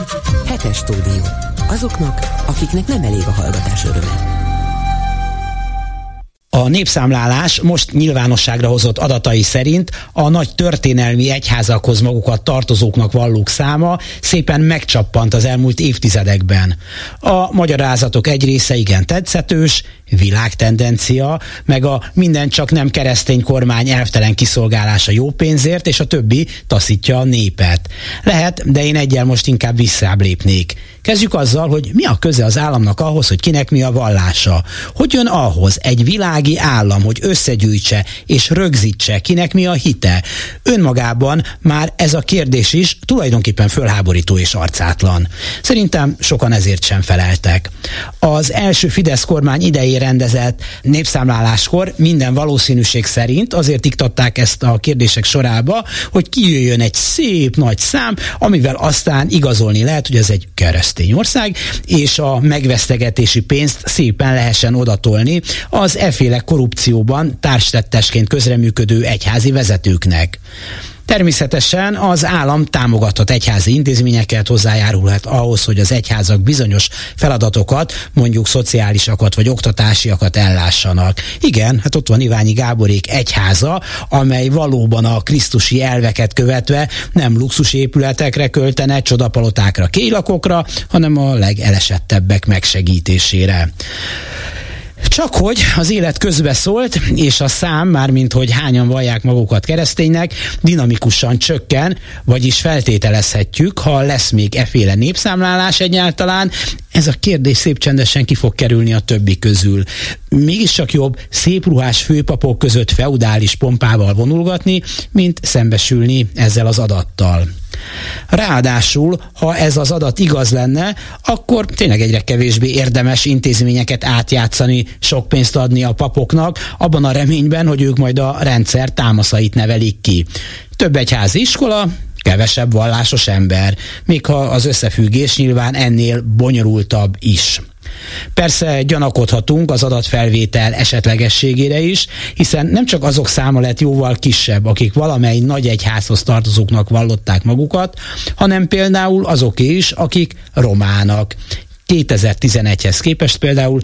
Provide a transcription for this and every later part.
Hetes stúdió. Azoknak, akiknek nem elég a hallgatás öröme. A népszámlálás most nyilvánosságra hozott adatai szerint a nagy történelmi egyházakhoz magukat tartozóknak vallók száma szépen megcsappant az elmúlt évtizedekben. A magyarázatok egy része igen tetszetős, világtendencia, meg a minden csak nem keresztény kormány elvtelen kiszolgálása jó pénzért, és a többi taszítja a népet. Lehet, de én egyel most inkább visszább lépnék. Kezdjük azzal, hogy mi a köze az államnak ahhoz, hogy kinek mi a vallása. Hogy jön ahhoz egy világi állam, hogy összegyűjtse és rögzítse, kinek mi a hite? Önmagában már ez a kérdés is tulajdonképpen fölháborító és arcátlan. Szerintem sokan ezért sem feleltek. Az első Fidesz kormány idején rendezett népszámláláskor minden valószínűség szerint azért iktatták ezt a kérdések sorába, hogy kijöjjön egy szép nagy szám, amivel aztán igazolni lehet, hogy ez egy keresztény ország, és a megvesztegetési pénzt szépen lehessen odatolni az efféle korrupcióban társtettesként közreműködő egyházi vezetőknek. Természetesen az állam támogathat egyházi intézményeket, hozzájárulhat ahhoz, hogy az egyházak bizonyos feladatokat, mondjuk szociálisakat vagy oktatásiakat ellássanak. Igen, hát ott van Iványi Gáborék egyháza, amely valóban a krisztusi elveket követve nem luxusépületekre költene, csodapalotákra, kélakokra, hanem a legelesettebbek megsegítésére. Csak hogy az élet közbeszólt, és a szám, mármint hogy hányan vallják magukat kereszténynek, dinamikusan csökken, vagyis feltételezhetjük, ha lesz még efféle népszámlálás egyáltalán, ez a kérdés szép csendesen ki fog kerülni a többi közül. Mégiscsak jobb szép ruhás főpapok között feudális pompával vonulgatni, mint szembesülni ezzel az adattal. Ráadásul, ha ez az adat igaz lenne, akkor tényleg egyre kevésbé érdemes intézményeket átjátszani, sok pénzt adni a papoknak, abban a reményben, hogy ők majd a rendszer támaszait nevelik ki. Több egyházi iskola, kevesebb vallásos ember, még ha az összefüggés nyilván ennél bonyolultabb is. Persze gyanakodhatunk az adatfelvétel esetlegességére is, hiszen nem csak azok száma lett jóval kisebb, akik valamely nagy egyházhoz tartozóknak vallották magukat, hanem például azoké is, akik romának. 2011-hez képest például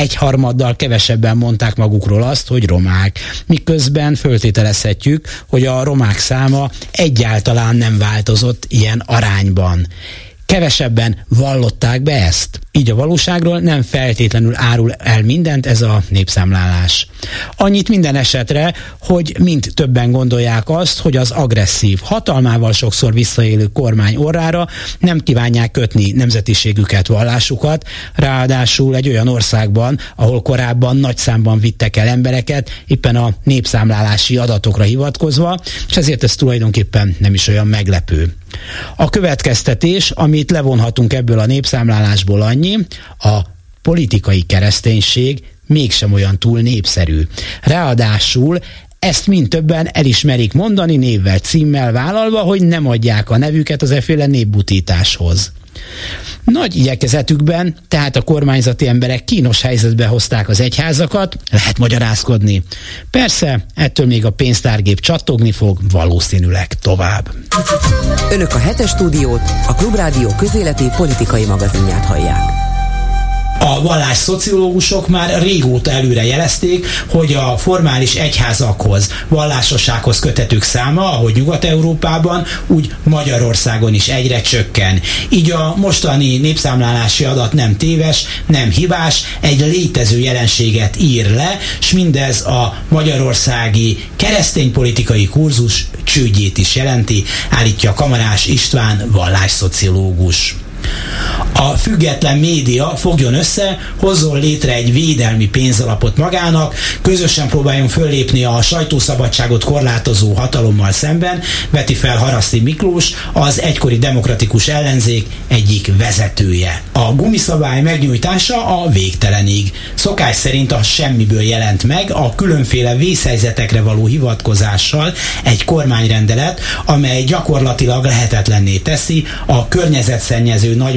1/3 kevesebben mondták magukról azt, hogy romák, miközben föltételezhetjük, hogy a romák száma egyáltalán nem változott ilyen arányban. Kevesebben vallották be ezt. Így a valóságról nem feltétlenül árul el mindent ez a népszámlálás. Annyit minden esetre, hogy mind többen gondolják azt, hogy az agresszív, hatalmával sokszor visszaélő kormány orrára nem kívánják kötni nemzetiségüket, vallásukat, ráadásul egy olyan országban, ahol korábban nagy számban vittek el embereket, éppen a népszámlálási adatokra hivatkozva, és ezért ez tulajdonképpen nem is olyan meglepő. A következtetés, amit levonhatunk ebből a népszámlálásból annyi, a politikai kereszténység mégsem olyan túl népszerű. Ráadásul ezt mind többen elismerik mondani névvel, címmel vállalva, hogy nem adják a nevüket az efféle népbutításhoz. Nagy igyekezetükben, tehát a kormányzati emberek kínos helyzetbe hozták az egyházakat, lehet magyarázkodni. Persze, ettől még a pénztárgép csattogni fog, valószínűleg tovább. Önök a Hetes stúdiót, a Klubrádió közéleti politikai magazinját hallják. A vallásszociológusok már régóta előre jelezték, hogy a formális egyházakhoz, vallásossághoz kötetők száma, ahogy Nyugat-Európában, úgy Magyarországon is egyre csökken. Így a mostani népszámlálási adat nem téves, nem hibás, egy létező jelenséget ír le, s mindez a magyarországi kereszténypolitikai kurzus csődjét is jelenti, állítja Kamarás István vallásszociológus. A független média fogjon össze, hozzon létre egy védelmi pénzalapot magának, közösen próbáljon föllépni a sajtószabadságot korlátozó hatalommal szemben, veti fel Haraszti Miklós, az egykori demokratikus ellenzék egyik vezetője. A gumiszabály megnyújtása a végtelenig. Szokás szerint a semmiből jelent meg a különféle vészhelyzetekre való hivatkozással egy kormányrendelet, amely gyakorlatilag lehetetlenné teszi a környezetszennyező nagyvállalatok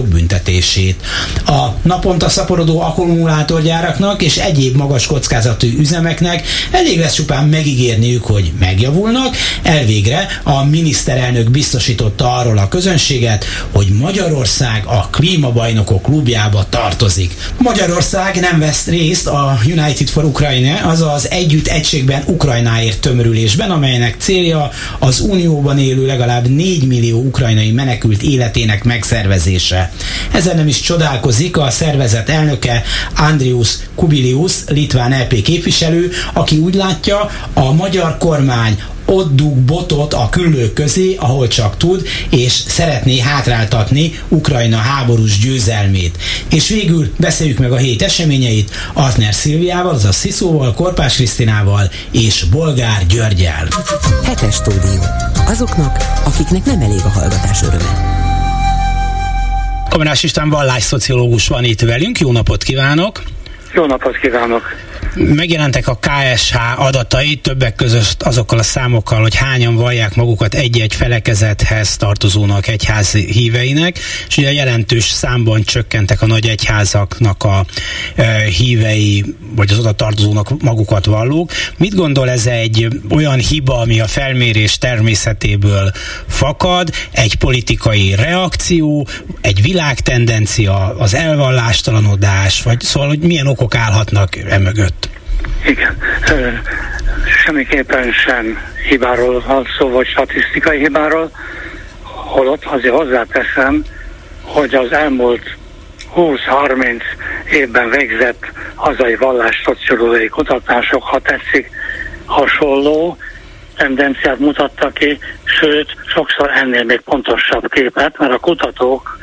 bocsánatok büntetését. A naponta szaporodó akkumulátorgyáraknak és egyéb magas kockázatú üzemeknek elég lesz csupán megígérniük, hogy megjavulnak, elvégre a miniszterelnök biztosította arról a közönséget, hogy Magyarország a klímabajnokok klubjába tartozik. Magyarország nem vesz részt a United for Ukraine, azaz Együtt Egységben Ukrajnáért tömörülésben, amelynek célja az Unióban élő legalább 4 millió ukrajnai menekült életének megszervezése. Ezzel nem is csodálkozik a szervezet elnöke Andrius Kubilius, litván EP képviselő, aki úgy látja, a magyar kormány ott dug botot a küllők közé, ahol csak tud, és szeretné hátráltatni Ukrajna háborús győzelmét. És végül beszéljük meg a hét eseményeit Altner Szilviával, azaz Sziszóval, Korpás Krisztinával és Bolgár Györgyel. Hetes stúdió. Azoknak, akiknek nem elég a hallgatás öröme. Komenás István vallásszociológus van itt velünk. Jó napot kívánok! Jó napot kívánok! Megjelentek a KSH adatai, többek között azokkal a számokkal, hogy hányan vallják magukat egy-egy felekezethez tartozónak egyházi híveinek, és ugye jelentős számban csökkentek a nagy egyházaknak a hívei, vagy az oda tartozónak magukat vallók. Mit gondol, ez egy olyan hiba, ami a felmérés természetéből fakad, egy politikai reakció, egy világtendencia, az elvallástalanodás, vagy szóval, hogy milyen okok állhatnak emögött? Igen. Semmiképpen sem hibáról van szó, vagy statisztikai hibáról, holott azért hozzáteszem, hogy az elmúlt 20-30 évben végzett hazai vallásszociológiai kutatások, ha tetszik, hasonló tendenciát mutattak ki, sőt, sokszor ennél még pontosabb képet, mert a kutatók,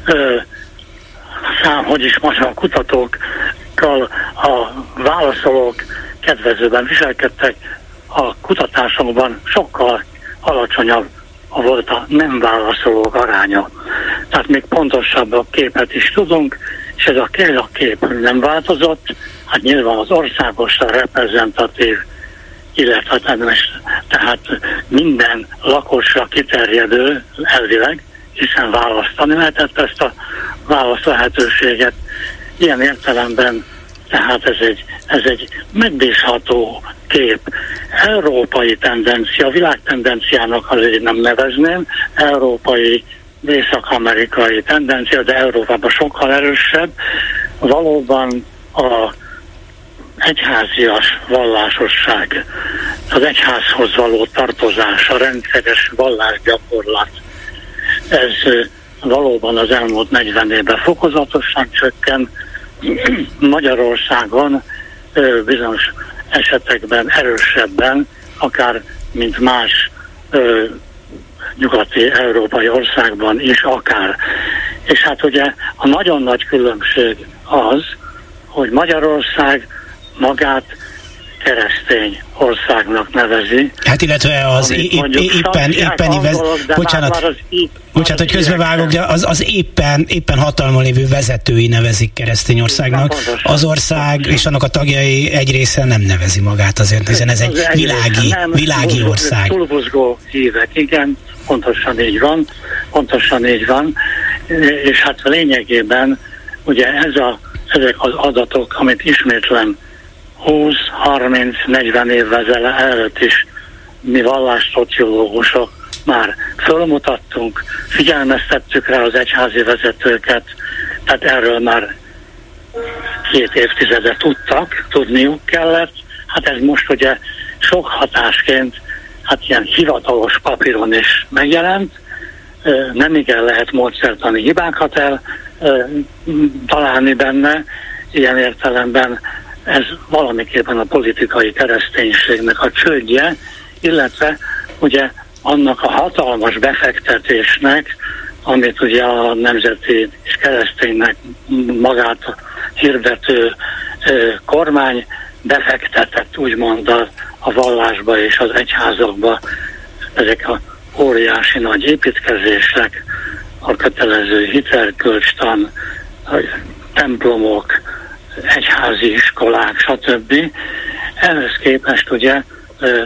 a kutatókkal a válaszolók kedvezőben viselkedtek, a kutatásokban sokkal alacsonyabb volt a nem válaszolók aránya. Tehát még pontosabb képet is tudunk, és ez a kép nem változott, hát nyilván az országosan reprezentatív, illetve tehát minden lakosra kiterjedő elvileg, hiszen választani lehetett ezt a válasz lehetőséget. Ilyen értelemben tehát ez egy megbízható kép. Európai tendencia, világtendenciának azért nem nevezném, európai, észak-amerikai tendencia, de Európában sokkal erősebb. Valóban a egyházias vallásosság, az egyházhoz való tartozás, a rendszeres vallásgyakorlat, ez valóban az elmúlt 40 évben fokozatosan csökken. Magyarországon bizonyos esetekben erősebben, akár mint más nyugati európai országban is akár. És hát ugye a nagyon nagy különbség az, hogy Magyarország magát keresztény országnak nevezi. Hát illetve az bocsánat, hogy közbevágok, de az éppen hatalmon lévő vezetői nevezik keresztény országnak. Az ország és annak a tagjai egy része nem nevezi magát azért, hiszen ez egy világi ország. Túlbuzgó hívek, igen, pontosan így van. És hát lényegében ugye ezek az adatok, amit ismétlen 20-30-40 évvel előtt is mi vallásszociológusok már fölmutattunk, figyelmeztettük rá az egyházi vezetőket, tehát erről már 2 évtizede tudniuk kellett. Hát ez most ugye sok hatásként, hát ilyen hivatalos papíron is megjelent, nem igen lehet módszertani hibákat találni benne, ilyen értelemben ez valamiképpen a politikai kereszténységnek a csődje, illetve ugye annak a hatalmas befektetésnek, amit ugye a nemzeti és kereszténynek magát hirdető kormány befektetett úgymond a vallásba és az egyházakba, ezek a óriási nagy építkezések, a kötelező hitelkölcstan, a templomok, egyházi iskolák, stb. Ehhez képest ugye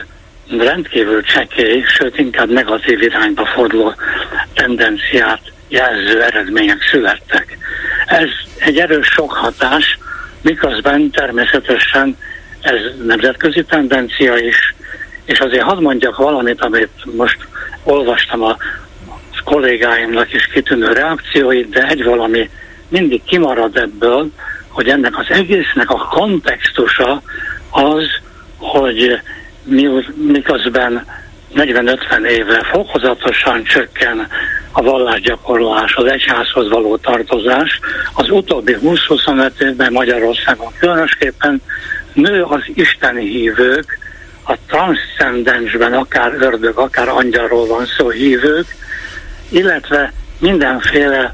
rendkívül csekély, sőt inkább negatív irányba forduló tendenciát jelző eredmények születtek. Ez egy erős sokhatás, miközben természetesen ez nemzetközi tendencia is, és azért hadd mondjak valamit, amit most olvastam a kollégáimnak is kitűnő reakcióit, de egy valami mindig kimarad ebből, hogy ennek az egésznek a kontextusa az, hogy miközben 40-50 éve fokozatosan csökken a vallásgyakorlás, az egyházhoz való tartozás, az utóbbi 20-25 évben Magyarországon különösképpen nő az isteni hívők, a transzcendensben akár ördög, akár angyalról van szó hívők, illetve mindenféle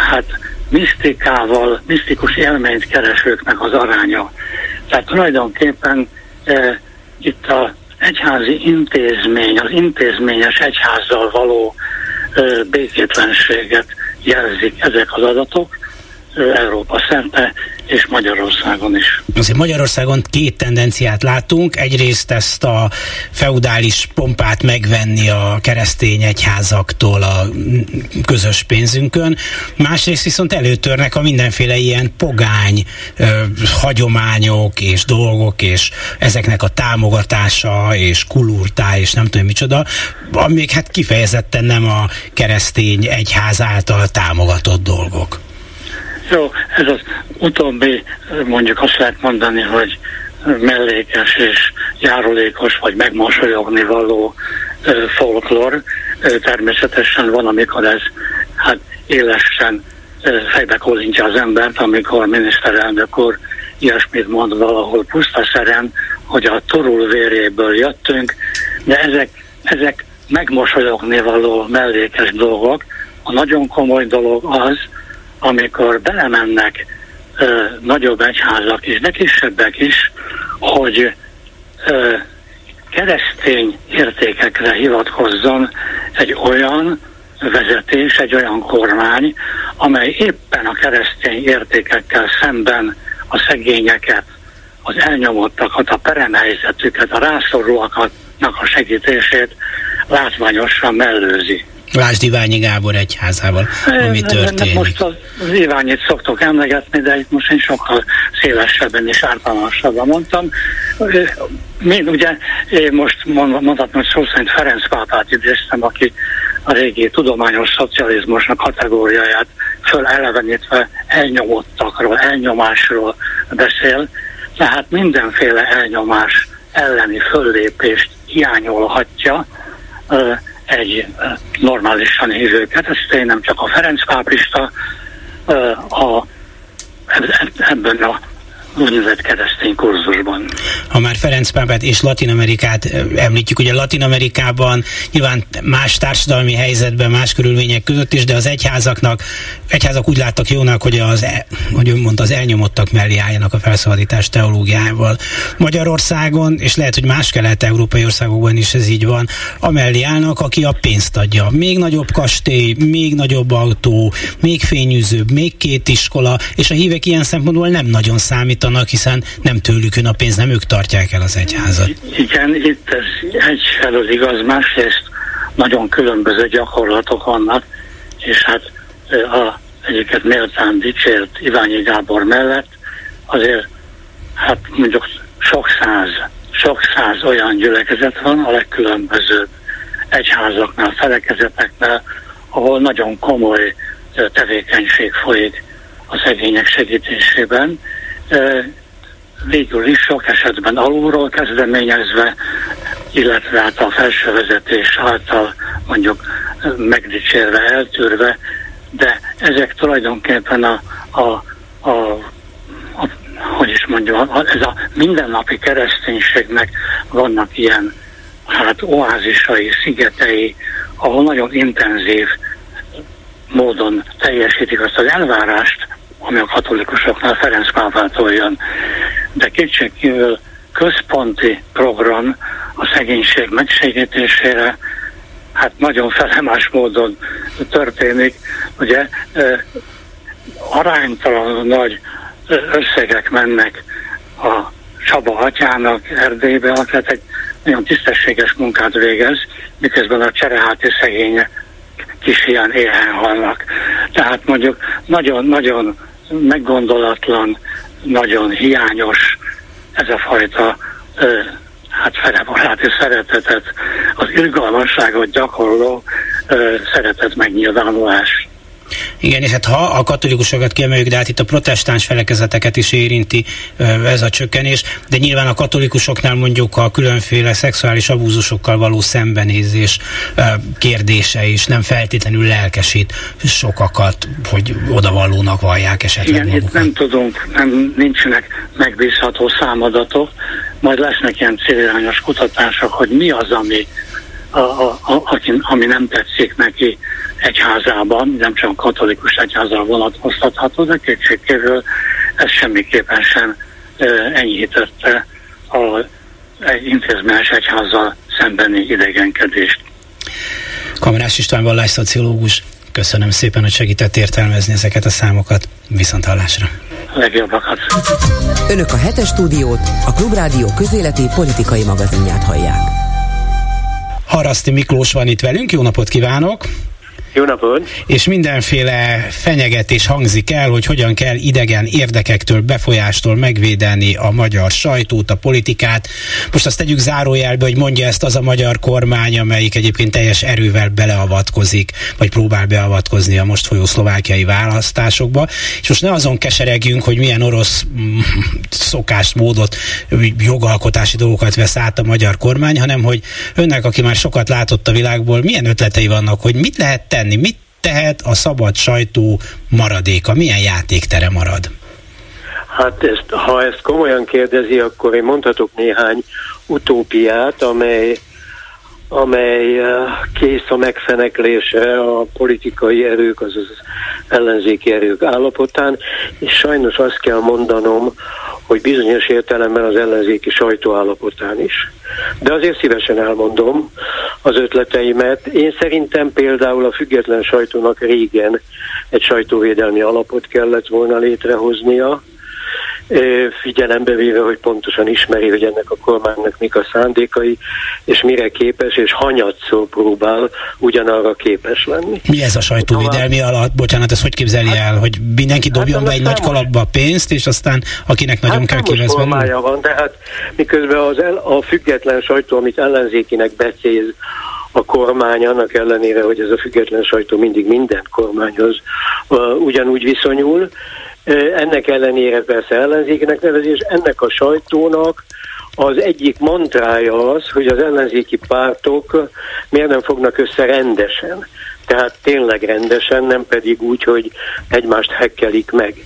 misztikával, misztikus élményt keresőknek az aránya. Tehát tulajdonképpen itt az egyházi intézmény, az intézményes egyházzal való békétlenséget jelzik ezek az adatok Európa szerte és Magyarországon is. Azért Magyarországon két tendenciát látunk. Egyrészt ezt a feudális pompát megvenni a keresztény egyházaktól a közös pénzünkön. Másrészt viszont előtörnek a mindenféle ilyen pogány hagyományok és dolgok, és ezeknek a támogatása, és kulurtá, és nem tudom micsoda, amik hát kifejezetten nem a keresztény egyház által támogatott dolgok. Jó, ez az utóbbi, mondjuk azt lehet mondani, hogy mellékes és járulékos, vagy megmosolyogni való folklór. Természetesen van, amikor ez élesen fejbe kólintja az embert, amikor miniszterelnök úr ilyesmit mond valahol pusztaszeren, hogy a Turul véréből jöttünk, de ezek megmosolyogni való mellékes dolgok. A nagyon komoly dolog az, amikor belemennek nagyobb egyházak is, de kisebbek is, hogy keresztény értékekre hivatkozzon egy olyan vezetés, egy olyan kormány, amely éppen a keresztény értékekkel szemben a szegényeket, az elnyomottakat, a peremhelyzetüket, a rászorulóaknak a segítését látványosan mellőzi. Lásd Iványi Gábor egyházával, ami történik. Most az Iványit szoktok emlegetni, de itt most én sokkal szélesebben és ártalmasabban mondtam. Én most mondhatom, hogy szó szerint Ferenc pápát idéztem, aki a régi tudományos szocializmusnak kategóriáját fölelevenítve elnyomottakról, elnyomásról beszél, tehát mindenféle elnyomás elleni föllépést hiányolhatja egy normálisan hívő keresztény, nem csak a Ferenc pápista ebben a úgynevezett keresztény kurzusban. Ha már Ferenc pápát és Latin-Amerikát említjük, ugye Latin-Amerikában nyilván más társadalmi helyzetben, más körülmények között is, de az egyházak úgy láttak jónak, hogy hogy ön mondta, az elnyomottak mellé álljanak a felszabadítás teológiával. Magyarországon, és lehet, hogy más kelet-európai országokban is ez így van, amellé állnak, aki a pénzt adja. Még nagyobb kastély, még nagyobb autó, még fényűzőbb, még 2 iskola, és a hívek ilyen szempontból nem nagyon számítanak, hiszen nem tőlük jön a pénz, nem ők tartják el az egyházat. Igen, itt ez egyfelől igaz, másrészt nagyon különböző gyakorlatok vannak, és egyiket méltán dicsért Iványi Gábor mellett azért mondjuk sok száz olyan gyülekezet van a legkülönbözőbb egyházaknál, felekezeteknál, ahol nagyon komoly tevékenység folyik a szegények segítésében. Végül is sok esetben alulról kezdeményezve, illetve a felső vezetés által mondjuk megdicsérve, eltűrve, de ezek tulajdonképpen hogy is mondjam, ez a mindennapi kereszténységnek vannak ilyen oázisai, szigetei, ahol nagyon intenzív módon teljesítik azt az elvárást, ami a katolikusoknál Ferenc pápától jön. De kétségkívül központi program a szegénység megsegítésére nagyon felemás módon történik. Ugye aránytalanul nagy összegek mennek a Csaba atyának Erdélybe, aki egy nagyon tisztességes munkát végez, miközben a csereháti szegények is ilyen éhen halnak. Tehát mondjuk nagyon-nagyon meggondolatlan, nagyon hiányos ez a fajta ferebaráti szeretetet, az irgalmasságot gyakorló szeretet megnyilvánulás. Igen, és hát ha a katolikusokat kiemeljük, de hát itt a protestáns felekezeteket is érinti ez a csökkenés, de nyilván a katolikusoknál mondjuk a különféle szexuális abúzusokkal való szembenézés kérdése is nem feltétlenül lelkesít sokakat, hogy odavallónak vallják esetleg igen, magukat. Itt nem tudunk, nincsenek megbízható számadatok, majd lesznek ilyen célirányos kutatások, hogy mi az, ami nem tetszik neki egyházában, nem csak katolikus egyházra vonatkoztatható, de kétségkívül ez semmiképpen sem enyhítette egy intézményes egyházzal szembeni idegenkedést. Kamarás István vallásszociológus, köszönöm szépen, hogy segített értelmezni ezeket a számokat. Viszonthallásra. Legjobbakat. Önök a Hetes Stúdiót, a Klubrádió közéleti politikai magazinját hallják. Haraszti Miklós van itt velünk, jó napot kívánok! Jó napot! És mindenféle fenyegetés hangzik el, hogy hogyan kell idegen érdekektől, befolyástól megvédeni a magyar sajtót, a politikát. Most azt tegyük zárójelbe, hogy mondja ezt az a magyar kormány, amelyik egyébként teljes erővel beleavatkozik, vagy próbál beavatkozni a most folyó szlovákiai választásokba. És most ne azon keseregjünk, hogy milyen orosz szokásmódot, jogalkotási dolgokat vesz át a magyar kormány, hanem hogy önnek, aki már sokat látott a világból, milyen ötletei vannak, hogy mit lehet tenni, mit tehet a szabad sajtó maradéka, milyen játéktere marad? Hát ha ezt komolyan kérdezi, akkor én mondhatok néhány utópiát, amely kész a megfeneklésre a politikai erők, azaz ellenzéki erők állapotán, és sajnos azt kell mondanom, hogy bizonyos értelemben az ellenzéki sajtó állapotán is. De azért szívesen elmondom az ötleteimet. Én szerintem például a független sajtónak régen egy sajtóvédelmi alapot kellett volna létrehoznia, figyelembe véve, hogy pontosan ismeri, hogy ennek a kormánynak mik a szándékai, és mire képes, és hanyatszor próbál ugyanarra képes lenni. Mi ez a sajtóvédelmi alap? Bocsánat, ezt hogy képzeli el, hogy mindenki dobjon be egy nagy kalapba pénzt, és aztán akinek nagyon kell kivesz belőle? Van, de hát miközben a független sajtó, amit ellenzékinek becéz a kormány, annak ellenére, hogy ez a független sajtó mindig minden kormányhoz ugyanúgy viszonyul, ennek ellenére persze ellenzékinek nevezi, és ennek a sajtónak az egyik mantrája az, hogy az ellenzéki pártok miért nem fognak össze rendesen. Tehát tényleg rendesen, nem pedig úgy, hogy egymást hekkelik meg.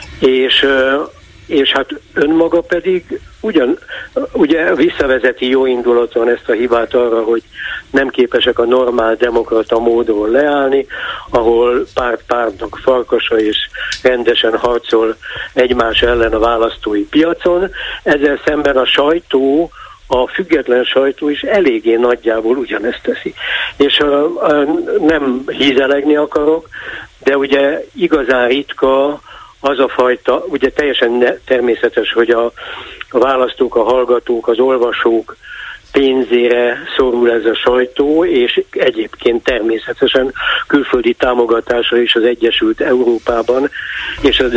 És hát önmaga pedig ugye visszavezeti jó indulaton ezt a hibát arra, hogy nem képesek a normál demokrata módon leállni, ahol pártnak farkasa és rendesen harcol egymás ellen a választói piacon. Ezzel szemben a sajtó, a független sajtó is eléggé nagyjából ugyanezt teszi. És nem hízelegni akarok, de ugye igazán ritka az a fajta, ugye teljesen természetes, hogy a választók, a hallgatók, az olvasók pénzére szorul ez a sajtó, és egyébként természetesen külföldi támogatásra is az Egyesült Európában, és a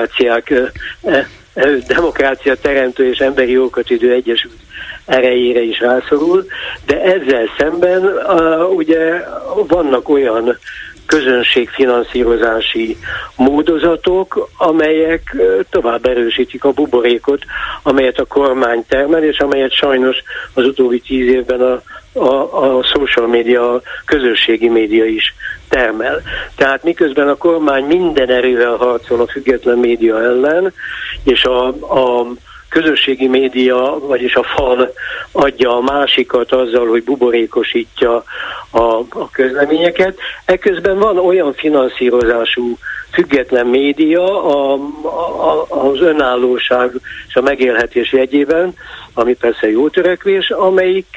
demokrácia teremtő és emberi jogokat idő Egyesült erejére is rászorul, de ezzel szemben ugye vannak olyan közönségfinanszírozási módozatok, amelyek tovább erősítik a buborékot, amelyet a kormány termel, és amelyet sajnos az utóbbi 10 évben a social media, a közösségi média is termel. Tehát miközben a kormány minden erővel harcol a független média ellen, és a közösségi média, vagyis a fal adja a másikat azzal, hogy buborékosítja a közleményeket. Eközben van olyan finanszírozású független média az önállóság és a megélhetés jegyében, ami persze jó törekvés, amelyik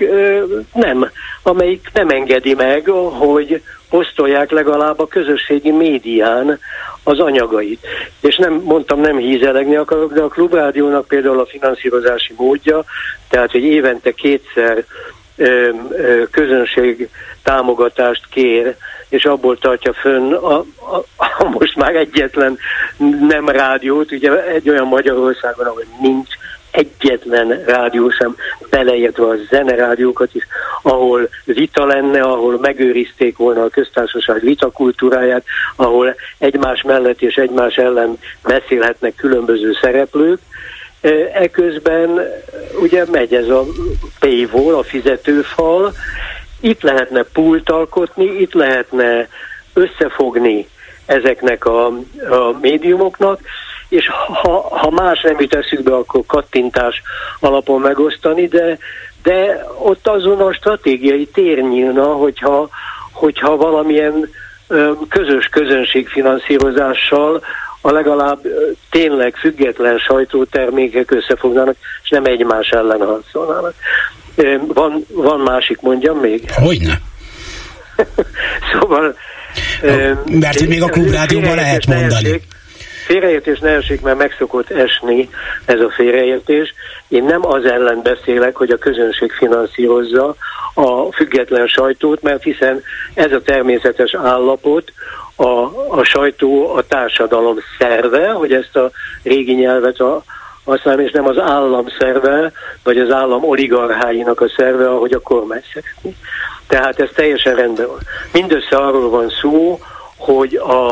nem engedi meg, hogy posztolják legalább a közösségi médián az anyagait. És nem hízelegni akarok, de a Klubrádiónak például a finanszírozási módja, tehát hogy évente 2-szer közönség támogatást kér és abból tartja fönn a most már egyetlen nem rádiót, ugye egy olyan Magyarországon, ahol nincs egyetlen rádió sem, beleértve a zenerádiókat is, ahol vita lenne, ahol megőrizték volna a köztársaság vitakultúráját, ahol egymás mellett és egymás ellen beszélhetnek különböző szereplők. Eközben ugye megy ez a paywall, a fizetőfal, itt lehetne pult alkotni, itt lehetne összefogni ezeknek a médiumoknak, és ha más nem jut eszükbe, akkor kattintás alapon megosztani, de ott azon a stratégiai tér nyílna, hogyha valamilyen közös közönségfinanszírozással a legalább tényleg független sajtótermékek összefognának, és nem egymás ellen harcolnának. Van másik, mondjam még? Hogyne. Szóval... mert még a Klubrádióban lehet mondani. Félreértés ne essék, mert meg szokott esni ez a félreértés. Én nem az ellen beszélek, hogy a közönség finanszírozza a független sajtót, mert hiszen ez a természetes állapot, a sajtó a társadalom szerve, hogy ezt a régi nyelvet használom, és nem az állam szerve, vagy az állam oligarcháinak a szerve, ahogy a kormány szeretné. Tehát ez teljesen rendben van. Mindössze arról van szó, hogy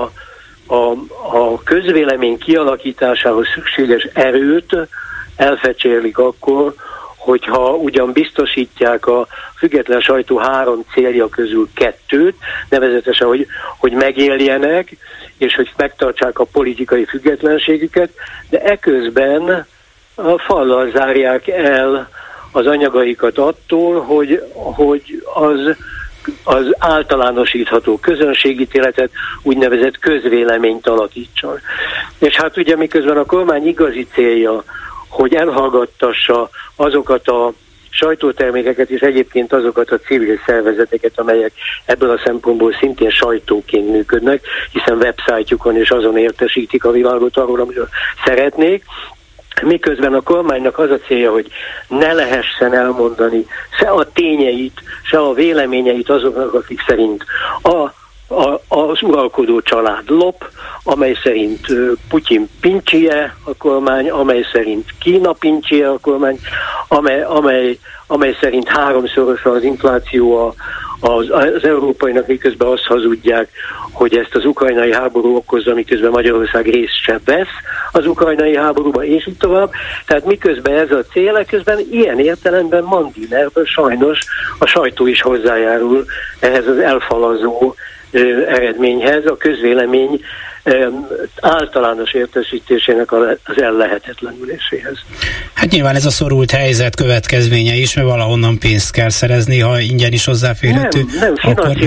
a közvélemény kialakításához szükséges erőt elfecsérlik akkor, hogyha ugyan biztosítják a független sajtó 3 célja közül 2-t, nevezetesen, hogy megéljenek, és hogy megtartsák a politikai függetlenségüket, de eközben a fallal zárják el az anyagaikat attól, hogy az általánosítható közönségítéletet, úgynevezett közvéleményt alakítson. És hát ugye miközben a kormány igazi célja, hogy elhallgattassa azokat a sajtótermékeket és egyébként azokat a civil szervezeteket, amelyek ebből a szempontból szintén sajtóként működnek, hiszen websájtjukon és azon értesítik a világot arról, amiről szeretnék, miközben a kormánynak az a célja, hogy ne lehessen elmondani se a tényeit, se a véleményeit azoknak, akik szerint az uralkodó család lop, amely szerint Putyin pincsie a kormány, amely szerint Kína pincsie a kormány, amely szerint 3-szoros az infláció az európainak, miközben azt hazudják, hogy ezt az ukrajnai háború okozza, miközben Magyarország részt sem vesz az ukrajnai háborúba, és így tovább. Tehát miközben ez a cél, közben ilyen értelemben Mandinerből sajnos a sajtó is hozzájárul ehhez az elfalazó eredményhez, a közvélemény általános értesítésének az ellehetetlenüléséhez. Hát nyilván ez a szorult helyzet következménye is, mert valahonnan pénzt kell szerezni, ha ingyen is hozzáférhető. Nem,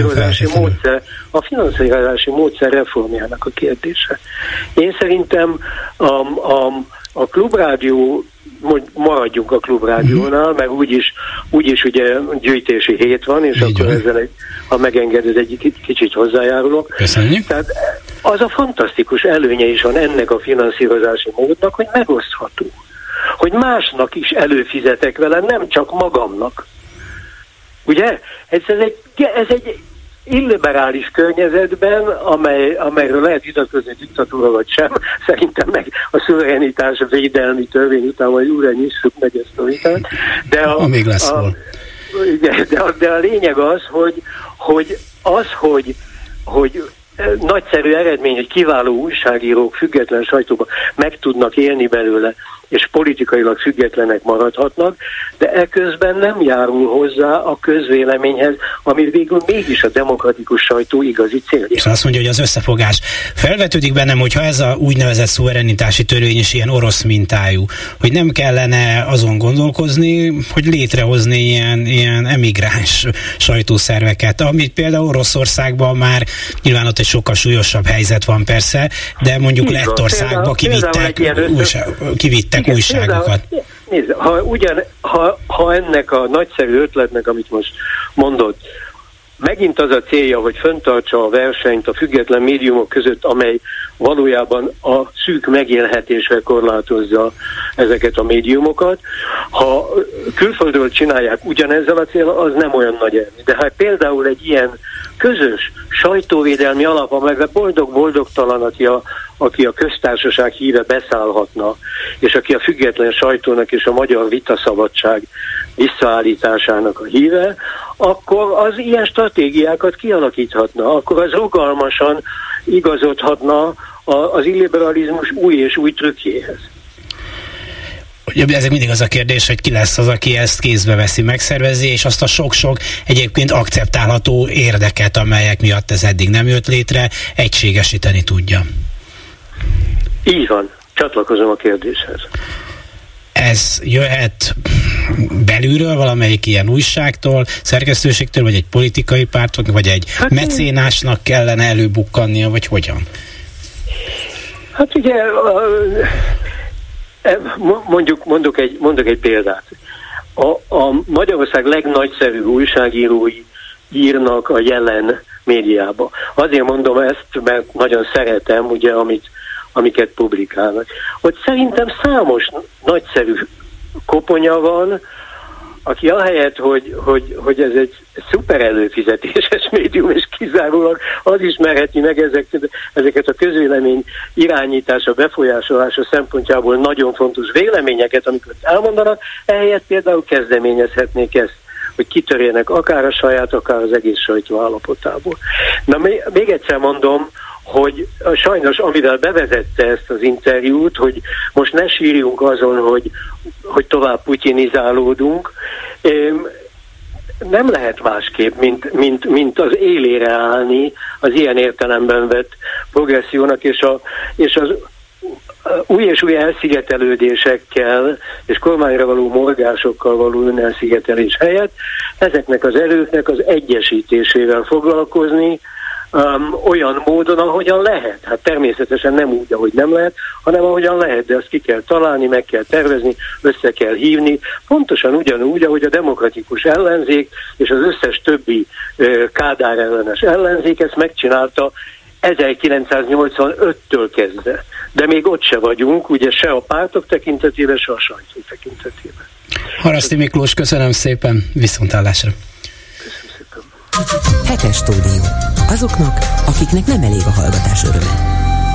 a finanszírozási módszer reformjának a kérdése. Én szerintem a Klubrádió, maradjunk a Klubrádiónál, mert úgyis ugye gyűjtési hét van, és így akkor van. Ezzel ha megengeded, egy kicsit hozzájárulok. Köszönjük. Tehát az a fantasztikus előnye is van ennek a finanszírozási módnak, hogy megosztható. Hogy másnak is előfizetek vele, nem csak magamnak. Ugye? Ez egy illiberális környezetben, amelyről lehet vitatkozni, diktatúra vagy sem, szerintem meg a szuverenitás védelmi törvény után, vagy újra nyissuk meg ezt a vitát. Amíg lesz hol. De a lényeg az, hogy nagyszerű eredmény, hogy kiváló újságírók független sajtóban meg tudnak élni belőle, és politikailag függetlenek maradhatnak, de eközben nem járul hozzá a közvéleményhez, ami végül mégis a demokratikus sajtó igazi célja. És azt mondja, hogy az összefogás. Felvetődik bennem, hogyha ez a úgynevezett szuverenitási törvény is ilyen orosz mintájú, hogy nem kellene azon gondolkozni, hogy létrehozni ilyen emigráns sajtószerveket, amit például Oroszországban már nyilván ott egy sokkal súlyosabb helyzet van persze, de mondjuk Lettországba kivittek újságokat. Nézd, ha ennek a nagyszerű ötletnek, amit most mondod, megint az a célja, hogy fenntartsa a versenyt a független médiumok között, amely valójában a szűk megélhetésre korlátozza ezeket a médiumokat. Ha külföldről csinálják ugyanezzel a céllal, az nem olyan nagy elmi. De ha például egy ilyen közös sajtóvédelmi alapon, meg boldog-boldogtalan, aki a köztársaság híve beszállhatna, és aki a független sajtónak és a magyar vitaszabadság visszaállításának a híve, akkor az ilyen stratégiákat kialakíthatna, akkor az rugalmasan igazodhatna az illiberalizmus új és új trükkjéhez. Ezek mindig az a kérdés, hogy ki lesz az, aki ezt kézbe veszi, megszervezi, és azt a sok-sok egyébként akceptálható érdeket, amelyek miatt ez eddig nem jött létre, egységesíteni tudja. Így van, csatlakozom a kérdéshez. Ez jöhet belülről, valamelyik ilyen újságtól, szerkesztőségtől, vagy egy politikai pártnak, vagy egy mecénásnak kellene előbukkannia, vagy hogyan? Hát ugye, mondok egy példát. A Magyarország legnagyszerűbb újságírói írnak a jelen médiába. Azért mondom ezt, mert nagyon szeretem, ugye, amiket publikálnak. Ott szerintem számos nagyszerű koponya van, aki ahelyett, hogy ez egy szuper előfizetéses médium, és kizárólag az ismerheti meg ezeket a közvélemény irányítása, befolyásolása szempontjából nagyon fontos véleményeket, amiket elmondanak, ehelyett például kezdeményezhetnék ezt, hogy kitörjenek akár a saját, akár az egész sajtó állapotából. Na, még egyszer mondom, hogy sajnos, amivel bevezette ezt az interjút, hogy most ne sírjunk azon, hogy tovább putyinizálódunk, nem lehet másképp, mint az élére állni az ilyen értelemben vett progressziónak, és az új és új elszigetelődésekkel és kormányra való morgásokkal való önelszigetelés helyett ezeknek az erőknek az egyesítésével foglalkozni, olyan módon, ahogyan lehet. Hát természetesen nem úgy, ahogy nem lehet, hanem ahogyan lehet, de azt ki kell találni, meg kell tervezni, össze kell hívni. Pontosan ugyanúgy, ahogy a demokratikus ellenzék és az összes többi Kádár ellenes ellenzék ezt megcsinálta 1985-től kezdve. De még ott se vagyunk, ugye se a pártok tekintetében, se a sajtó tekintetében. Haraszti Miklós, köszönöm szépen, viszonthallásra. Hetes stúdió. Azoknak, akiknek nem elég a hallgatás öröme.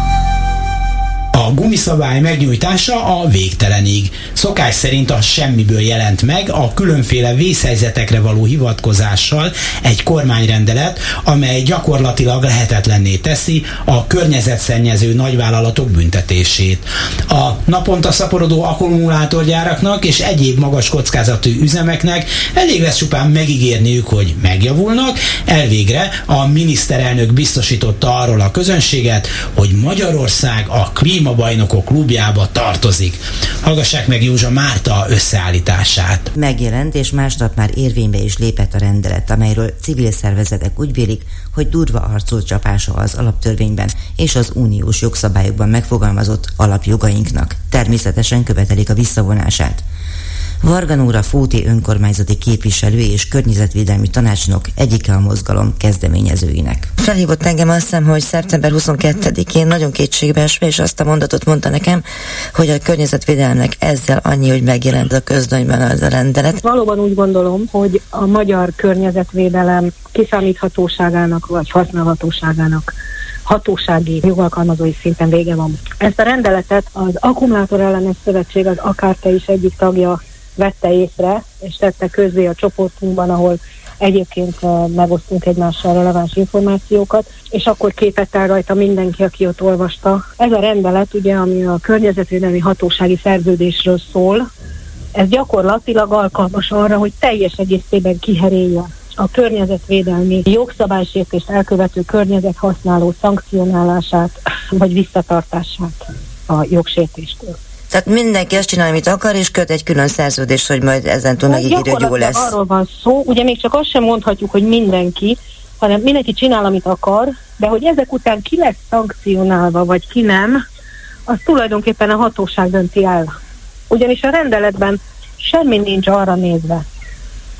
A gumiszabály megnyújtása a végtelenig. Szokás szerint a semmiből jelent meg a különféle vészhelyzetekre való hivatkozással egy kormányrendelet, amely gyakorlatilag lehetetlenné teszi a környezetszennyező nagyvállalatok büntetését. A naponta szaporodó akkumulátorgyáraknak és egyéb magas kockázatú üzemeknek elég lesz csupán megígérniük, hogy megjavulnak, elvégre a miniszterelnök biztosította arról a közönséget, hogy Magyarország a klímabajnokok klubjába tartozik. Hallgassák meg Józsa Márta összeállítását. Megjelent, és másnap már érvénybe is lépett a rendelet, amelyről civil szervezetek úgy vélik, hogy durva arculcsapása az alaptörvényben és az uniós jogszabályokban megfogalmazott alapjogainknak. Természetesen követelik a visszavonását. Varga Nóra Fóti önkormányzati képviselő és környezetvédelmi tanácsnok egyike a mozgalom kezdeményezőinek. Felhívott engem, azt hiszem, hogy szeptember 22-én nagyon kétségbeesve, és azt a mondatot mondta nekem, hogy a környezetvédelemnek ezzel annyi, hogy megjelent a közlönyben az a rendelet. Valóban úgy gondolom, hogy a magyar környezetvédelem kiszámíthatóságának vagy használhatóságának hatósági jogalkalmazói szinten vége van. Ezt a rendeletet az Akkumulátor Ellenes Szövetség, az Akárte is egyik tagja vette észre, és tette közzé a csoportunkban, ahol egyébként megosztunk egymással releváns információkat, és akkor képett el rajta mindenki, aki ott olvasta. Ez a rendelet, ugye, ami a környezetvédelmi hatósági szerződésről szól, ez gyakorlatilag alkalmas arra, hogy teljes egészében kiherélje a környezetvédelmi jogszabálysértést elkövető környezethasználó szankcionálását, vagy visszatartását a jogsértéstől. Tehát mindenki azt csinál, amit akar, és köt egy külön szerződést, hogy majd ezentúl megígéri, hogy jó lesz. Arról van szó, ugye még csak azt sem mondhatjuk, hogy mindenki, hanem mindenki csinál, amit akar, de hogy ezek után ki lesz szankcionálva, vagy ki nem, az tulajdonképpen a hatóság dönti el. Ugyanis a rendeletben semmi nincs arra nézve,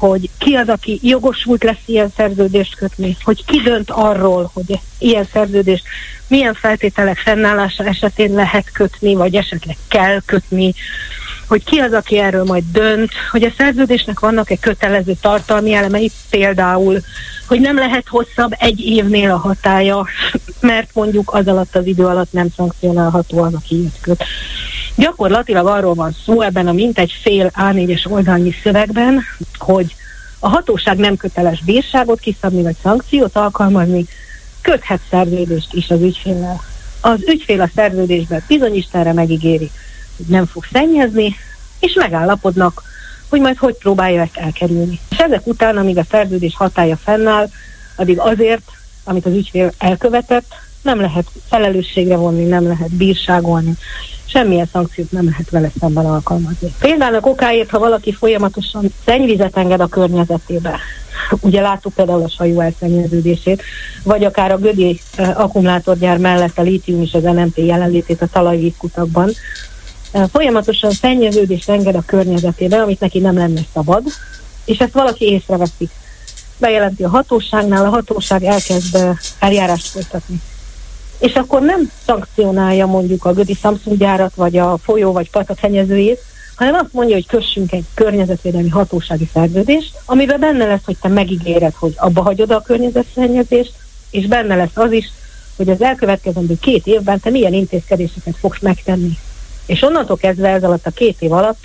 hogy ki az, aki jogosult lesz ilyen szerződést kötni, hogy ki dönt arról, hogy ilyen szerződést milyen feltételek fennállása esetén lehet kötni, vagy esetleg kell kötni, hogy ki az, aki erről majd dönt, hogy a szerződésnek vannak-e kötelező tartalmi elemei, például, hogy nem lehet hosszabb 1 évnél a hatálya, mert mondjuk az alatt az idő alatt nem szankcionálható az, aki ilyet köt. Gyakorlatilag arról van szó ebben a mintegy fél A4-es oldalnyi szövegben, hogy a hatóság nem köteles bírságot kiszabni vagy szankciót alkalmazni, köthet szerződést is az ügyféllel. Az ügyfél a szerződésben bizonyistára megígéri, hogy nem fog szennyezni, és megállapodnak, hogy majd hogy próbálja ezt elkerülni. És ezek után, amíg a szerződés hatálya fennáll, addig azért, amit az ügyfél elkövetett, nem lehet felelősségre vonni, nem lehet bírságolni, semmilyen szankciót nem lehet vele szemben alkalmazni. Például okáért, ha valaki folyamatosan szennyvizet enged a környezetébe, ugye láttuk például a Sajó elszennyeződését, vagy akár a Gödi akkumulátorgyár mellett a lítium és az NMP jelenlétét a talajvízkutakban, folyamatosan szennyeződést enged a környezetébe, amit neki nem lenne szabad, és ezt valaki észreveszik. Bejelenti a hatóságnál, a hatóság elkezd eljárást folytatni. És akkor nem szankcionálja mondjuk a Gödi Samsung gyárat, vagy a folyó, vagy patak szennyezőjét, hanem azt mondja, hogy kössünk egy környezetvédelmi hatósági szerződést, amiben benne lesz, hogy te megígéred, hogy abba hagyod a környezetszennyezést, és benne lesz az is, hogy az elkövetkezendő 2 évben te milyen intézkedéseket fogsz megtenni. És onnantól kezdve ez alatt a 2 év alatt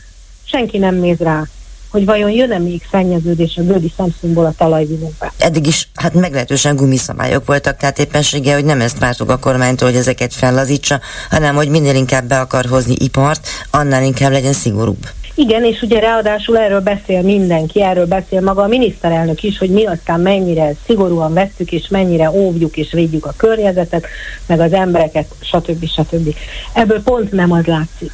senki nem néz rá, hogy vajon jön-e még szennyeződés a Gödi Samsungból a talajvizekbe. Eddig is meglehetősen gumiszabályok voltak, tehát éppenséggel, hogy nem ezt vártuk a kormánytól, hogy ezeket fellazítsa, hanem hogy minél inkább be akar hozni ipart, annál inkább legyen szigorúbb. Igen, és ugye ráadásul erről beszél mindenki, erről beszél maga a miniszterelnök is, hogy mi aztán mennyire szigorúan vesszük, és mennyire óvjuk és védjük a környezetet, meg az embereket, stb. Stb. Ebből pont nem az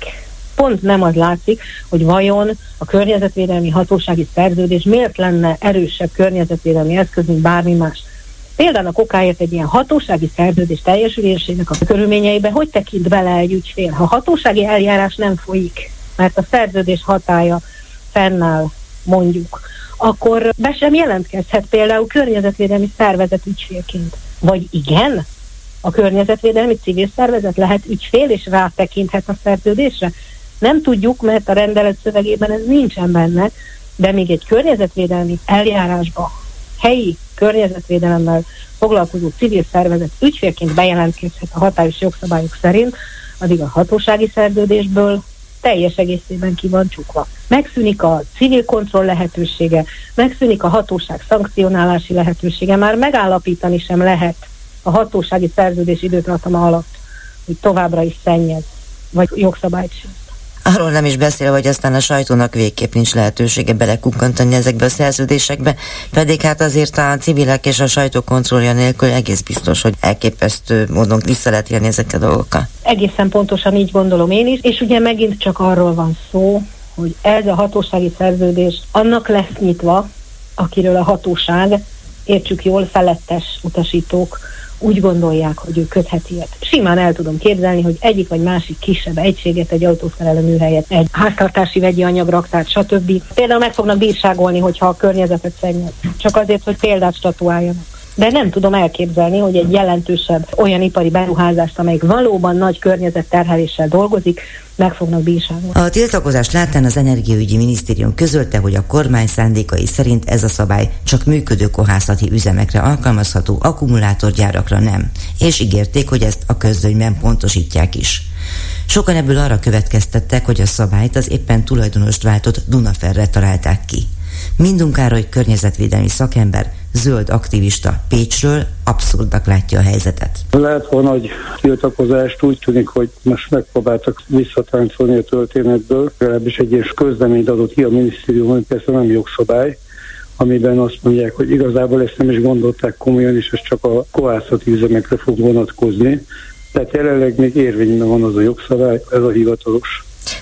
látszik, hogy vajon a környezetvédelmi hatósági szerződés miért lenne erősebb környezetvédelmi eszköz, mint bármi más. Például okáért egy ilyen hatósági szerződés teljesülésének a körülményeibe hogy tekint bele egy ügyfél? Ha hatósági eljárás nem folyik, mert a szerződés hatálya fennáll, mondjuk, akkor be sem jelentkezhet például környezetvédelmi szervezet ügyfélként. Vagy igen? A környezetvédelmi civil szervezet lehet ügyfél, és rátekinthet a szerződésre? Nem tudjuk, mert a rendelet szövegében ez nincsen benne, de még egy környezetvédelmi eljárásba helyi környezetvédelemmel foglalkozó civil szervezet ügyfélként bejelentkezhet a hatályos jogszabályok szerint, addig a hatósági szerződésből teljes egészében ki van csukva. Megszűnik a civil kontroll lehetősége, megszűnik a hatóság szankcionálási lehetősége, már megállapítani sem lehet a hatósági szerződés időtartama alatt, hogy továbbra is szennyez, vagy jogszabályt sem. Arról nem is beszél, hogy aztán a sajtónak végképp nincs lehetősége belekukkantani ezekbe a szerződésekbe, pedig hát azért a civilek és a sajtó kontrollja nélkül egész biztos, hogy elképesztő módon vissza lehet élni ezekkel a dolgokkal. Egészen pontosan így gondolom én is, és ugye megint csak arról van szó, hogy ez a hatósági szerződés annak lesz nyitva, akiről a hatóság, értsük jól, felettes utasítók úgy gondolják, hogy ő kötheti ilyet. Simán el tudom képzelni, hogy egyik vagy másik kisebb egységet, egy autószerelő műhelyet, egy háztartási vegyi anyagraktárt, stb. Például meg fognak bírságolni, hogyha a környezetet szennyez. Csak azért, hogy példát statuáljanak. De nem tudom elképzelni, hogy egy jelentősebb olyan ipari beruházást, amelyik valóban nagy környezetterheléssel dolgozik, meg fognak bírságolni. A tiltakozás láttán az Energiaügyi Minisztérium közölte, hogy a kormány szándékai szerint ez a szabály csak működő kohászati üzemekre alkalmazható, akkumulátorgyárakra nem, és ígérték, hogy ezt a közlönyben pontosítják is. Sokan ebből arra következtettek, hogy a szabályt az éppen tulajdonost váltott Dunaferre találták ki. Mindunk Károly környezetvédelmi szakember, zöld aktivista Pécsről abszurdnak látja a helyzetet. Lehet volna nagy tiltakozást, úgy tűnik, hogy most megpróbáltak visszatáncolni a történetből, legalábbis egy ilyen közleményt adott ki a minisztérium, hogy persze nem jogszabály, amiben azt mondják, hogy igazából ezt nem is gondolták komolyan, és ez csak a kohászati üzemekre fog vonatkozni. Tehát jelenleg még érvényben van az a jogszabály, ez a hivatalos.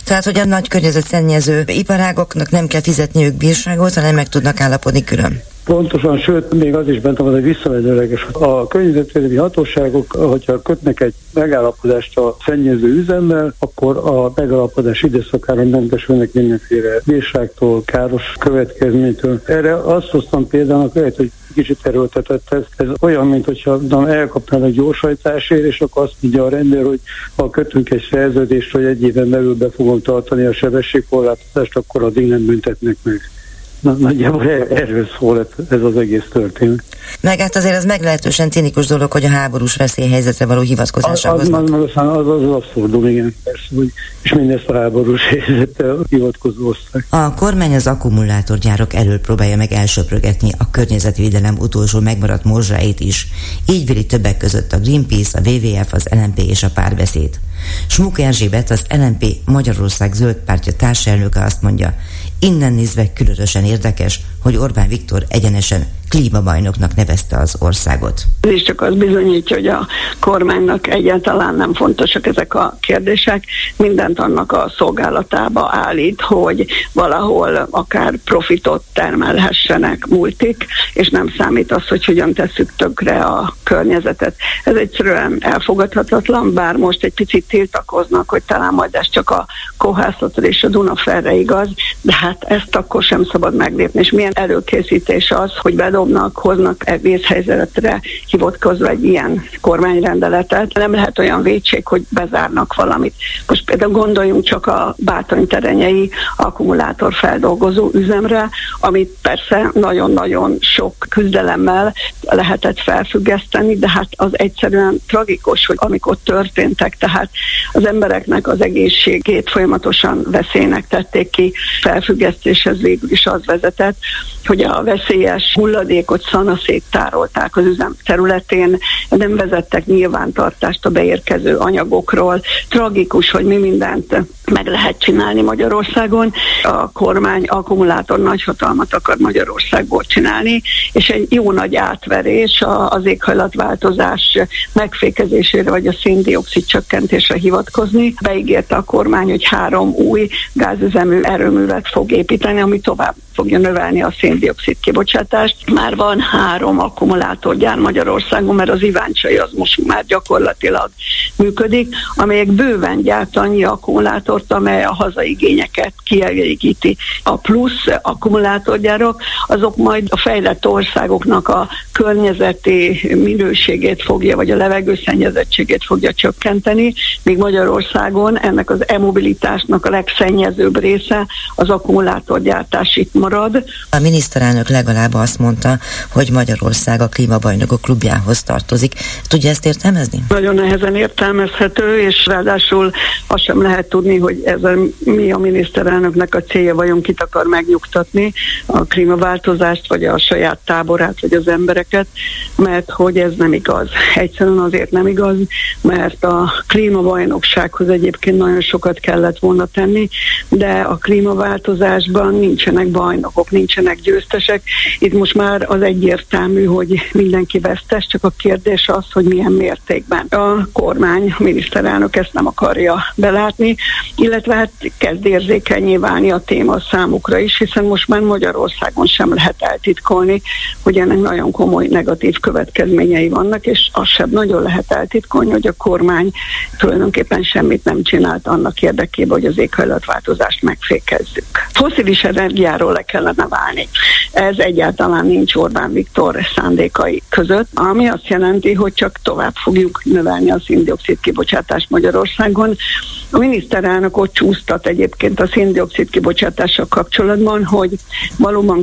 Tehát, hogy a nagy környezetszennyező iparágoknak nem kell fizetniük bírságot, hanem meg tudnak állapodni külön. Pontosan, sőt, még az is bent van, hogy visszamenőleges. A környezetvédelmi hatóságok, hogyha kötnek egy megállapodást a szennyező üzemmel, akkor a megállapodás időszakára mentesülnek mindenféle bírságtól, káros következménytől. Erre azt hoztam például, hogy kicsit erőltetett ez olyan, mint hogyha elkapnának gyorsajtásért, és akkor azt mondja a rendőr, hogy ha kötünk egy szerződést, hogy egy éven belül be fogom tartani a sebességkorlátozást, akkor addig nem büntetnek meg. Nagyjából erről szól ez az egész történet. Meg hát azért az meglehetősen cinikus dolog, hogy a háborús veszélyhelyzetre való hivatkozással hoznak. Az abszurdum, igen, persze, hogy és mindezt a háborús helyzettel hivatkozóztak. A kormány az akkumulátorgyárok elől próbálja meg elsöprögetni a környezetvédelem utolsó megmaradt morzsáit is. Így véli többek között a Greenpeace, a WWF, az LMP és a Párbeszéd. Smuk Erzsébet, az LMP Magyarország Zöld Pártja társelnöke azt mondja, innen nézve különösen érdekes, hogy Orbán Viktor egyenesen klímabajnoknak nevezte az országot. Ez is csak az bizonyítja, hogy a kormánynak egyáltalán nem fontosak ezek a kérdések. Mindent annak a szolgálatába állít, hogy valahol akár profitot termelhessenek multik, és nem számít az, hogy hogyan tesszük tönkre a környezetet. Ez egyszerűen elfogadhatatlan, bár most egy picit tiltakoznak, hogy talán majd ez csak a Kohászatra és a Dunaferre igaz, de hát ezt akkor sem szabad meglépni. És milyen előkészítés az, hogy hoznak vészhelyzetre hivatkozva egy ilyen kormányrendeletet. Nem lehet olyan vétség, hogy bezárnak valamit. Most például gondoljunk csak a Bátony-terenyei akkumulátorfeldolgozó üzemre, amit persze nagyon-nagyon sok küzdelemmel lehetett felfüggeszteni, de hát az egyszerűen tragikus, hogy amikor történtek, tehát az embereknek az egészségét folyamatosan veszélynek tették ki, felfüggesztéshez végül is az vezetett, hogy a veszélyes hulladékot szanaszét tárolták az üzem területén, nem vezettek nyilvántartást a beérkező anyagokról. Tragikus, hogy mi mindent meg lehet csinálni Magyarországon. A kormány akkumulátor nagyhatalmat akar Magyarországból csinálni, és egy jó nagy átverés az éghajlatváltozás megfékezésére vagy a szén-dioxid csökkentésre hivatkozni. Beígérte a kormány, hogy 3 új gázüzemű erőművet fog építeni, ami tovább fogja növelni a szén-dioxid kibocsátást. Már van 3 akkumulátorgyár Magyarországon, mert az Iváncsai az most már gyakorlatilag működik, amelyek bőven gyárt annyi akkumulátort, amely a hazai igényeket kielégíti. A plusz akkumulátorgyárok, azok majd a fejlett országoknak a környezeti minőségét fogja, vagy a levegőszennyezettségét fogja csökkenteni, míg Magyarországon ennek az e-mobilitásnak a legszennyezőbb része az akkumulátorgyártás itt marad. A miniszterelnök legalább azt mondta, hogy Magyarország a klímabajnokok klubjához tartozik. Tudja ezt értelmezni? Nagyon nehezen értelmezhető, és ráadásul azt sem lehet tudni, hogy ez mi a miniszterelnöknek a célja, vajon kit akar megnyugtatni, a klímaváltozást, vagy a saját táborát, vagy az embereket, mert hogy ez nem igaz. Egyszerűen azért nem igaz, mert a klímabajnoksághoz egyébként nagyon sokat kellett volna tenni, de a klímaváltozásban nincsenek bajnokok, nincsenek győztesek. Itt most már az egyértelmű, hogy mindenki vesztes, csak a kérdés az, hogy milyen mértékben. A kormány, a miniszterelnök ezt nem akarja belátni, illetve hát kezd érzékenyé válni a téma számukra is, hiszen most már Magyarországon sem lehet eltitkolni, hogy ennek nagyon komoly negatív következményei vannak, és azt sem nagyon lehet eltitkolni, hogy a kormány tulajdonképpen semmit nem csinált annak érdekében, hogy az éghajlatváltozást megfékezzük. Fosszilis energiáról le kellene válni. Ez egyáltalán nincs Orbán Viktor szándékai között, ami azt jelenti, hogy csak tovább fogjuk növelni a szén-dioxid kibocsátást Magyarországon. A miniszterelnök ott csúsztat egyébként a szén-dioxid kibocsátással kapcsolatban, hogy valóban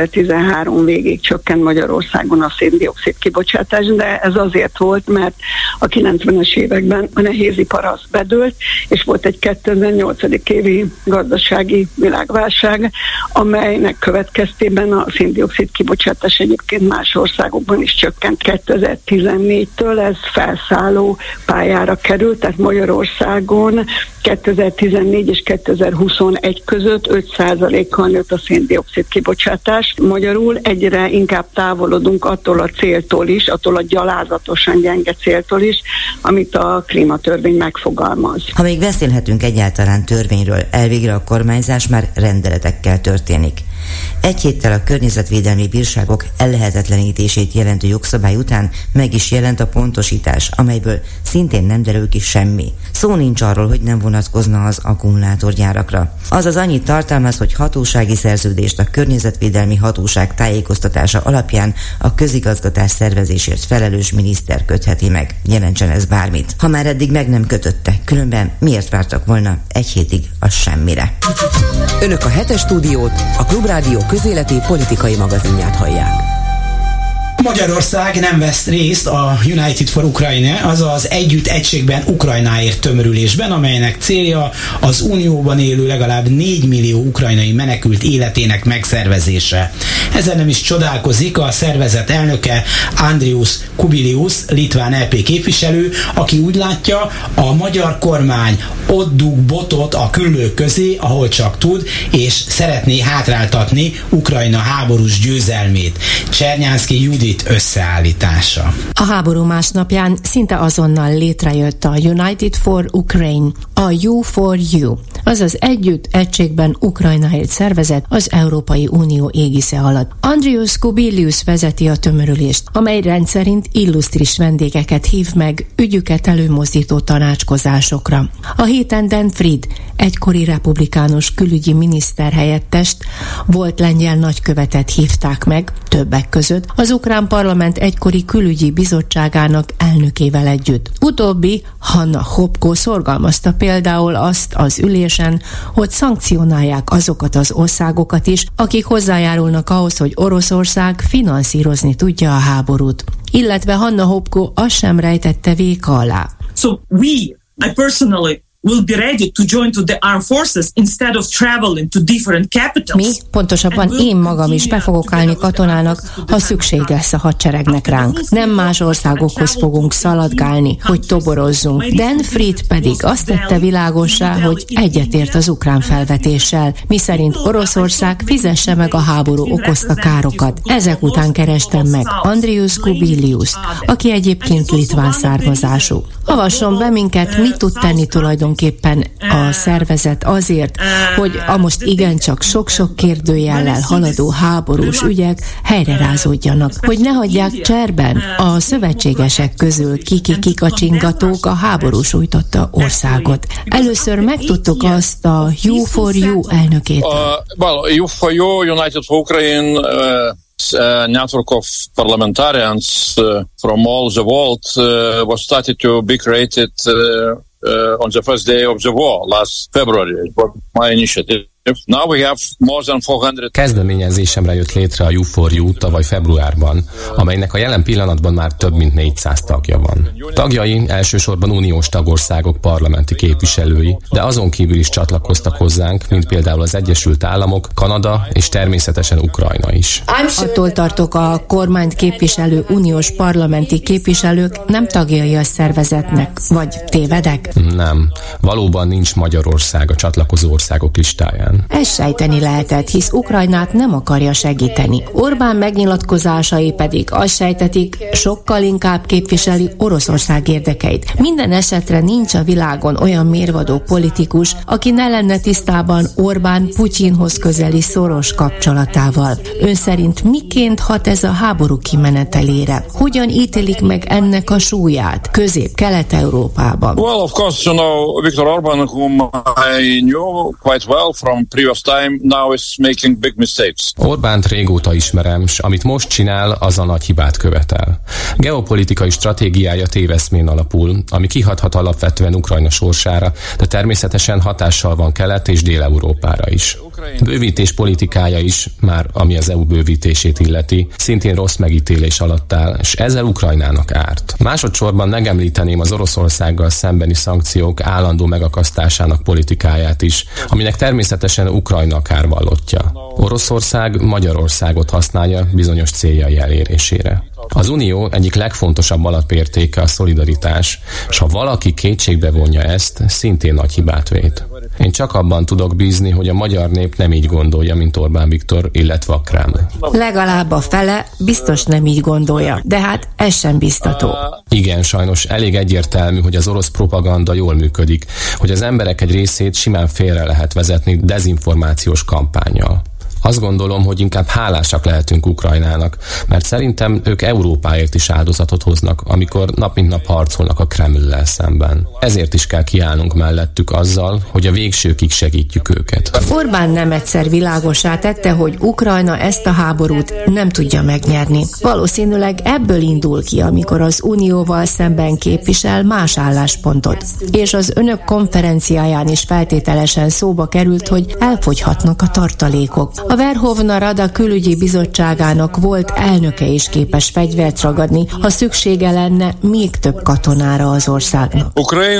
2013 végig csökkent Magyarországon a szén-dioxid kibocsátás, de ez azért volt, mert a 90-es években a nehézipar az bedőlt, és volt egy 2008. évi gazdasági világválság, amelynek következtében a szén-dioxid kibocsátás egyébként más országokban is csökkent. 2014-től ez felszálló pályára került, tehát Magyarországon 2014 és 2021 között 5%-kal nőtt a szén-dioxid kibocsátás. Magyarul egyre inkább távolodunk attól a céltól is, attól a gyalázatosan gyenge céltól is, amit a klímatörvény megfogalmaz. Ha még beszélhetünk egyáltalán törvényről, elvégre a kormányzás már rendeletekkel történik. Egy héttel a környezetvédelmi bírságok ellehetetlenítését jelentő jogszabály után meg is jelent a pontosítás, amelyből szintén nem derül ki semmi. Szó nincs arról, hogy nem vonatkozna az akkumulátorgyárakra. Azaz annyit tartalmaz, hogy hatósági szerződést a környezetvédelmi hatóság tájékoztatása alapján a közigazgatás szervezésért felelős miniszter kötheti meg. Jelentsen ez bármit. Ha már eddig meg nem kötötte, különben miért vártak volna egy hétig a semmire? Önök a Hetes Stúdiót, a Klubrádió közéleti politikai magazinját hallják. Magyarország nem vesz részt a United for Ukraine, azaz Együtt Egységben Ukrajnáért tömörülésben, amelynek célja az Unióban élő legalább 4 millió ukrajnai menekült életének megszervezése. Ezzel nem is csodálkozik a szervezet elnöke Andrius Kubilius, litván EP képviselő, aki úgy látja, a magyar kormány ott dug botot a küllők közé, ahol csak tud, és szeretné hátráltatni Ukrajna háborús győzelmét. Csernyánszky Judit összeállítása. A háború másnapján szinte azonnal létrejött a United for Ukraine, a U4U, azaz Együtt Egységben Ukrajnáért szervezet az Európai Unió égisze alatt. Andrius Kubilius vezeti a tömörülést, amely rendszerint illusztris vendégeket hív meg ügyüket előmozdító tanácskozásokra. A héten Dan Fried, egykori republikánus külügyi miniszterhelyettest, volt lengyel nagykövetet hívták meg, többek között az ukrán parlament egykori külügyi bizottságának elnökével együtt. Utóbbi, Hanna Hopko szorgalmazta például azt az ülésen, hogy szankcionálják azokat az országokat is, akik hozzájárulnak ahhoz, hogy Oroszország finanszírozni tudja a háborút. Illetve Hanna Hopko azt sem rejtette véka alá. So I personally will be ready to join to the armed forces instead of traveling to different capitals. Mi, pontosabban én magam is be fogok állni katonának, ha szükség lesz a hadseregnek ránk. Nem más országokhoz fogunk szaladgálni, hogy toborozzunk. Dan Fried pedig azt tette világossá, hogy egyetért az ukrán felvetéssel, miszerint Oroszország fizesse meg a háború okozta károkat. Ezek után kerestem meg Andrius Kubiliust, aki egyébként litván származású. Avasson be minket, mit tud tenni tulajdonképpen a szervezet azért, hogy a most igencsak sok-sok kérdőjellel haladó háborús ügyek helyrerázódjanak, hogy ne hagyják cserben a szövetségesek közül kikacsingatók a háború sújtotta országot. Először megtudtuk azt a U4U elnökét. U4U, United for Ukraine, network of parliamentarians from all the world was started to be created on the first day of the war, last February. It was my initiative. Now we have more than 400... Kezdeményezésemre jött létre a U4U tavaly februárban, amelynek a jelen pillanatban már több mint 400 tagja van. Tagjai elsősorban uniós tagországok parlamenti képviselői, de azon kívül is csatlakoztak hozzánk, mint például az Egyesült Államok, Kanada és természetesen Ukrajna is. Attól tartok, a kormányt képviselő uniós parlamenti képviselők nem tagjai a szervezetnek, vagy tévedek? Nem. Valóban nincs Magyarország a csatlakozó országok listáján. Ezt sejteni lehetett, hisz Ukrajnát nem akarja segíteni. Orbán megnyilatkozásai pedig azt sejtetik, sokkal inkább képviseli Oroszország érdekeit. Minden esetre nincs a világon olyan mérvadó politikus, aki ne lenne tisztában Orbán Putyinhoz közeli szoros kapcsolatával. Ön szerint miként hat ez a háború kimenetelére? Hogyan ítélik meg ennek a súlyát Közép-Kelet-Európában? Well, of course, Viktor Orbán, whom I knew quite well from previous time, now is making big mistakes. Orbánt régóta ismerem, s amit most csinál, az a nagy hibát követel. Geopolitikai stratégiája téveszmén alapul, ami kihathat alapvetően Ukrajna sorsára, de természetesen hatással van Kelet- és Dél-Európára is. Bővítés politikája is, már ami az EU bővítését illeti, szintén rossz megítélés alatt áll, és ezzel Ukrajnának árt. Másodszorban megemlíteném az Oroszországgal szembeni szankciók állandó megakasztásának politikáját is, aminek természetesen Ukrajna kárvallottja. Oroszország Magyarországot használja bizonyos céljai elérésére. Az Unió egyik legfontosabb alapértéke a szolidaritás, és ha valaki kétségbe vonja ezt, szintén nagy hibát vét. Én csak abban tudok bízni, hogy a magyar nép nem így gondolja, mint Orbán Viktor, illetve a Kreml. Legalább a fele biztos nem így gondolja, de hát ez sem biztató. Igen, sajnos elég egyértelmű, hogy az orosz propaganda jól működik, hogy az emberek egy részét simán félre lehet vezetni dezinformációs kampánnyal. Azt gondolom, hogy inkább hálásak lehetünk Ukrajnának, mert szerintem ők Európáért is áldozatot hoznak, amikor nap mint nap harcolnak a Kremllel szemben. Ezért is kell kiállnunk mellettük azzal, hogy a végsőkig segítjük őket. Orbán nem egyszer világossá tette, hogy Ukrajna ezt a háborút nem tudja megnyerni. Valószínűleg ebből indul ki, amikor az Unióval szemben képvisel más álláspontot. És az önök konferenciáján is feltételesen szóba került, hogy elfogyhatnak a tartalékok. A Verhovna Rada külügyi bizottságának volt elnöke is képes fegyvert ragadni, ha szüksége lenne még több katonára az országnak.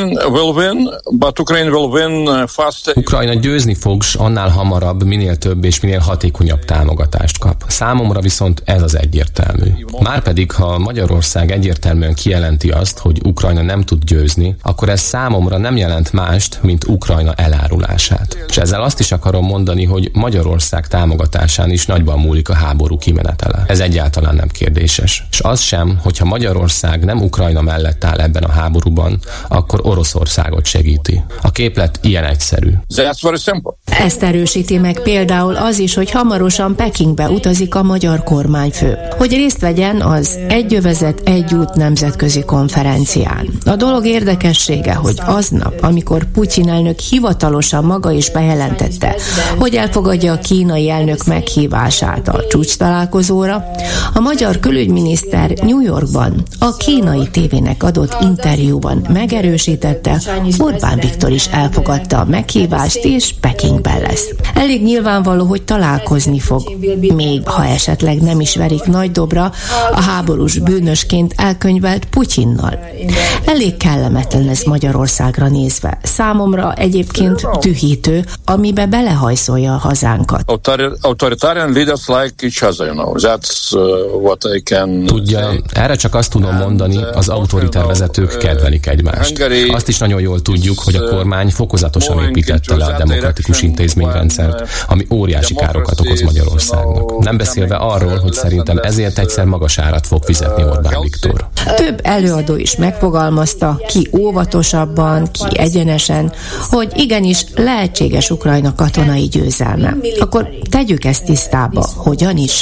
Ukrajna győzni fog, s annál hamarabb, minél több és minél hatékonyabb támogatást kap. Számomra viszont ez az egyértelmű. Márpedig, ha Magyarország egyértelműen kijelenti azt, hogy Ukrajna nem tud győzni, akkor ez számomra nem jelent mást, mint Ukrajna elárulását. És ezzel azt is akarom mondani, hogy Magyarország támogatásán is nagyban múlik a háború kimenetele. Ez egyáltalán nem kérdéses. És az sem, hogyha Magyarország nem Ukrajna mellett áll ebben a háborúban, akkor Oroszországot segíti. A képlet ilyen egyszerű. Ezt erősíti meg például az is, hogy hamarosan Pekingbe utazik a magyar kormányfő, hogy részt vegyen az Egy övezet, egy út nemzetközi konferencián. A dolog érdekessége, hogy aznap, amikor Putyin elnök hivatalosan maga is bejelentette, hogy elfogadja a kínai elnök meghívását a csúcstalálkozóra, a magyar külügyminiszter New Yorkban a kínai tévének adott interjúban megerősítette, Orbán Viktor is elfogadta a meghívást, és Pekingben lesz. Elég nyilvánvaló, hogy találkozni fog, még ha esetleg nem is verik nagy dobra a háborús bűnösként elkönyvelt Putyinnal. Elég kellemetlen ez Magyarországra nézve. Számomra egyébként dühítő, amibe belehajszolja a hazánkat. Authoritarian leaders like each other, you know. That's what I can. Tudja, erre csak azt tudom mondani, az autoritár vezetők kedvelik egymást. Azt is nagyon jól tudjuk, hogy a kormány fokozatosan építette le a demokratikus intézményrendszert, ami óriási károkat okoz Magyarországnak. Nem beszélve arról, hogy szerintem ezért egyszer magas árat fog fizetni Orbán Viktor. Több előadó is megfogalmazta, ki óvatosabban, ki egyenesen, hogy igenis lehetséges Ukrajna katonai győzelme. Akkor tegyük ezt tisztába. Hogyan is?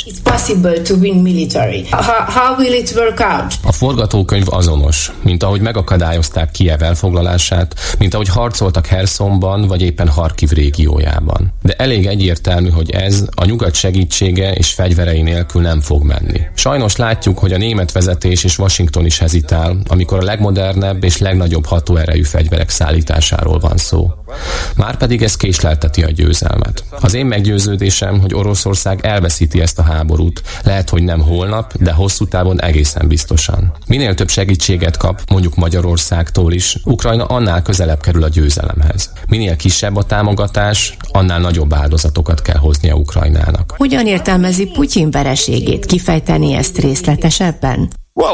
A forgatókönyv azonos, mint ahogy megakadályozták Kijev elfoglalását, mint ahogy harcoltak Hersonban, vagy éppen Harkiv régiójában. De elég egyértelmű, hogy ez a nyugat segítsége és fegyverei nélkül nem fog menni. Sajnos látjuk, hogy a német vezetés és Washington is hezitál, amikor a legmodernebb és legnagyobb hatóerejű fegyverek szállításáról van szó. Márpedig ez késlelteti a győzelmet. Az én meggyőződésem, hogy Oroszország elveszíti ezt a háborút, lehet, hogy nem holnap, de hosszú távon egészen biztosan. Minél több segítséget kap, mondjuk Magyarországtól is, Ukrajna annál közelebb kerül a győzelemhez. Minél kisebb a támogatás, annál nagyobb áldozatokat kell hoznia Ukrajnának. Hogyan értelmezi Putyin vereségét? Kifejteni ezt részletesebben?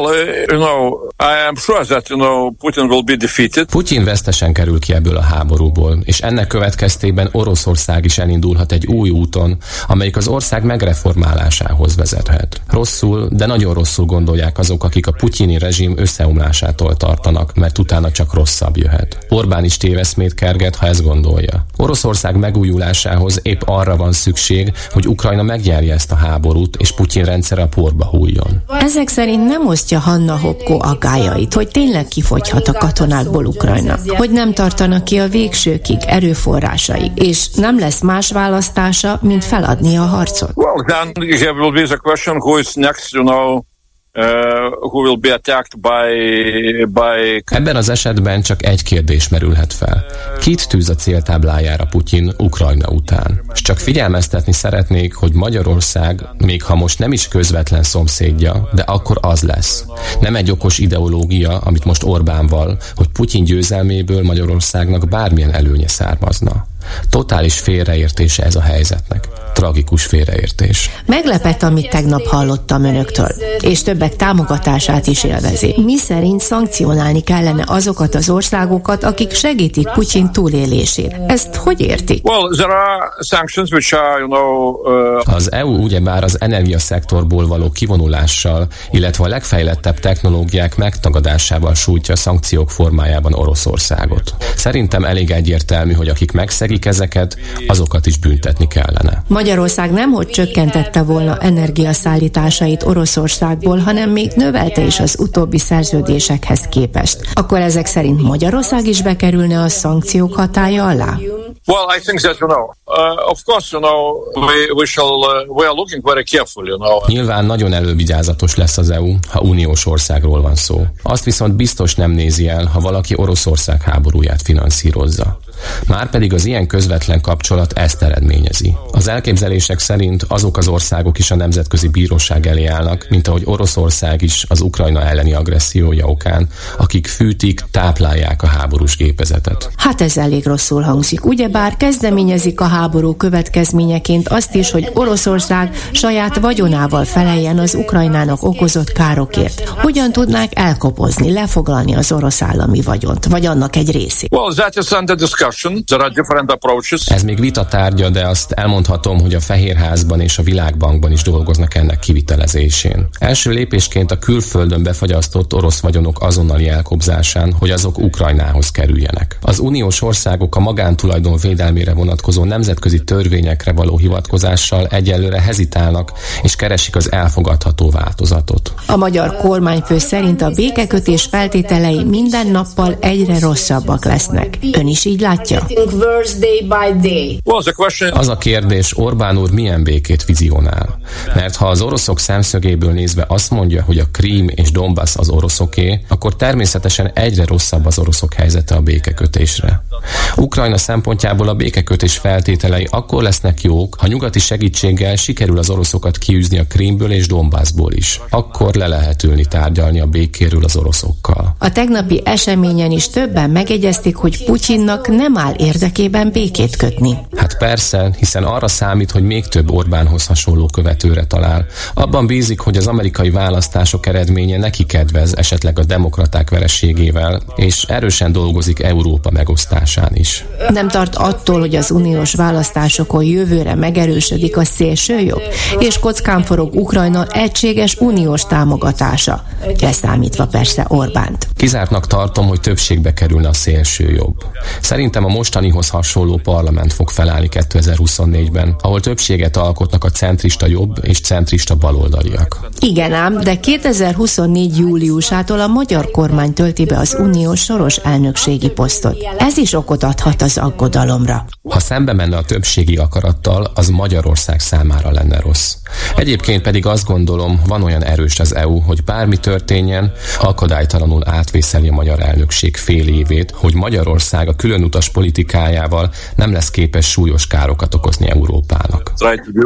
I am sure that, Putin will be defeated. Putyin vesztesen kerül ki ebből a háborúból, és ennek következtében Oroszország is elindulhat egy új úton, amelyik az ország megreformálásához vezethet. Rosszul, de nagyon rosszul gondolják azok, akik a putyini rezsim összeomlásától tartanak, mert utána csak rosszabb jöhet. Orbán is téveszmét kerget, ha ezt gondolja. Oroszország megújulásához épp arra van szükség, hogy Ukrajna megnyerje ezt a háborút, és Putyin rendszere a porba hulljon. Ezek szerint nem osztja Hanna Hopko aggályait, hogy tényleg kifogyhat a katonákból Ukrajna, hogy nem tartanak ki a végsőkig erőforrásaik, és nem lesz más választása, mint feladni a harcot. Well, then there will be the question who is next, who will be attacked by... Ebben az esetben csak egy kérdés merülhet fel. Kit tűz a céltáblájára Putyin Ukrajna után? És csak figyelmeztetni szeretnék, hogy Magyarország, még ha most nem is közvetlen szomszédja, de akkor az lesz. Nem egy okos ideológia, amit most Orbán val, hogy Putyin győzelméből Magyarországnak bármilyen előnye származna. Totális félreértése ez a helyzetnek. tragikus félreértés. Meglepett, amit tegnap hallottam önöktől, és többek támogatását is élvezi. Mi szerint szankcionálni kellene azokat az országokat, akik segítik Putyin túlélését. Ezt hogy értik? Az EU ugyebár az energiaszektorból való kivonulással, illetve a legfejlettebb technológiák megtagadásával sújtja szankciók formájában Oroszországot. Szerintem elég egyértelmű, hogy akik megszegik ezeket, azokat is büntetni kellene. Magyarország nemhogy csökkentette volna energiaszállításait Oroszországból, hanem még növelte is az utóbbi szerződésekhez képest. Akkor ezek szerint Magyarország is bekerülne a szankciók hatálya alá? Well, I think that, of course, we are looking very carefully, Nyilván nagyon elővigyázatos lesz az EU, ha uniós országról van szó. Azt viszont biztos nem nézi el, ha valaki Oroszország háborúját finanszírozza. Márpedig az ilyen közvetlen kapcsolat ezt eredményezi. Az elképzelések szerint azok az országok is a nemzetközi bíróság elé állnak, mint ahogy Oroszország is az Ukrajna elleni agressziója okán, akik fűtik, táplálják a háborús gépezetet. Hát ez elég rosszul hangzik. Ugyebár kezdeményezik a háború következményeként azt is, hogy Oroszország saját vagyonával feleljen az Ukrajnának okozott károkért. Hogyan tudnák elkopozni, lefoglalni az orosz állami vagyont, vagy annak egy részét? Well, that is under discussion. There are different approaches. Ez még vita tárgya, de azt elmondhatom, hogy a Fehérházban és a Világbankban is dolgoznak ennek kivitelezésén. Első lépésként a külföldön befagyasztott orosz vagyonok azonnali elkobzásán, hogy azok Ukrajnához kerüljenek. Az uniós országok a magántulajdon védelmére vonatkozó nemzetközi törvényekre való hivatkozással egyelőre hezitálnak és keresik az elfogadható változatot. A magyar kormányfő szerint a békekötés feltételei minden nappal egyre rosszabbak lesznek. Ön is így látja? Az a kérdés, Orbán úr milyen békét vizionál? Mert ha az oroszok szemszögéből nézve azt mondja, hogy a Krím és Donbass az oroszoké, akkor természetesen egyre rosszabb az oroszok helyzete a békekötésre. Ukrajna szempontjából a békekötés feltételei akkor lesznek jók, ha nyugati segítséggel sikerül az oroszokat kiűzni a Krímből és Donbassból is. Akkor le lehet ülni tárgyalni a békéről az oroszokkal. A tegnapi eseményen is többen megegyezték, hogy Putyinnak nem áll érdekében békét kötni. Hát persze, hiszen arra számít, hogy még több Orbánhoz hasonló követőre talál. Abban bízik, hogy az amerikai választások eredménye neki kedvez esetleg a demokraták vereségével, és erősen dolgozik Európa megosztásán is. Nem tart attól, hogy az uniós választásokon jövőre megerősödik a szélsőjobb, és kockán forog Ukrajna egységes uniós támogatása, leszámítva persze Orbánt. Kizártnak tartom, hogy többségbe kerülne a szélsőjobb. Szerintem a mostanihoz hasonló parlament fog felállni 2024-ben, ahol többséget alkotnak a centrista jobb és centrista baloldaliak. Igen ám, de 2024. júliusától a magyar kormány tölti be az uniós soros elnökségi posztot. Ez is okot adhat az aggodalomra. Ha szembe menne a többségi akarattal, az Magyarország számára lenne rossz. Egyébként pedig azt gondolom, van olyan erős az EU, hogy bármi történjen, akadálytalanul átvészeli a magyar elnökség fél évét, hogy Magyarország a különutas politikájával nem lesz képes súlyos károkat okozni Európának.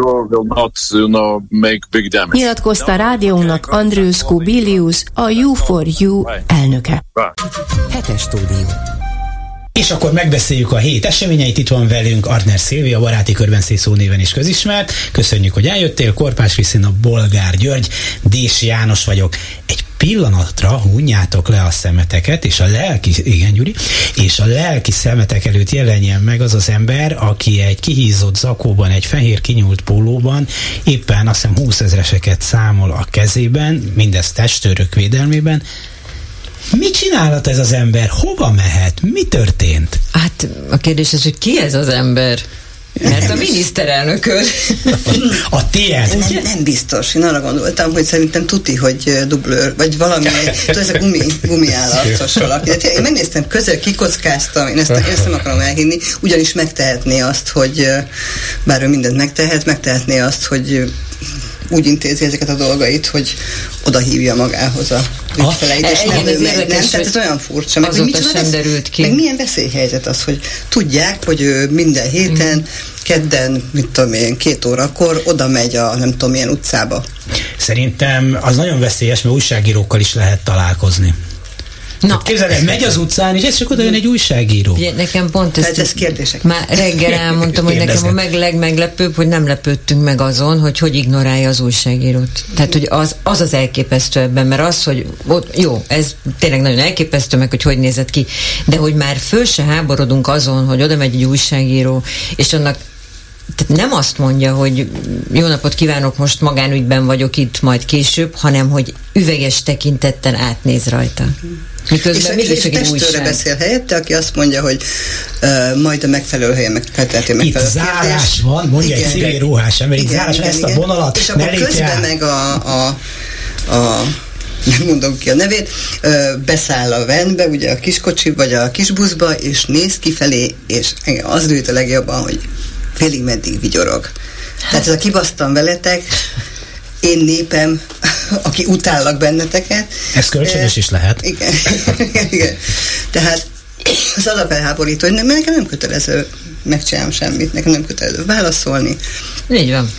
Nyilatkozta rádiónak Andrius Kubilius, a U4U elnöke. Hetes stúdió. És akkor megbeszéljük a hét eseményeit. Itt van velünk Artner Szilvia, baráti körben Szészó néven is közismert. Köszönjük, hogy eljöttél. Korpás Krisztina, Bolgár György, Dési János vagyok. Egy pillanatra hunjátok le a szemeteket, és a lelki, igen Gyuri, és a lelki szemetek előtt jelenjen meg az az ember, aki egy kihízott zakóban, egy fehér kinyúlt pólóban, éppen azt hiszem 20 000-eseket számol a kezében, mindez testőrök védelmében. Mit csinálhat ez az ember? Hova mehet? Mi történt? Hát a kérdés az, hogy ki ez az ember? Mert a miniszterelnököd. A tiéd. Nem biztos. Én arra gondoltam, hogy szerintem tuti, hogy dublőr, vagy valami, ez a gumiállatos valaki. De én megnéztem, közel kikockáztam, én ezt nem akarom elhinni, ugyanis megtehetné azt, hogy bár ő mindent megtehetné azt, hogy úgy intézi ezeket a dolgait, hogy oda hívja magához a ügyfeleit, és nem, tehát ez olyan furcsa. Meg, azóta sem derült ki. Meg milyen veszélyhelyzet az, hogy tudják, hogy ő minden héten, kedden, 2 órakor oda megy a nem tudom milyen utcába. Szerintem az nagyon veszélyes, mert újságírókkal is lehet találkozni. Na, képzeld el, megy az utcán, és ez csak oda jön egy újságíró. Ugye, nekem pont ez kérdések. Már reggel elmondtam, hogy nekem a legmeglepőbb, hogy nem lepődtünk meg azon, hogy ignorálja az újságírót. Tehát, hogy az elképesztő ebben, mert az, hogy jó, ez tényleg nagyon elképesztő, meg hogy nézett ki, de hogy már föl se háborodunk azon, hogy oda megy egy újságíró, és annak tehát nem azt mondja, hogy jó napot kívánok, most magánügyben vagyok itt, majd később, hanem hogy üveges tekintettel átnéz rajta. Miközben és testőre beszél helyette, aki azt mondja, hogy majd a megfelelő helyen megfelelhető megfelelő kérdés. Itt zárás van, mondja egy civil ruhás ember, itt zárás van, ezt a vonalat és akkor közben meg a nem mondom ki a nevét, beszáll a vanbe, ugye a kiskocsi vagy a kisbuszba, és néz kifelé, és engem az lőtt a legjobban, hogy félig meddig vigyorog. Tehát ez a kibasztam veletek, én népem, aki utállak benneteket. Ez kölcsönös is lehet. Igen. Igen. Tehát az a felháborító, hogy nekem nem kötelező megcsinálnom semmit, nekem nem kötelező válaszolni. Így van.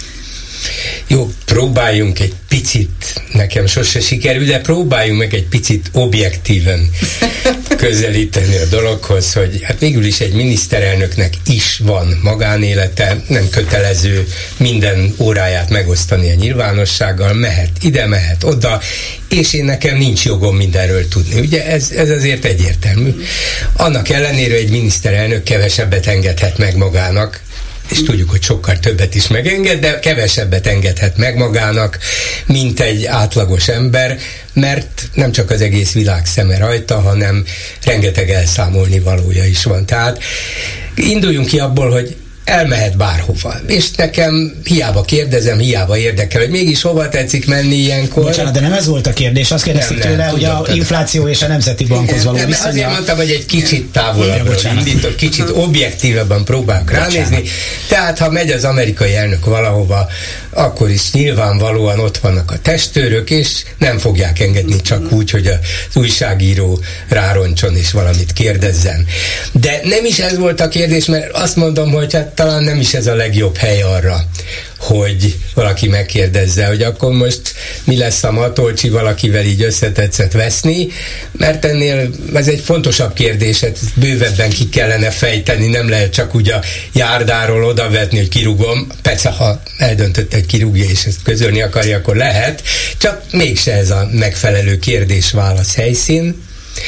Jó, próbáljunk egy picit, nekem sose sikerül, de próbáljunk meg egy picit objektíven közelíteni a dologhoz, hogy hát végül is egy miniszterelnöknek is van magánélete, nem kötelező minden óráját megosztani a nyilvánossággal, mehet ide, mehet oda, és én nekem nincs jogom mindenről tudni. Ugye ez azért egyértelmű. Annak ellenére egy miniszterelnök kevesebbet engedhet meg magának, és tudjuk, hogy sokkal többet is megenged, de kevesebbet engedhet meg magának, mint egy átlagos ember, mert nem csak az egész világ szeme rajta, hanem rengeteg elszámolni valója is van. Tehát induljunk ki abból, hogy elmehet bárhova. És nekem hiába kérdezem, hiába érdekel, hogy mégis hova tetszik menni ilyenkor. Bocsánat, de nem ez volt a kérdés. Azt kérdezték tőle, hogy az infláció és a Nemzeti Bankhoz való viszonya. Azért mondtam, hogy egy kicsit távolabbról indítok, kicsit objektívebben próbálok ránézni. Tehát, ha megy az amerikai elnök valahova, akkor is nyilvánvalóan ott vannak a testőrök, és nem fogják engedni csak úgy, hogy az újságíró rároncson és valamit kérdezzen. De nem is ez volt a kérdés, mert azt mondom, hogy hát talán nem is ez a legjobb hely arra, hogy valaki megkérdezze, hogy akkor most mi lesz a Matolcsi valakivel így összetetszett veszni, mert ennél ez egy fontosabb kérdés, bővebben ki kellene fejteni, nem lehet csak úgy a járdáról odavetni, hogy kirúgom, persze ha eldöntött, hogy kirúgja és ezt közölni akarja, akkor lehet, csak mégse ez a megfelelő kérdés-válasz helyszín,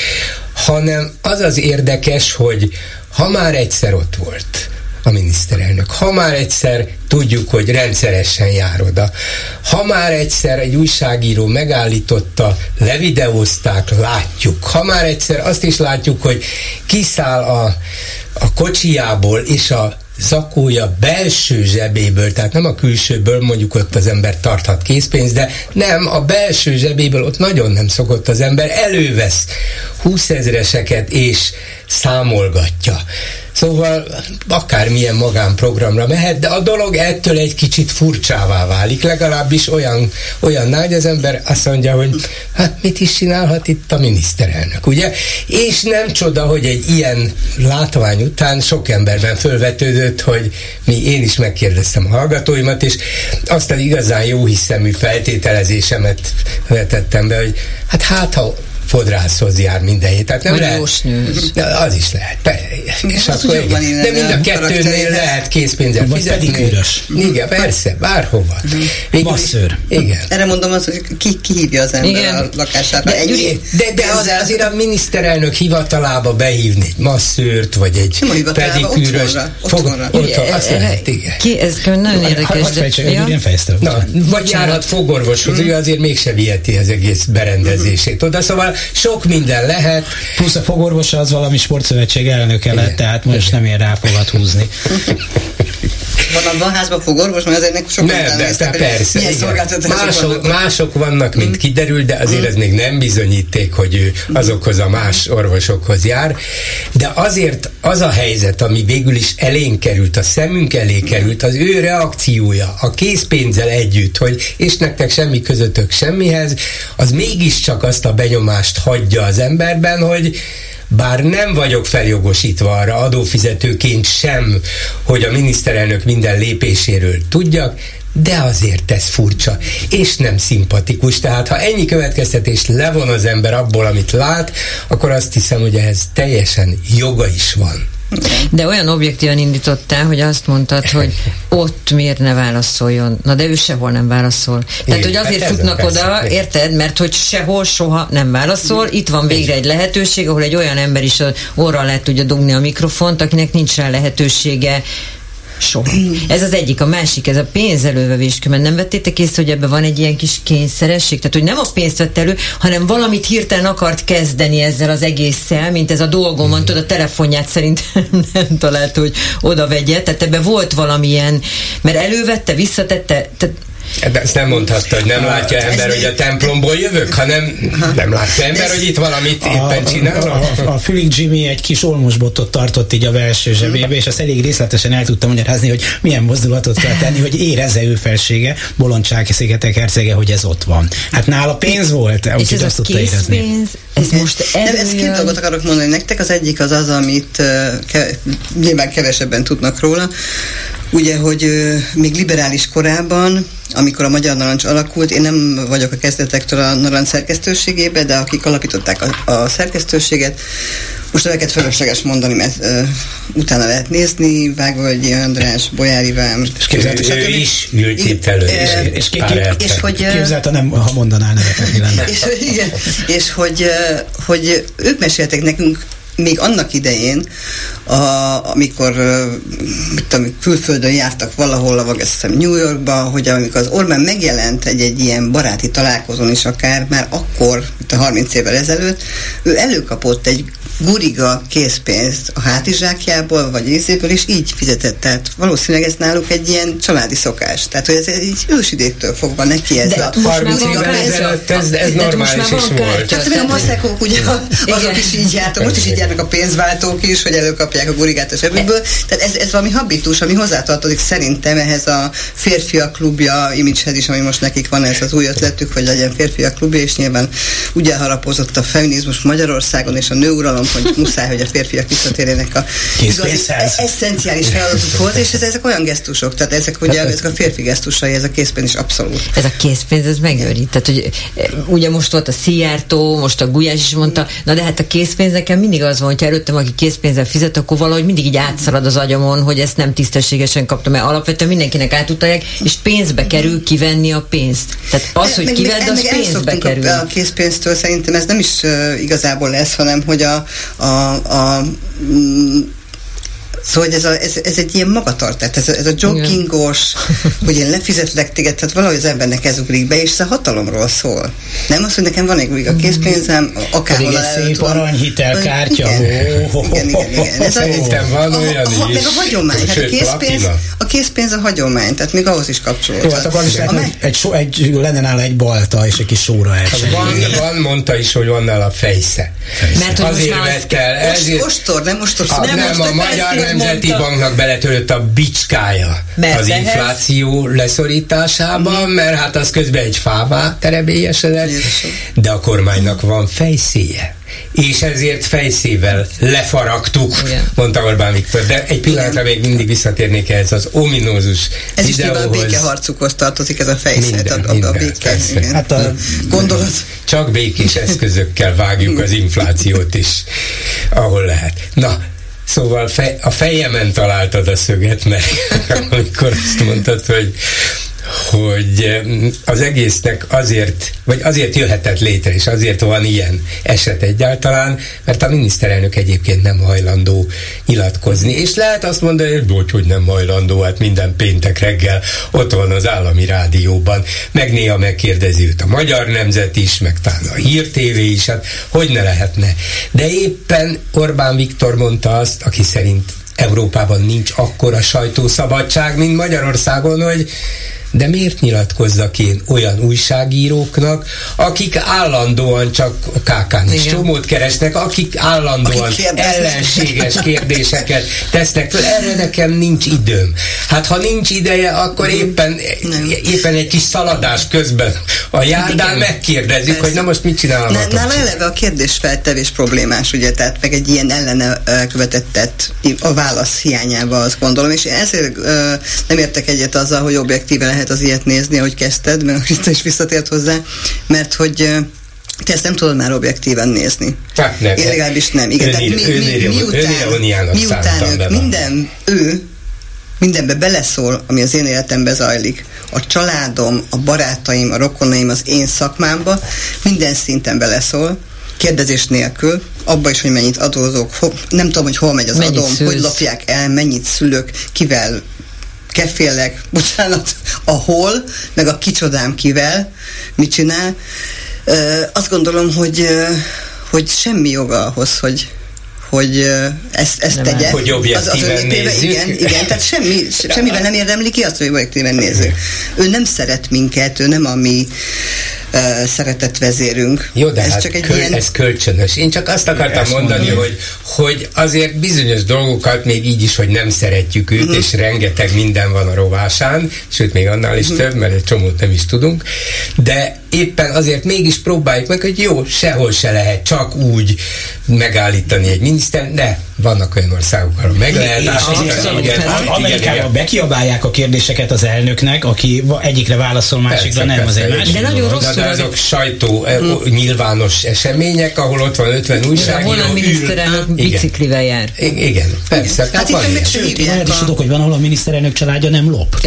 hanem az az érdekes, hogy ha már egyszer ott volt a miniszterelnök, ha már egyszer tudjuk, hogy rendszeresen jár oda, ha már egyszer egy újságíró megállította, levideózták, látjuk, ha már egyszer azt is látjuk, hogy kiszáll a kocsijából, és a zakója belső zsebéből, tehát nem a külsőből, mondjuk ott az ember tarthat készpénzt, de nem, a belső zsebéből ott nagyon nem szokott az ember, elővesz 20 000-eseket és számolgatja. Szóval akármilyen magánprogramra mehet, de a dolog ettől egy kicsit furcsává válik, legalábbis olyan nagy az ember azt mondja, hogy hát mit is csinálhat itt a miniszterelnök, ugye? És nem csoda, hogy egy ilyen látvány után sok emberben fölvetődött, hogy én is megkérdeztem a hallgatóimat, és azt az igazán jóhiszemű feltételezésemet vetettem be, hogy hát ha fodrászhoz jár minden hét. Tehát nem vagy lehet. jósnőz. Az is lehet. És akkor de mind a kettőnél lehet készpénzzel fizetni. Vagy pedikűrös. Igen, persze, bárhova. Masszőr. Igen. Erre mondom azt, hogy ki hívja az ember igen. a lakására. De azért a miniszterelnök hivatalába behívni egy masszőrt, vagy egy pedikűrös. Otthonra. Azt lehet, igen. Ez nagyon érdekes. Vagy járhat fogorvoshoz, ő azért mégse viheti az egész berendezését oda, szóval sok minden lehet. Plusz a fogorvosa az valami sportszövetség elnöke lett, tehát most nem ér rá fogad húzni. Van a házban fogorvos, mert azért sokan néztek, persze, mások vannak, mint kiderül, de azért ez még nem bizonyíték, hogy ő azokhoz a más orvosokhoz jár. De azért az a helyzet, ami végül is elénk került, a szemünk elé került, az ő reakciója a készpénzzel együtt, hogy és nektek semmi közöttök semmihez, az mégiscsak azt a benyomást hagyja az emberben, hogy bár nem vagyok feljogosítva arra adófizetőként sem, hogy a miniszterelnök minden lépéséről tudjak, de azért ez furcsa, és nem szimpatikus. Tehát ha ennyi következtetést levon az ember abból, amit lát, akkor azt hiszem, hogy ehhez teljesen joga is van. De olyan objektívan indítottál, hogy azt mondtad, hogy ott miért ne válaszoljon. Na de ő sehol nem válaszol. Tehát, hogy azért futnak oda, érted? Mert hogy sehol soha nem válaszol. Itt van végre egy lehetőség, ahol egy olyan ember is orral le tudja dugni a mikrofont, akinek nincs rá lehetősége soha. Ez az egyik. A másik, ez a pénzelővevéskümen. Nem vettétek észre, hogy ebben van egy ilyen kis kényszeresség? Tehát, hogy nem a pénzt vett elő, hanem valamit hirtelen akart kezdeni ezzel az egésszel, mint ez a dolgon van, tudod, a telefonját szerintem nem talált, hogy oda vegye. Tehát ebben volt valamilyen, mert elővette, visszatette, de ezt nem mondhatta, hogy nem látja ember, hogy a templomból jövök, hanem nem látja ember, hogy itt valamit éppen csinál. A Fülig Jimmy egy kis olmosbotot tartott így a belső zsebébe, és azt elég részletesen el tudtam magyarázni, hogy milyen mozdulatot kell tenni, hogy érezze ő felsége, Bolondság-szigetek hercege, hogy ez ott van. Hát nála pénz volt, úgyhogy azt tudta érezni. Pénz, ez most ez két dolgot akarok mondani nektek. Az egyik az, amit nyilván kevesebben tudnak róla. Ugye, hogy még liberális korában, amikor a Magyar Narancs alakult, én nem vagyok a kezdetektől a Narancs szerkesztőségében, de akik alapították a szerkesztőséget, most neveket fölösleges mondani, mert utána lehet nézni, Vágvölgyi András, Bolyár Iván. Ő is ült itt elő. És hogy képzelte, nem, ha mondanál neveket, mi lenne. És hogy ők meséltek nekünk még annak idején, amikor külföldön jártak valahol, vagy azt hiszem New Yorkban, hogy amikor az Orbán megjelent egy ilyen baráti találkozón is akár, már akkor, itt a 30 évvel ezelőtt, ő előkapott egy guriga készpénzt a hátizsákjából, vagy részéből, és így fizetett. Tehát valószínűleg ez náluk egy ilyen családi szokás. Tehát, hogy ez így ősidéktől fogva neki ez a 30 évvel ezelőtt ez normális is volt. Hát a maszekok, ugye, azok is így jártak, most is így járnak a pénzváltók is, hogy előkapják a gurigát a zsebükből. Tehát ez valami habitus, ami hozzátartozik szerintem ehhez a férfiak klubja imidzshez is, ami most nekik van, ez az új ötletük, hogy legyen férfiak klubja, és nyilván úgy elharapozott a feminizmus Magyarországon, és a nőuralom, hogy muszáj, hogy a férfiak visszatérjenek a eszenciális feladatukhoz, és ezek olyan gesztusok, tehát ezek ugye ezek a férfi gesztusai, ez a készpénz is abszolút. Ez a készpénz, ez megőrít. Tehát, hogy ugye most volt a Szijjártó, most a Gulyás is mondta, na de hát a készpénz nekem mindig az van, hogyha előttem, aki készpénzzel fizet, akkor valahogy mindig így átszalad az agyamon, hogy ezt nem tisztességesen kaptam, mert alapvetően mindenkinek átutalják, és pénzbe kerül kivenni a pénzt. Tehát az, hogy kivedd, az pénzbe kerül. A készpénztől szerintem ez nem is igazából lesz, hanem hogy szóval ez egy ilyen magatartás, ez a joggingos, hogy én lefizetlek téged, tehát valahogy az embernek ez ugrik be, és ez a hatalomról szól. Nem az, hogy nekem van egy a készpénzem, akárhol előtt szép aranyhitelkártya. Igen. Szerintem van olyan is. Meg a hagyomány. Hát a készpénz a hagyomány, tehát még ahhoz is kapcsolódott. Jó, hát akkor is lenne nála egy balta, és egy kis sóra elsőbb. Van, mondta is, hogy van nála fejsze. Mert azért vett el. Ostor, nem ostor. Nem, a Magyar Nemzeti Banknak beletörött a bicskája az infláció leszorításában, mert hát az közben egy fává terebélyesedett, de a kormánynak van fejszéje. És ezért fejszével lefaragtuk, mondta Orbán Viktor. De egy pillanatra még mindig visszatérnék ehhez az ominózus ez videóhoz. Ez is nyilván a békeharcukhoz tartozik, ez a fejszét, a béke. Hát gondolat. Csak békés eszközökkel vágjuk az inflációt is, ahol lehet. Na, szóval a fejemen találtad a szöget, mert amikor azt mondtad, hogy az egésznek azért jöhetett létre, és azért van ilyen eset egyáltalán, mert a miniszterelnök egyébként nem hajlandó nyilatkozni. És lehet azt mondani, hogy nem hajlandó, hát minden péntek reggel ott van az állami rádióban, meg néha megkérdezi őt a Magyar Nemzet is, meg talán a Hír TV is, hát hogy ne lehetne. De éppen Orbán Viktor mondta azt, aki szerint Európában nincs akkora sajtószabadság, mint Magyarországon, hogy de miért nyilatkozzak én olyan újságíróknak, akik állandóan csak a KK-n is csomót keresnek, akik állandóan ellenséges kérdéseket tesznek föl. Erre nekem nincs időm. Hát ha nincs ideje, akkor éppen egy kis szaladás közben a járdán megkérdezik, hogy na most mit csinálhatok. Nála eleve a kérdésfeltevés problémás, ugye, tehát meg egy ilyen ellene követett tett a válasz hiányába, azt gondolom, és ezért nem értek egyet azzal, hogy objektíve lehet lehet az ilyet nézni, ahogy kezdted, mert Kriszta is visszatért hozzá, mert hogy te ezt nem tudod már objektíven nézni. Hát nem. Én legalábbis nem. Igen, miután mindenbe beleszól, ami az én életemben zajlik, a családom, a barátaim, a rokonaim, az én szakmámba, minden szinten beleszól, kérdezés nélkül, abba is, hogy mennyit adózok, nem tudom, hogy hol megy az mennyit adóm, szülsz, hogy lopják el, mennyit szülök, kivel kefélek, bocsánat, ahol, meg a kicsodám kivel, mit csinál. Azt gondolom, hogy semmi joga ahhoz, hogy ezt tegye. Hogy objektíven nézzük. Igen, tehát semmivel nem érdemli ki azt, hogy objektíven nézzük. Ő nem szeret minket, ő nem a mi szeretett vezérünk. Jó, de ez hát csak ez kölcsönös. Én csak azt akartam mondani, hogy azért bizonyos dolgokat még így is, hogy nem szeretjük őt, és rengeteg minden van a rovásán, sőt még annál is több, mert egy csomót nem is tudunk, de éppen azért mégis próbáljuk meg, hogy jó, sehol se lehet csak úgy megállítani egy miniszter, de vannak olyan országok, ahol meg lehet. Amerikában bekiabálják a kérdéseket az elnöknek, aki egyikre válaszol, másikra nem, az egy másik. De nagyon rosszul. De azok sajtó nyilvános események, ahol ott van 50 újságíró. Hol a miniszterelnök biciklivel jár. Igen, persze. Hát itt olyat is tudok, hogy van, ahol a miniszterelnök családja nem lop.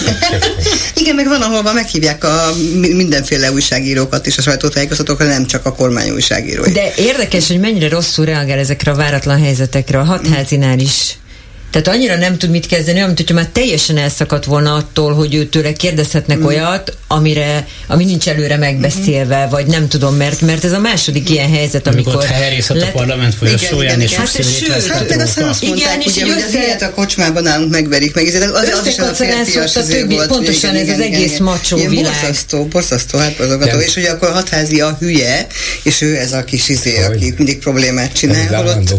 Igen, meg van, ahol meghívják a mindenféle újságírókat és a sajtótájékoztatókra, nem csak a kormány újságírói. De érdekes, hogy mennyire rosszul reagál ezekre a váratlan helyzetekre, a Hatházinál is. Tehát annyira nem tud mit kezdeni, amit hogyha már teljesen elszakadt volna attól, hogy őtőle kérdezhetnek olyat, ami nincs előre megbeszélve, vagy nem tudom, mert ez a második ilyen helyzet, amikor... Ott helyreészhet a parlament folyosóján, és hát azt mondták, ugye, hogy az ilyet a kocsmában állunk megverik meg. Az is a férfias volt. Pontosan ez az egész macsó világ. Borzasztó, hátborzongató. És ugye akkor Hatházi a hülye, és ő ez a kis aki mindig problémát csinál. Állandó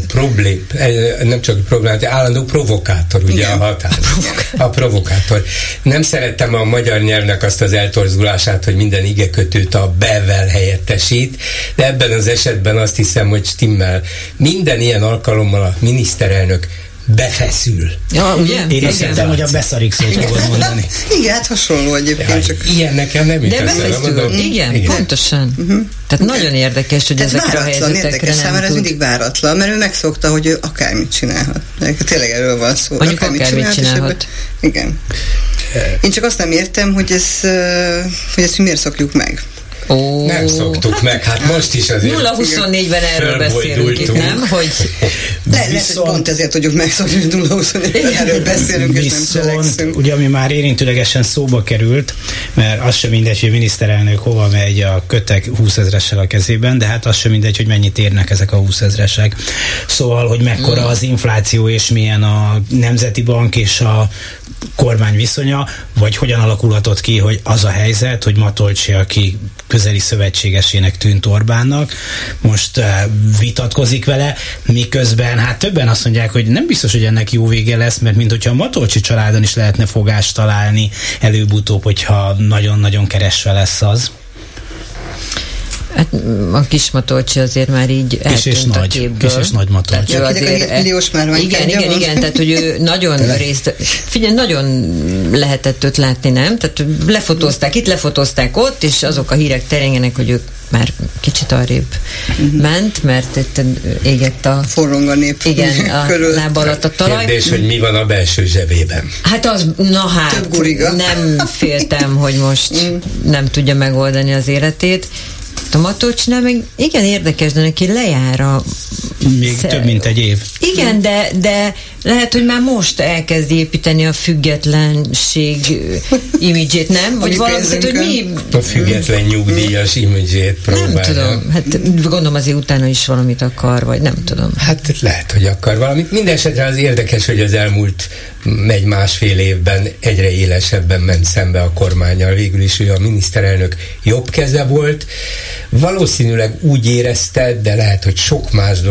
nem csak problémát, állandó provokátor, ugye igen. A provokátor. Nem szerettem a magyar nyelvnek azt az eltorzulását, hogy minden igekötőt a be-vel helyettesít, de ebben az esetben azt hiszem, hogy stimmel. Minden ilyen alkalommal a miniszterelnök befeszül. Ja, ugye? Én azt hittem, hogy a beszarik szót fogod mondani. Igen, hát hasonló egyébként. Csak... Ilyen nekem nem jut eszembe. Igen, pontosan. Tehát nagyon érdekes, hogy ezekre a helyzetekre nem számára ez mindig váratlan, mert ő megszokta, hogy ő akármit csinálhat. Tényleg erről van szó. Mondjuk akármit csinálhat. Igen. Én csak azt nem értem, hogy ezt miért szokjuk meg. Nem szoktuk meg, hát most is azért 0-24-ben erről beszélünk itt, nem? Hogy lehet, hogy pont ezért tudjuk megszokni, hogy 0-24-ben erről beszélünk, és nem cselekszünk. Ugye, ami már érintőlegesen szóba került, mert az sem mindegy, hogy a miniszterelnök hova megy a kötek 20 000-essel a kezében, de hát az sem mindegy, hogy mennyit érnek ezek a 20 000-esek. Szóval, hogy mekkora az infláció, és milyen a Nemzeti Bank és a kormány viszonya, vagy hogyan alakulhatott ki, hogy az a helyzet, hogy Matolcsi, aki közeli szövetségesének tűnt Orbánnak, most vitatkozik vele, miközben hát többen azt mondják, hogy nem biztos, hogy ennek jó vége lesz, mert mint hogyha a Matolcsi családon is lehetne fogást találni előbb-utóbb, hogyha nagyon-nagyon keresve lesz az. Hát a kis Matolcsi azért már így eltűnt a képből. Kis és nagy Matolcsi. Milliós már van. Igen, tehát hogy ő nagyon nagyon lehetett őt látni, nem? Tehát lefotózták ott, és azok a hírek terengenek, hogy ők már kicsit arrébb ment, mert itt égett a forrong a nép. Igen, a láb alatt a talaj. Kérdés, hogy mi van a belső zsebében. Hát az, nem féltem, hogy most nem tudja megoldani az életét. A Matolcsnál meg igen érdekes, de neki lejár a... Még több mint egy év. Igen, de lehet, hogy már most elkezd építeni a függetlenség imidzsét, nem? Vagy valamit, hogy mi... A független nyugdíjas imidzsét próbálja. Nem tudom, hát gondolom azért utána is valamit akar, vagy nem tudom. Hát lehet, hogy akar valamit. Mindenesetre az érdekes, hogy az elmúlt egy másfél évben egyre élesebben ment szembe a kormánnyal. Végül is ő a miniszterelnök jobb keze volt. Valószínűleg úgy érezte, de lehet, hogy sok más dolog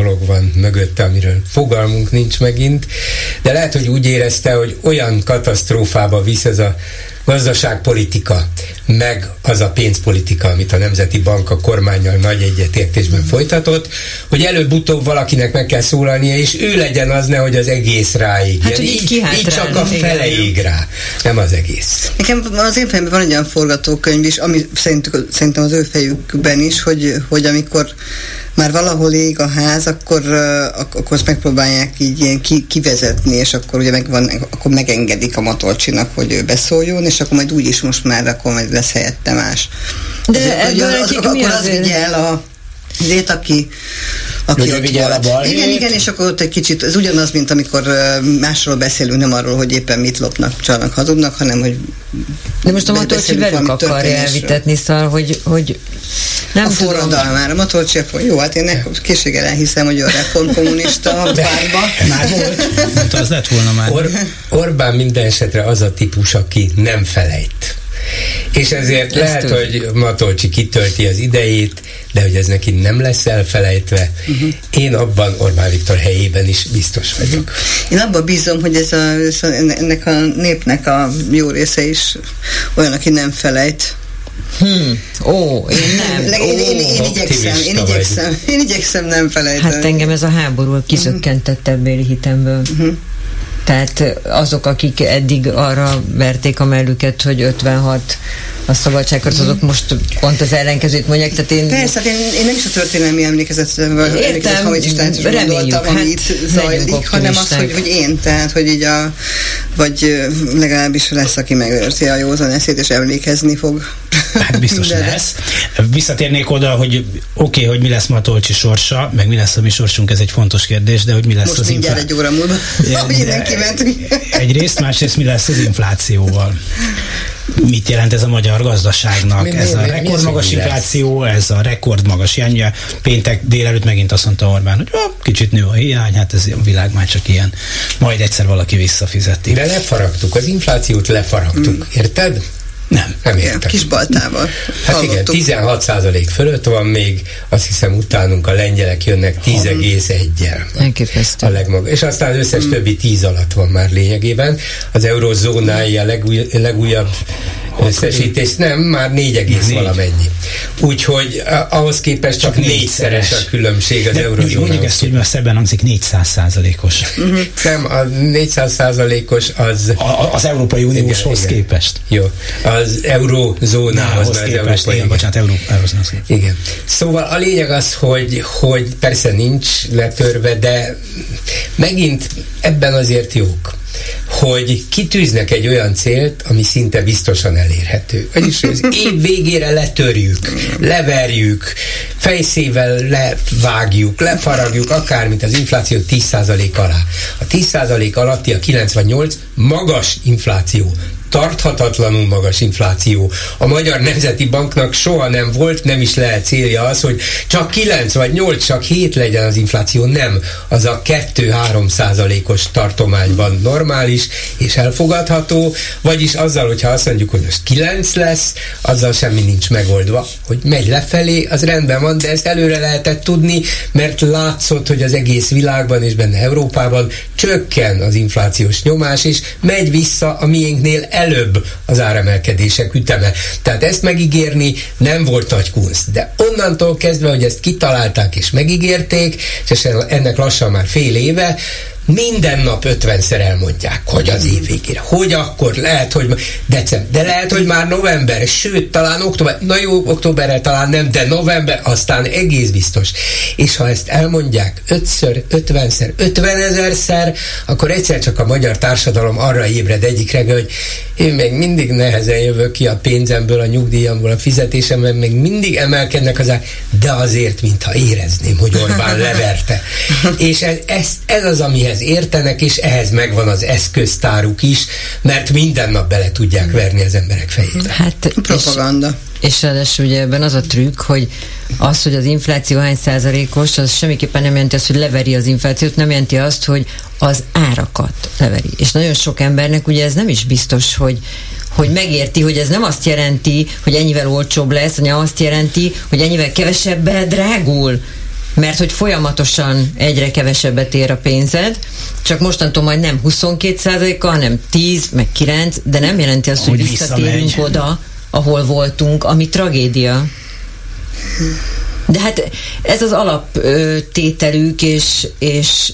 dolog van mögötte, amiről fogalmunk nincs megint, de lehet, hogy úgy érezte, hogy olyan katasztrófába visz ez a gazdaságpolitika, meg az a pénzpolitika, amit a Nemzeti Bank a kormánnyal nagy egyetértésben folytatott, hogy előbb-utóbb valakinek meg kell szólalnia, és ő legyen az, nehogy az egész ráig. Hát, így csak a fele ég rá, nem az egész. Nekem az én fejemben van egy olyan forgatókönyv is, ami szerintem az ő fejükben is, hogy amikor már valahol ég a ház, akkor azt megpróbálják így ilyen kivezetni, és akkor ugye akkor megengedik a Matolcsinak, hogy ő beszóljon, és akkor majd úgyis most már akkor majd lesz helyette más. De akkor az vigye el azért, aki ott volt. Igen, és akkor ott egy kicsit, ez ugyanaz, mint amikor másról beszélünk, nem arról, hogy éppen mit lopnak, csalnak, hazudnak, hanem, hogy de most a Matolcsi velük akarja elvitetni, szóval, hogy nem a forradalmára. Matolcsi, jó, hát én készséggel elhiszem, hogy a reformkommunista pártba. Már volt, az lett volna már. Orbán minden esetre az a típus, aki nem felejt. És ezért lehet, hogy Matolcsi kitölti az idejét, de hogy ez neki nem lesz elfelejtve, én abban Orbán Viktor helyében is biztos vagyok. Én abban bízom, hogy ennek a népnek a jó része is olyan, aki nem felejt. Én nem. Én igyekszem nem felejteni. Hát engem ez a háború kizökkentett ebbéli hitemből. Tehát azok, akik eddig arra verték a mellüket, hogy 56 a szabadságharc, azok most pont az ellenkezőt mondják. Tehát Persze, hát én nem is a történelmi emlékezetre gondoltam, ami itt zajlik, hanem az, hogy én, tehát, hogy így vagy legalábbis lesz, aki megőrzi a józan eszét, és emlékezni fog. Hát biztos lesz. Visszatérnék oda, hogy oké, hogy mi lesz Matolcsi sorsa, meg mi lesz a mi sorsunk, ez egy fontos kérdés, de hogy mi lesz most az infláció. Most mindjárt egy óra múlva, ahogy innen kimentünk. Egyrészt, másrészt mi lesz az inflációval? Mit jelent ez a magyar gazdaságnak? Ez a rekordmagas infláció, ez a rekordmagas hiány. Péntek délelőtt megint azt mondta Orbán, hogy kicsit nő a hiány, hát ez a világ már csak ilyen. Majd egyszer valaki visszafizeti. De lefaragtuk, az inflációt lefaragtuk, érted? Nem értem. Kis baltával. Hát hallottuk. Igen, 16% fölött van még, azt hiszem utánunk a lengyelek jönnek 10,1-jel. Elképesztő. A legmagas. És aztán az összes többi 10 alatt van már lényegében. Az eurozónája a legújabb összesítés, nem, már 4, valamennyi. Úgyhogy ahhoz képest csak 4-szeres a különbség az eurozónához. Mondjuk ezt, hogy már szebben hangzik 400%-os. Nem, a 400%-os az Európai Unióshoz képest. Jó, az eurozónához képest. Igen, bocsánat, eurozónához képest. Igen. Szóval a lényeg az, hogy persze nincs letörve, de megint ebben azért jók, hogy kitűznek egy olyan célt, ami szinte biztosan elérhető. Vagyis az év végére letörjük, leverjük, fejszével levágjuk, lefaragjuk, akármint az infláció 10% alá. A 10% alatti a 98 magas infláció. Tarthatatlanul magas infláció. A Magyar Nemzeti Banknak soha nem volt, nem is lehet célja az, hogy csak 9 vagy 8, csak 7 legyen az infláció. Nem. Az a 2-3%-os tartományban normális és elfogadható, vagyis azzal, hogyha azt mondjuk, hogy most 9 lesz, azzal semmi nincs megoldva. Hogy megy lefelé, az rendben van, de ezt előre lehetett tudni, mert látszott, hogy az egész világban és benne Európában csökken az inflációs nyomás, és megy vissza a miénknél előbb az áremelkedések üteme. Tehát ezt megígérni nem volt nagy kunst. De onnantól kezdve, hogy ezt kitalálták és megígérték, és ennek lassan már fél éve, minden nap 50-szer elmondják, hogy az év végére, hogy akkor lehet, hogy december, de lehet, hogy már november, sőt, talán október, na jó, októberre talán nem, de november, aztán egész biztos. És ha ezt elmondják 5-ször, 50-szer, 50 000-szer, akkor egyszer csak a magyar társadalom arra ébred egyik reggel, hogy én még mindig nehezen jövök ki a pénzemből, a nyugdíjamból, a fizetésemből, még mindig emelkednek az ár, de azért, mintha érezném, hogy Orbán leverte. És ez az, amihez értenek, és ehhez megvan az eszköztáruk is, mert minden nap bele tudják verni az emberek fejébe. Hát propaganda. És ráadásul ugye ebben az a trükk, hogy az, hogy az infláció hány százalékos, az semmiképpen nem jelenti azt, hogy leveri az inflációt, nem jelenti azt, hogy az árakat leveri. És nagyon sok embernek ugye ez nem is biztos, hogy megérti, hogy ez nem azt jelenti, hogy ennyivel olcsóbb lesz, hanem azt jelenti, hogy ennyivel kevesebbe drágul. mert hogy folyamatosan egyre kevesebbet ér a pénzed, csak mostantól majd nem 22%-kal, hanem 10, meg 9, de nem jelenti azt, hogy visszatérünk oda, ahol voltunk, ami tragédia. De hát ez az alaptételük, és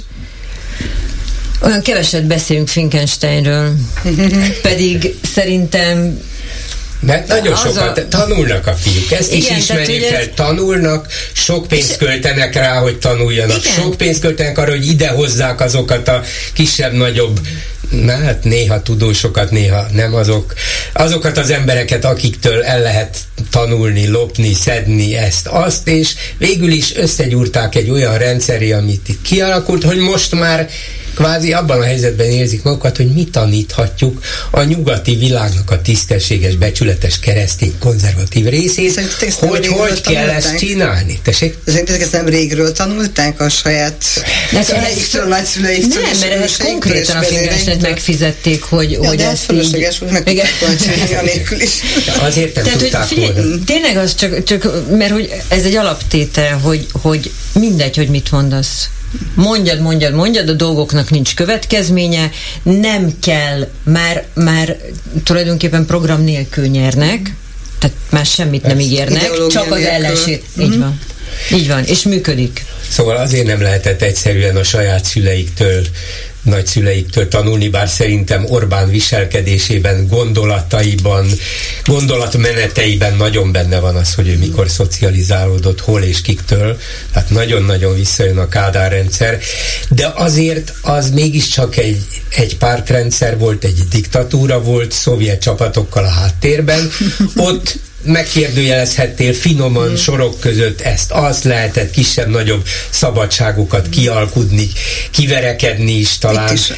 olyan keveset beszélünk Finkelsteinről, pedig szerintem mert nagyon sokat tanulnak a fiúk, ezt igen, is ismerjük el, tanulnak, sok pénzt költenek rá, hogy tanuljanak, igen. Sok pénzt költenek arra, hogy ide hozzák azokat a kisebb-nagyobb, hát néha tudósokat, néha nem azokat az embereket, akiktől el lehet tanulni, lopni, szedni ezt-azt, és végül is összegyúrták egy olyan rendszeré, amit itt kialakult, hogy most már kvázi abban a helyzetben érzik magukat, hogy mi taníthatjuk a nyugati világnak a tisztességes, becsületes, keresztény, konzervatív részét, hogy kell ezt csinálni. Tessék? Szerintetek ezt nem régről tanulták a saját szüleiktől, nagyszüleiktől? Nem, mert ezt konkrétan a Finkelsteint megfizették, hogy ez fölösleges, hogy meg tudták csinálni anélkül is. Azért nem tudták volna. Tényleg az csak mert hogy ez egy alaptétel, hogy mindegy, hogy mit mondasz. Mondjad, a dolgoknak nincs következménye, nem kell, már tulajdonképpen program nélkül nyernek, tehát már semmit nem ígérnek, csak az ellenség. Így van, és működik. Szóval azért nem lehetett egyszerűen a saját szüleiktől, nagyszüleiktől tanulni, bár szerintem Orbán viselkedésében, gondolataiban, gondolatmeneteiben nagyon benne van az, hogy ő mikor szocializálódott, hol és kiktől, tehát nagyon-nagyon visszajön a Kádár rendszer, de azért az mégiscsak egy pártrendszer volt, egy diktatúra volt, szovjet csapatokkal a háttérben, ott megkérdőjelezhettél finoman sorok között azt lehetett kisebb-nagyobb szabadságokat kialkudni, kiverekedni is talán. Itt is,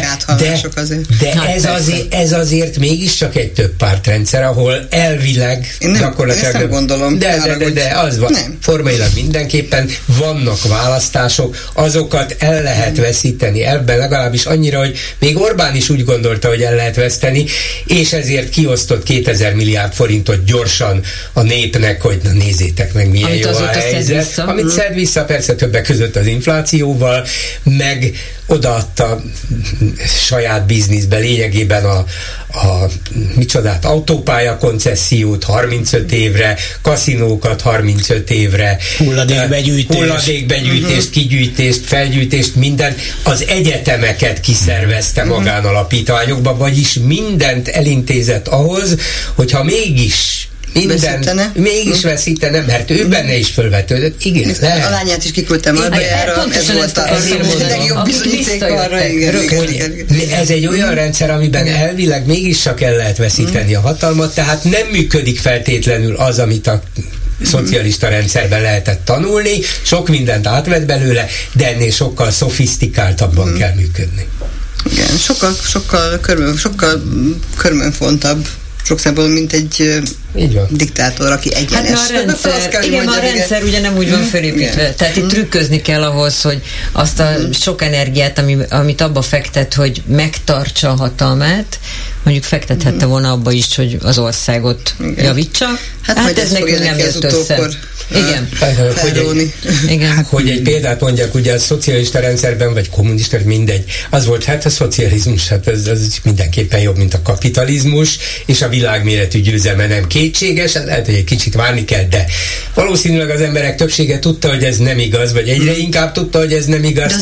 de ez azért mégiscsak egy több pártrendszer, ahol elvileg gyakorlatilag... Én nem gondolom. De az van. Formailag mindenképpen vannak választások, azokat el lehet veszíteni. Ebben legalábbis annyira, hogy még Orbán is úgy gondolta, hogy el lehet veszteni, és ezért kiosztott 2000 milliárd forintot gyorsan a népnek, hogy na nézzétek meg milyen amit jó a helyzet. Amit szed vissza persze többek között az inflációval, meg odaadta saját bizniszbe lényegében a autópálya koncessziót 35 évre, kaszinókat 35 évre, hulladékbegyűjtést, kigyűjtést, felgyűjtést, mindent, az egyetemeket kiszervezte magánalapítványokba, vagyis mindent elintézett ahhoz, hogyha mégis veszítene, mert ő benne is fölvetődött. Igen, a lányát is kiküldtem Albájára, ez volt a legjobb bizonyíték arra. Ez egy olyan rendszer, amiben elvileg mégis csak el lehet veszíteni a hatalmat, tehát nem működik feltétlenül az, amit a szocialista rendszerben lehetett tanulni, sok mindent átvett belőle, de ennél sokkal szofisztikáltabban kell működni. Igen, sokkal körmönfontabb sok szempontból, mint egy diktátor, aki egyenes. Hát a rendszer ugye nem úgy van fölépítve. Igen. Tehát itt trükközni kell ahhoz, hogy azt a sok energiát, amit abba fektet, hogy megtartsa a hatalmát, mondjuk fektethette volna abba is, hogy az országot javítsa. Hát ez nekünk nem jött össze. Igen. Igen. Hogy egy példát mondjak, ugye a szocialista rendszerben, vagy kommunista, mindegy, az volt, hát a szocializmus, hát az mindenképpen jobb, mint a kapitalizmus, és a világméretű győzelme nem kétséges, lehet, hogy egy kicsit várni kell, de valószínűleg az emberek többsége tudta, hogy ez nem igaz, vagy egyre inkább tudta, hogy ez nem igaz.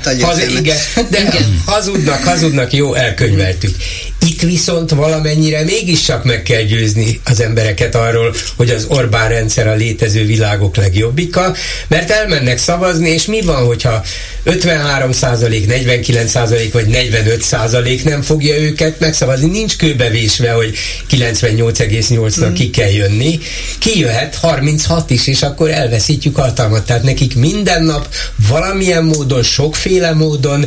De hazudnak, jó, elkönyveltük. Itt viszont valamennyire mégiscsak meg kell győzni az embereket arról, hogy az Orbán rendszer a létező világok legjobbika, mert elmennek szavazni, és mi van, hogyha 53%, 49% vagy 45% nem fogja őket megszavazni? Nincs kőbevésve, hogy 98,8-nak ki kell jönni. Kijöhet 36 is, és akkor elveszítjük a hatalmat. Tehát nekik minden nap valamilyen módon, sokféle módon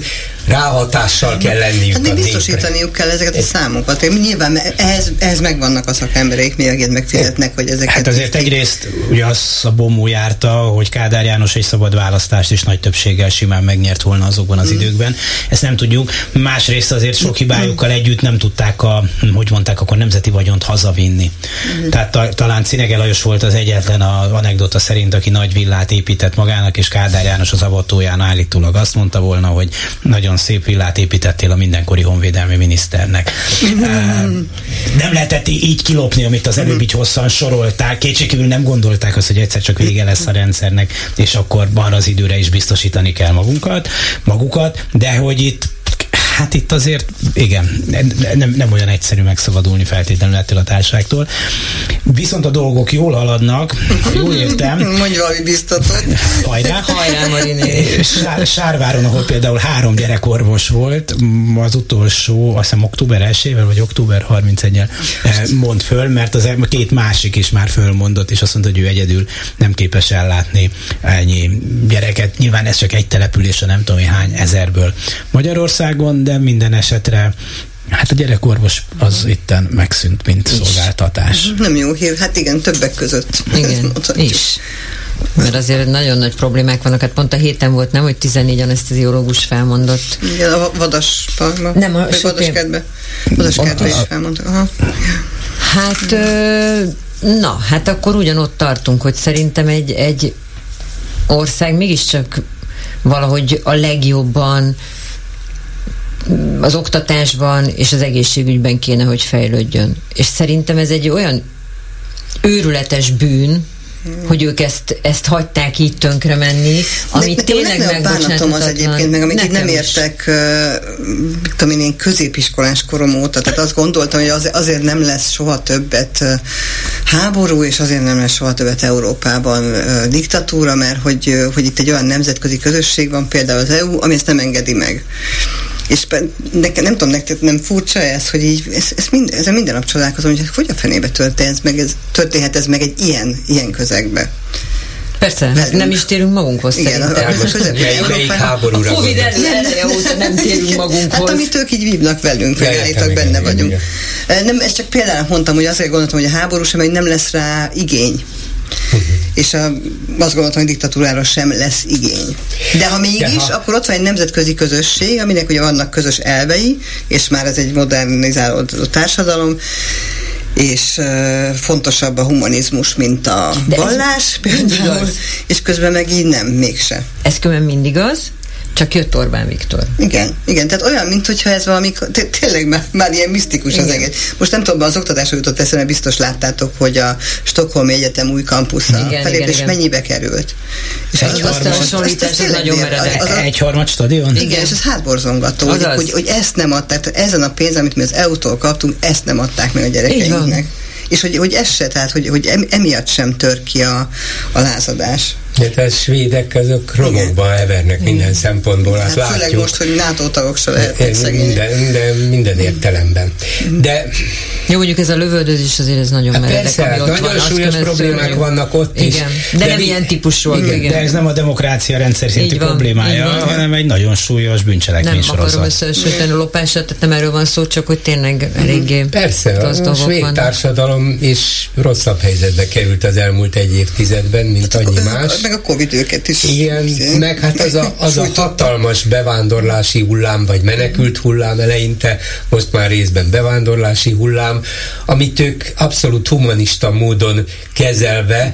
ráhatással kell lenniük. Hát még biztosítaniuk kell ezeket a számokat. Nyilván ehhez megvannak a szakembereik, még megfizetnek, hogy ezeket... Hát azért egyrészt ugye az a Bomó járta, hogy Kádár János egy szabad választást is nagy többséggel simán megnyert volna azokban az időkben. Ezt nem tudjuk. Másrészt azért sok hibájukkal együtt nem tudták hogy mondták, akkor nemzeti vagyont hazavinni. Tehát talán Cinege Lajos volt az egyetlen az anekdota szerint, aki nagy villát épített magának, és Kádár János az avatóján állítólag azt mondta volna, hogy nagyon szép villát építettél a mindenkori honvédelmi miniszternek. Nem lehetett így kilopni, amit az előbb így hosszan sorolták. Kétségkívül nem gondolták azt, hogy egyszer csak vége lesz a rendszernek, és akkor arra az időre is biztosítani kell magukat, de hogy itt azért, igen, nem olyan egyszerű megszabadulni feltétlenül ettől a társaságtól. Viszont a dolgok jól haladnak, jól értem. Mondj valami biztatot. Hajrá, Mariné. Sárváron, ahol például 3 gyerekorvos volt, az utolsó, azt hiszem október 1-ével, vagy október 31-el mond föl, mert az 2 másik is már fölmondott, és azt mondta, hogy ő egyedül nem képes ellátni ennyi gyereket. Nyilván ez csak egy település, a nem tudom hány ezerből Magyarországon, de minden esetre hát a gyerekorvos az itten megszűnt, mint szolgáltatás. Nem jó hír, hát igen, többek között. Igen, is. Mert azért nagyon nagy problémák vannak. Hát pont a héten volt, nem, hogy 14 aneszteziológus felmondott. Igen, a Vadasparkban. Nem, a Vadaskertbe. Vadaskertbe is felmondott. Aha. Hát akkor ugyanott tartunk, hogy szerintem egy ország mégiscsak valahogy a legjobban az oktatásban és az egészségügyben kéne, hogy fejlődjön. És szerintem ez egy olyan őrületes bűn, hogy ők ezt hagyták így tönkre menni, amit tényleg megbocsátatatlan. Az egyébként, meg amit így nem értek, tudom én középiskolás korom óta, tehát azt gondoltam, hogy azért nem lesz soha többet háború, és azért nem lesz soha többet Európában diktatúra, mert hogy itt egy olyan nemzetközi közösség van, például az EU, ami ezt nem engedi meg. És nekem, nem tudom, nektek nem furcsa ez, hogy így, ezzel minden nap csodálkozom, hogy a fenébe történhet ez meg egy ilyen közegbe. Persze, nem is térünk magunkhoz. Igen, melyik háborúra a Covid eleje óta nem térünk magunkhoz. Hát amit ők így vívnak velünk, hogy állítak benne vagyunk. Nem, ezt csak például mondtam, hogy azért gondoltam, hogy a háború sem, hogy nem lesz rá igény. És azt gondoltam, hogy diktatúrára sem lesz igény. De ha mégis, akkor ott van egy nemzetközi közösség, aminek ugye vannak közös elvei, és már ez egy modernizálódó társadalom, és fontosabb a humanizmus, mint a vallás például, és közben meg így nem, mégse. Ez különben mindig az, csak jött Orbán Viktor. Igen, tehát olyan, mintha ez valami, tényleg már ilyen misztikus az egész. Most nem tudom, az oktatásra jutott eszembe, biztos láttátok, hogy a Stockholmi Egyetem új kampusza felép, és mennyibe került. És az nagyon meredek. Egyharmad stadion? Igen, és ez hátborzongató, hogy ezt nem adták, tehát ezen a pénz, amit mi az EU-tól kaptunk, ezt nem adták meg a gyerekeinknek. És hogy ez se, tehát hogy emiatt sem tör ki a lázadás. De a svédek azok romokba evernek minden szempontból, azt látjuk. Főleg most, hogy NATO tagok se lehetnek szegények. Minden értelemben. De jó, mondjuk ez a lövöldözés azért ez nagyon meredek. Persze, nagyon súlyos problémák vannak ott is. Igen, de nem ilyen típusú. Igen. De ez nem a demokrácia rendszer szintű problémája, hanem egy nagyon súlyos bűncselekmény sorozat. Nem akarom összehasonlítani a lopását, tehát nem erről van szó, csak hogy tényleg eléggé persze, a svéd társadalom is rosszabb helyzetbe került az elmúlt egy évtizedben, mint annyi más. Meg a Covid őket is. Igen, meg hát az a hatalmas bevándorlási hullám, vagy menekült hullám eleinte, most már részben bevándorlási hullám, amit ők abszolút humanista módon kezelve,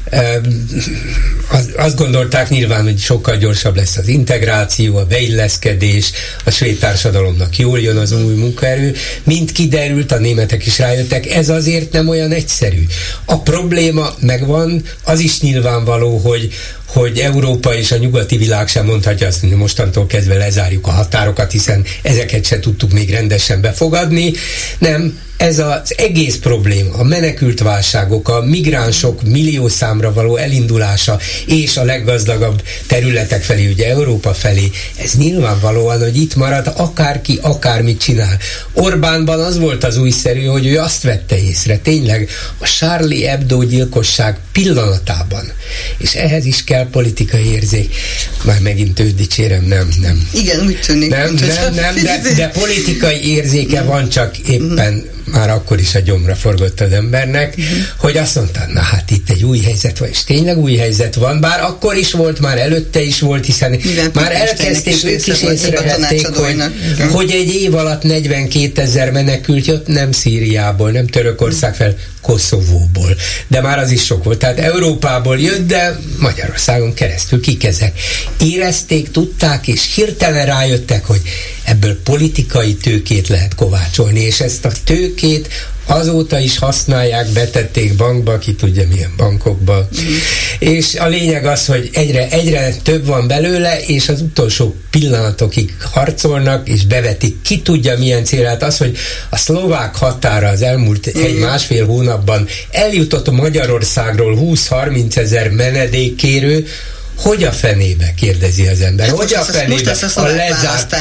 azt gondolták nyilván, hogy sokkal gyorsabb lesz az integráció, a beilleszkedés, a svéd társadalomnak jól jön az új munkaerő. Mint kiderült, a németek is rájöttek, ez azért nem olyan egyszerű. A probléma megvan, az is nyilvánvaló, hogy Európa és a nyugati világ sem mondhatja azt, hogy mostantól kezdve lezárjuk a határokat, hiszen ezeket se tudtuk még rendesen befogadni. Nem, ez az egész probléma, a menekültválságok, a migránsok milliószámra való elindulása és a leggazdagabb területek felé, ugye Európa felé, ez nyilvánvalóan, hogy itt marad, akárki akármit csinál. Orbánban az volt az újszerű, hogy ő azt vette észre, tényleg a Charlie Hebdo gyilkosság pillanatában, és ehhez is kell politikai érzék. Már megint őt dicsérem, nem. Igen, úgy tűnik. Nem, de politikai érzéke van, csak éppen már akkor is a gyomra forgott az embernek, hogy azt mondta, na hát itt egy új helyzet van, és tényleg új helyzet van, bár akkor is volt, már előtte is volt, hiszen már elkezdték, ők is észrevették, hogy egy év alatt 42 000 menekült jött, nem Szíriából, nem Törökország fel, Koszovóból. De már az is sok volt. Tehát Európából jött, de Magyarországon keresztül kik ezek. Érezték, tudták, és hirtelen rájöttek, hogy ebből politikai tőkét lehet kovácsolni, és ezt a tőkét azóta is használják, betették bankba, ki tudja milyen bankokba. És a lényeg az, hogy egyre több van belőle, és az utolsó pillanatokig harcolnak, és bevetik, ki tudja milyen célát. Az, hogy a szlovák határa az elmúlt egy-másfél hónapban eljutott Magyarországról 20-30 000 menedékkérő, hogy a fenébe, kérdezi az ember. Hát hogy a fenébe? A lezárt.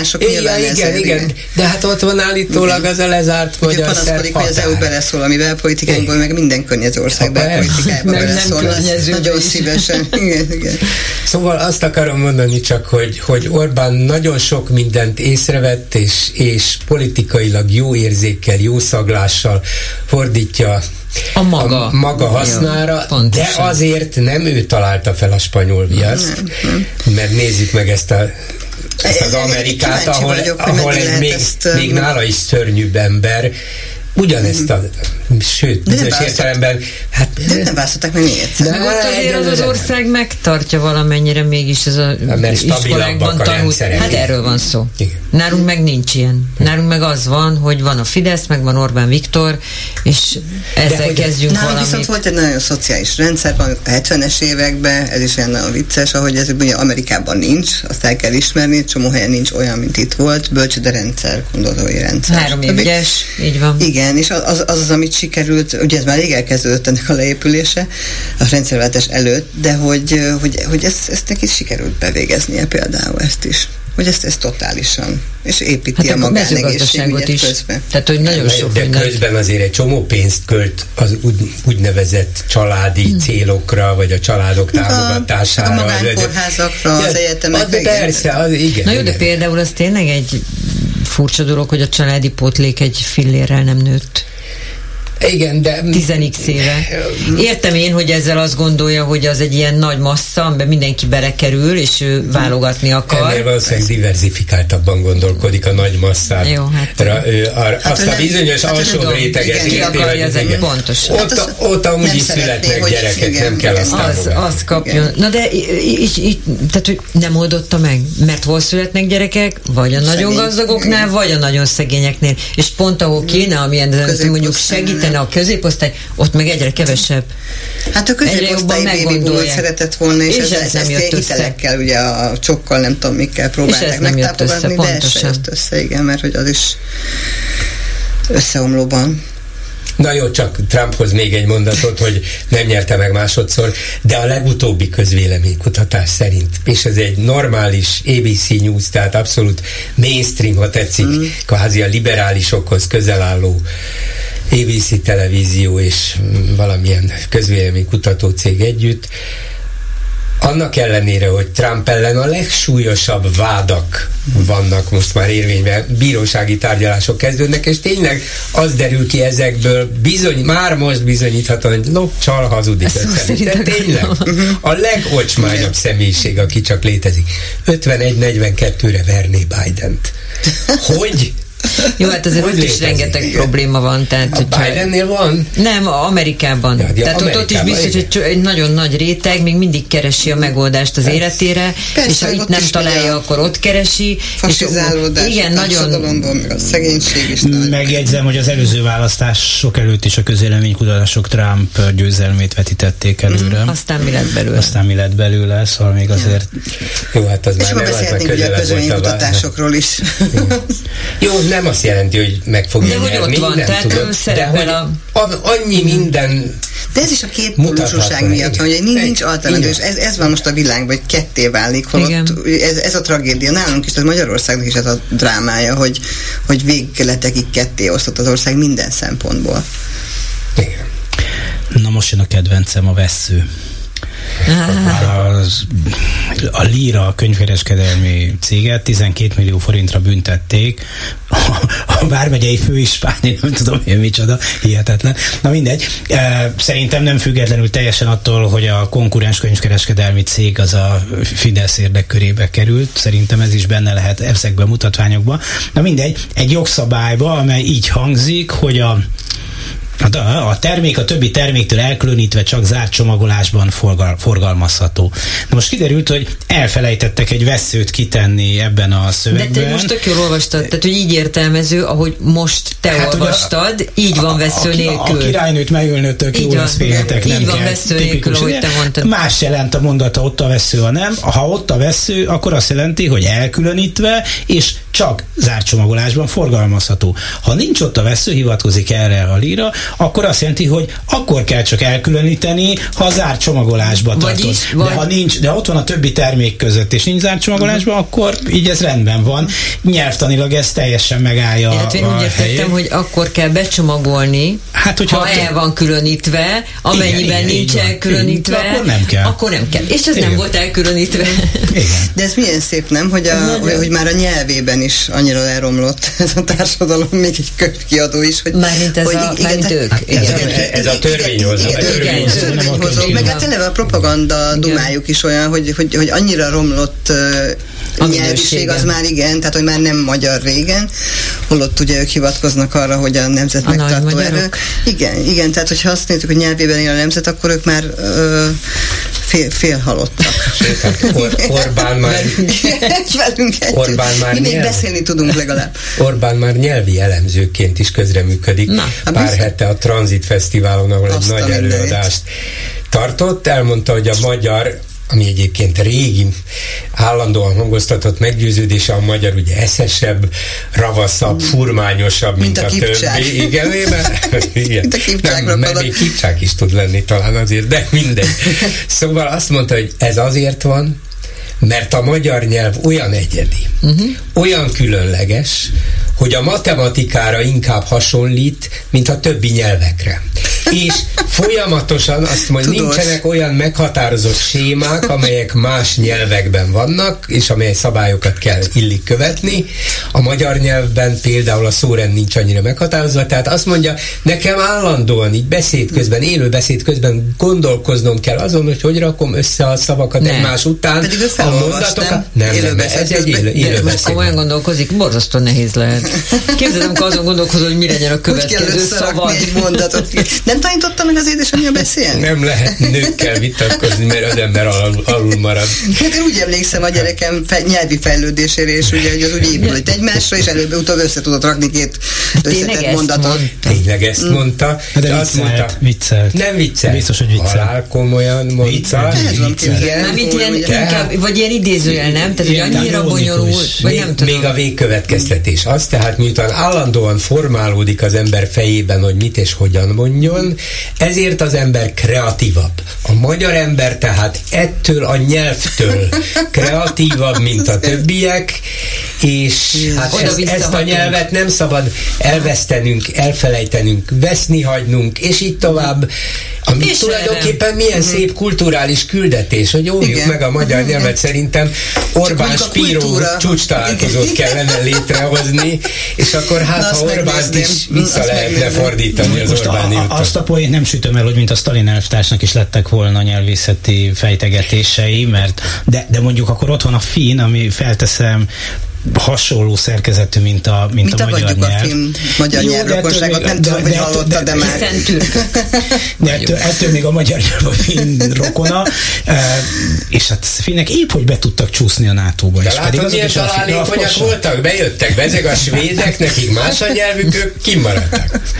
Igen. De hát ott van állítólag az a lezárt magyar szerb határ. Hogy az EU beleszól a mi belpolitikánkból, meg minden környező ország belpolitikájába beleszól. Nagyon szívesen. Igen. Szóval azt akarom mondani csak, hogy Orbán nagyon sok mindent észrevett, és politikailag jó érzékkel, jó szaglással fordítja a maga hasznára, de azért nem ő találta fel a spanyol viaszt, mert nézzük meg ezt az Amerikát, ahol egy még nála is szörnyűbb ember ugyanezt sőt, bizonyos értelemben de nem választották meg még egyszer. Meg ott azért az ország megtartja valamennyire mégis ez a iskolákban tanult. Hát erről van szó. Igen. Nálunk meg nincs ilyen. Nálunk meg az van, hogy van a Fidesz, meg van Orbán Viktor, és ezzel kezdjünk valamit. Nálunk viszont volt egy nagyon szociális rendszer, a 70-es években, ez is olyan nagyon vicces, ahogy ez ugye Amerikában nincs, azt el kell ismerni, csomó helyen nincs olyan, mint itt volt, bölcsőde rendszer, gondolatói rendszer. 3 éves, így van. Igen, és az, amit sikerült, ugye ez már rég elkezdődött ennek a leépülése a rendszerváltás előtt, de hogy ezt neki sikerült bevégeznie például ezt is. Hogy ezt totálisan, és építi a magánegészségügyet közben. Tehát, hogy nagyon sok de közben azért egy csomó pénzt költ az úgynevezett családi célokra, vagy a családok támogatására. A magánkórházakra, az egyetemekre. Persze, az igen. Na jó, de például az tényleg egy furcsa dolog, hogy a családi pótlék egy fillérrel nem nőtt. Igen, de 10x éve. Értem én, hogy ezzel azt gondolja, hogy az egy ilyen nagy massza, amiben mindenki belekerül, és ő válogatni akar. Ennél valószínűleg diversifikáltabban gondolkodik a nagy masszát. Jó, hát azt a bizonyos alsó réteget ki akarja ezek, pontosan. Ott amúgy is születnek gyerekek, nem kell azt támogatni. Az kapjon. Na de tehát, hogy nem oldotta meg, mert hol születnek gyerekek? Vagy a nagyon gazdagoknál, vagy a nagyon szegényeknél. És pont ahol kéne, amilyen mondjuk segíteni a középosztály, ott meg egyre kevesebb. Hát a középosztály baby szeretett volna, és ezt hitelekkel, ugye a csokkal, nem tudom mikkel próbálták megtámogatni, de ez se jött össze, igen, mert hogy az is összeomlóban. Na jó, csak Trumphoz még egy mondatot, hogy nem nyerte meg másodszor, de a legutóbbi közvéleménykutatás szerint, és ez egy normális ABC News, tehát abszolút mainstream, ha tetszik, kvázi a liberálisokhoz közel álló ABC televízió és valamilyen közvéleménykutató cég együtt, annak ellenére, hogy Trump ellen a legsúlyosabb vádak vannak most már érvényben, bírósági tárgyalások kezdődnek, és tényleg az derül ki ezekből, már most bizonyíthatóan, hogy csal, hazudik össze. De tényleg a legocsmányabb személyiség, aki csak létezik. 51-42-re verné Bident. Hogy? Jó, hát azért ott is rengeteg probléma van. Tehát, a Bidennél van? Nem, Amerikában. Tehát ott is biztos, hogy egy nagyon nagy réteg még mindig keresi a megoldást az életére, persze, és ha itt nem találja, akkor ott keresi. Fasizálódás, igen, nagyon... meg a szegénység is nagy. Megjegyzem, hogy az előző választások előtt is a közvéleménykutatások Trump győzelmét vetítették előre. Aztán mi lett belőle. Szóval még azért... Jó, hát az és már nem beszélhetnénk ugye a közvéleménykutatásokról is. Jó, nem azt jelenti, hogy meg fogja nyerni. De hogy ott van, nem tehát tudom, de hogy annyi minden. De ez is a kétpólusúság miatt van, hogy nincs alternatív, és ez van most a világban, hogy ketté válik, holott ez a tragédia. Nálunk is, tehát Magyarországnak is ez a drámája, hogy végletekig ketté osztott az ország minden szempontból. Igen. Na most jön a kedvencem, a vessző. A Líra könyvkereskedelmi céget 12 millió forintra büntették. A vármegyei főispáni, nem tudom én micsoda, hihetetlen. Na mindegy. Szerintem nem függetlenül teljesen attól, hogy a konkurens könyvkereskedelmi cég az a Fidesz érdekkörébe került. Szerintem ez is benne lehet ezekben a mutatványokban. Na mindegy. Egy jogszabályba, amely így hangzik, hogy a termék a többi terméktől elkülönítve csak zárt csomagolásban forgalmazható. Na most kiderült, hogy elfelejtettek egy vesszőt kitenni ebben a szövegben. De te most tök jól olvastad, tehát hogy így értelmező, ahogy most te olvastad, így van vessző nélkül. A királynőt megölnöttök, jó lesz félhetek, nem így van kell. Vessző nélkül, ahogy te mondtad. Más jelent a mondata, ott a vessző, ha nem. Ha ott a vessző, akkor azt jelenti, hogy elkülönítve, és csak zárt csomagolásban forgalmazható. Ha nincs ott a vessző, hivatkozik erre a Líra, akkor azt jelenti, hogy akkor kell csak elkülöníteni, ha a zárt csomagolásba tartod. De ha nincs, de ott van a többi termék között, és nincs zárt csomagolásban, akkor így ez rendben van. Nyelvtanilag ez teljesen megállja a én úgy értettem, hogy akkor kell becsomagolni, ha el van különítve, amennyiben nincs elkülönítve, akkor nem kell. És ez nem volt elkülönítve. De ez milyen szép, nem? Hogy már a nyelvében is annyira elromlott ez a társadalom, még egy könyvkiadó is, hogy mármint ők. Ez a törvényhozó. Meg hát eleve a propaganda dumájuk is olyan, hogy annyira romlott a nyelviség az már igen, tehát hogy már nem magyar régen, holott ugye ők hivatkoznak arra, hogy a nemzet megtartó erő. Igen, tehát hogyha azt nézzük, hogy nyelvében él a nemzet, akkor ők már félhalottak. Orbán már mi még beszélni tudunk legalább. Orbán már nyelvi elemzőként is közreműködik. Pár hete a Transit Fesztiválon, ahol egy nagy előadást tartott, elmondta, hogy a magyar, ami egyébként régi, állandóan hangoztatott meggyőződése, a magyar ugye eszesebb, ravaszabb, furmányosabb, mint a többi. Igen, mint a Kipcsákra mert még Kipcsák is tud lenni talán azért, de mindegy. Szóval azt mondta, hogy ez azért van, mert a magyar nyelv olyan egyedi, olyan különleges, hogy a matematikára inkább hasonlít, mint a többi nyelvekre. És folyamatosan azt mondja, nincsenek olyan meghatározott sémák, amelyek más nyelvekben vannak, és amely szabályokat kell illik követni. A magyar nyelvben például a szórend nincs annyira meghatározva, tehát azt mondja, nekem állandóan így beszéd közben, élő beszéd közben gondolkoznom kell azon, hogy rakom össze a szavakat egymás után. Pedig ő felolvas, nem, ez egy élő beszéd. Komolyan gondolkozik, borzasztó nehéz lehet. Képzeld, amikor azon gondolkozol, hogy mi legyen a következő szavad. Nem tanította meg az édesanyja beszélni? Nem lehet nőkkel vitatkozni, mert az ember alul marad. Hát én úgy emlékszem a gyerekem nyelvi fejlődésére, és ugye, hogy az úgy épült egymásra, és előbb-utóbb össze tudott rakni két összetett mondatot. Tényleg ezt mondta. De azt mondta, viccelt. Nem viccelt. Biztos, hogy viccelt. Halál komolyan mondta. Vagy ilyen idézőjel, nem? Tehát, hogy annyira bonyolult, vagy nem tudom. Még a végkövetkeztetés az, tehát miután állandóan formálódik az ember fejében, hogy mit és hogyan mondjon, ezért az ember kreatívabb. A magyar ember tehát ettől a nyelvtől kreatívabb, mint a többiek, és hát ezt a nyelvet nem szabad elvesztenünk, elfelejtenünk, veszni hagynunk, és így tovább. Ami és tulajdonképpen milyen szép kulturális küldetés, hogy óvjuk meg a magyar nyelvet. Szerintem Orbán Spiró csúcstalálkozót kellene létrehozni, és akkor hát, ha Orbánt is vissza lehetne fordítani az Orbáni úton. Azt a poént nem sütöm el, hogy mint a Stalin elvtársnak is lettek volna nyelvészeti fejtegetései, de mondjuk akkor ott van a finn, ami felteszem, hasonló szerkezetű, mint a magyar nyelv. Magyar nyelvrokosságot, nem tudom, hogy hallotta, de már. De ettől még a magyar nyelv a finn rokona, és hát finnek épp, hogy be tudtak csúszni a NATO-ba. De látod, milyen találékonyak voltak? Bejöttek be ezek a svédek, nekik más a nyelvük, ők kimaradtak.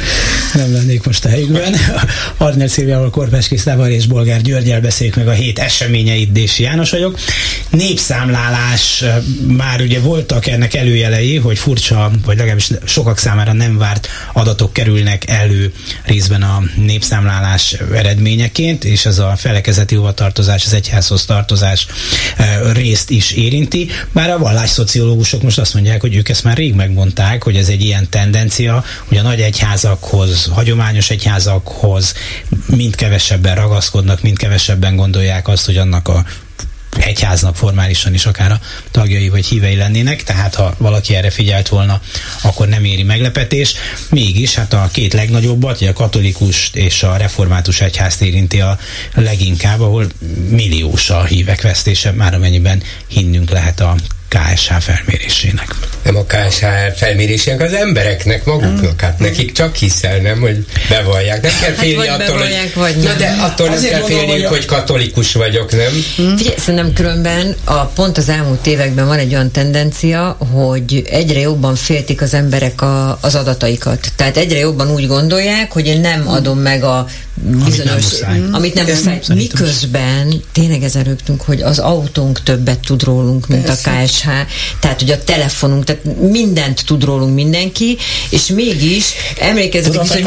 nem lennék most a helyükben. Arnél Szilviával, Korpás Krisztával és Bolgár Györgyel beszéljük meg a hét eseményeit. Dési János vagyok. Népszámlálás, már ugye voltak ennek előjelei, hogy furcsa, vagy legalábbis sokak számára nem várt adatok kerülnek elő részben a népszámlálás eredményeként, és ez a felekezeti hovatartozás, az egyházhoz tartozás részt is érinti. Bár a vallásszociológusok most azt mondják, hogy ők ezt már rég megmondták, hogy ez egy ilyen tendencia, hogy a nagy egyházakhoz, hagyományos egyházakhoz mind kevesebben ragaszkodnak, mind kevesebben gondolják azt, hogy annak a egyháznak formálisan is akár a tagjai vagy hívei lennének, tehát ha valaki erre figyelt volna, akkor nem éri meglepetés. Mégis hát a két legnagyobbat, a katolikus és a református egyházt érinti a leginkább, ahol milliós a hívek vesztése, már amennyiben hinnünk lehet a KSH felmérésének. Nem a KSH felmérésének, az embereknek maguknak, hát nekik csak hiszel, nem, hogy bevallják. Nem kell félni attól, hogy... de attól nem kell félni, hogy katolikus vagyok, nem? Figyelj, szerintem különben pont az elmúlt években van egy olyan tendencia, hogy egyre jobban féltik az emberek az adataikat. Tehát egyre jobban úgy gondolják, hogy én nem adom meg a bizonyos... Amit nem muszáj. Miközben tényleg ezen rögtünk, hogy az autónk többet tud rólunk, mint a KSH. Tehát, hogy a telefonunk, tehát mindent tud rólunk mindenki, és mégis emlékezzetek is, hogy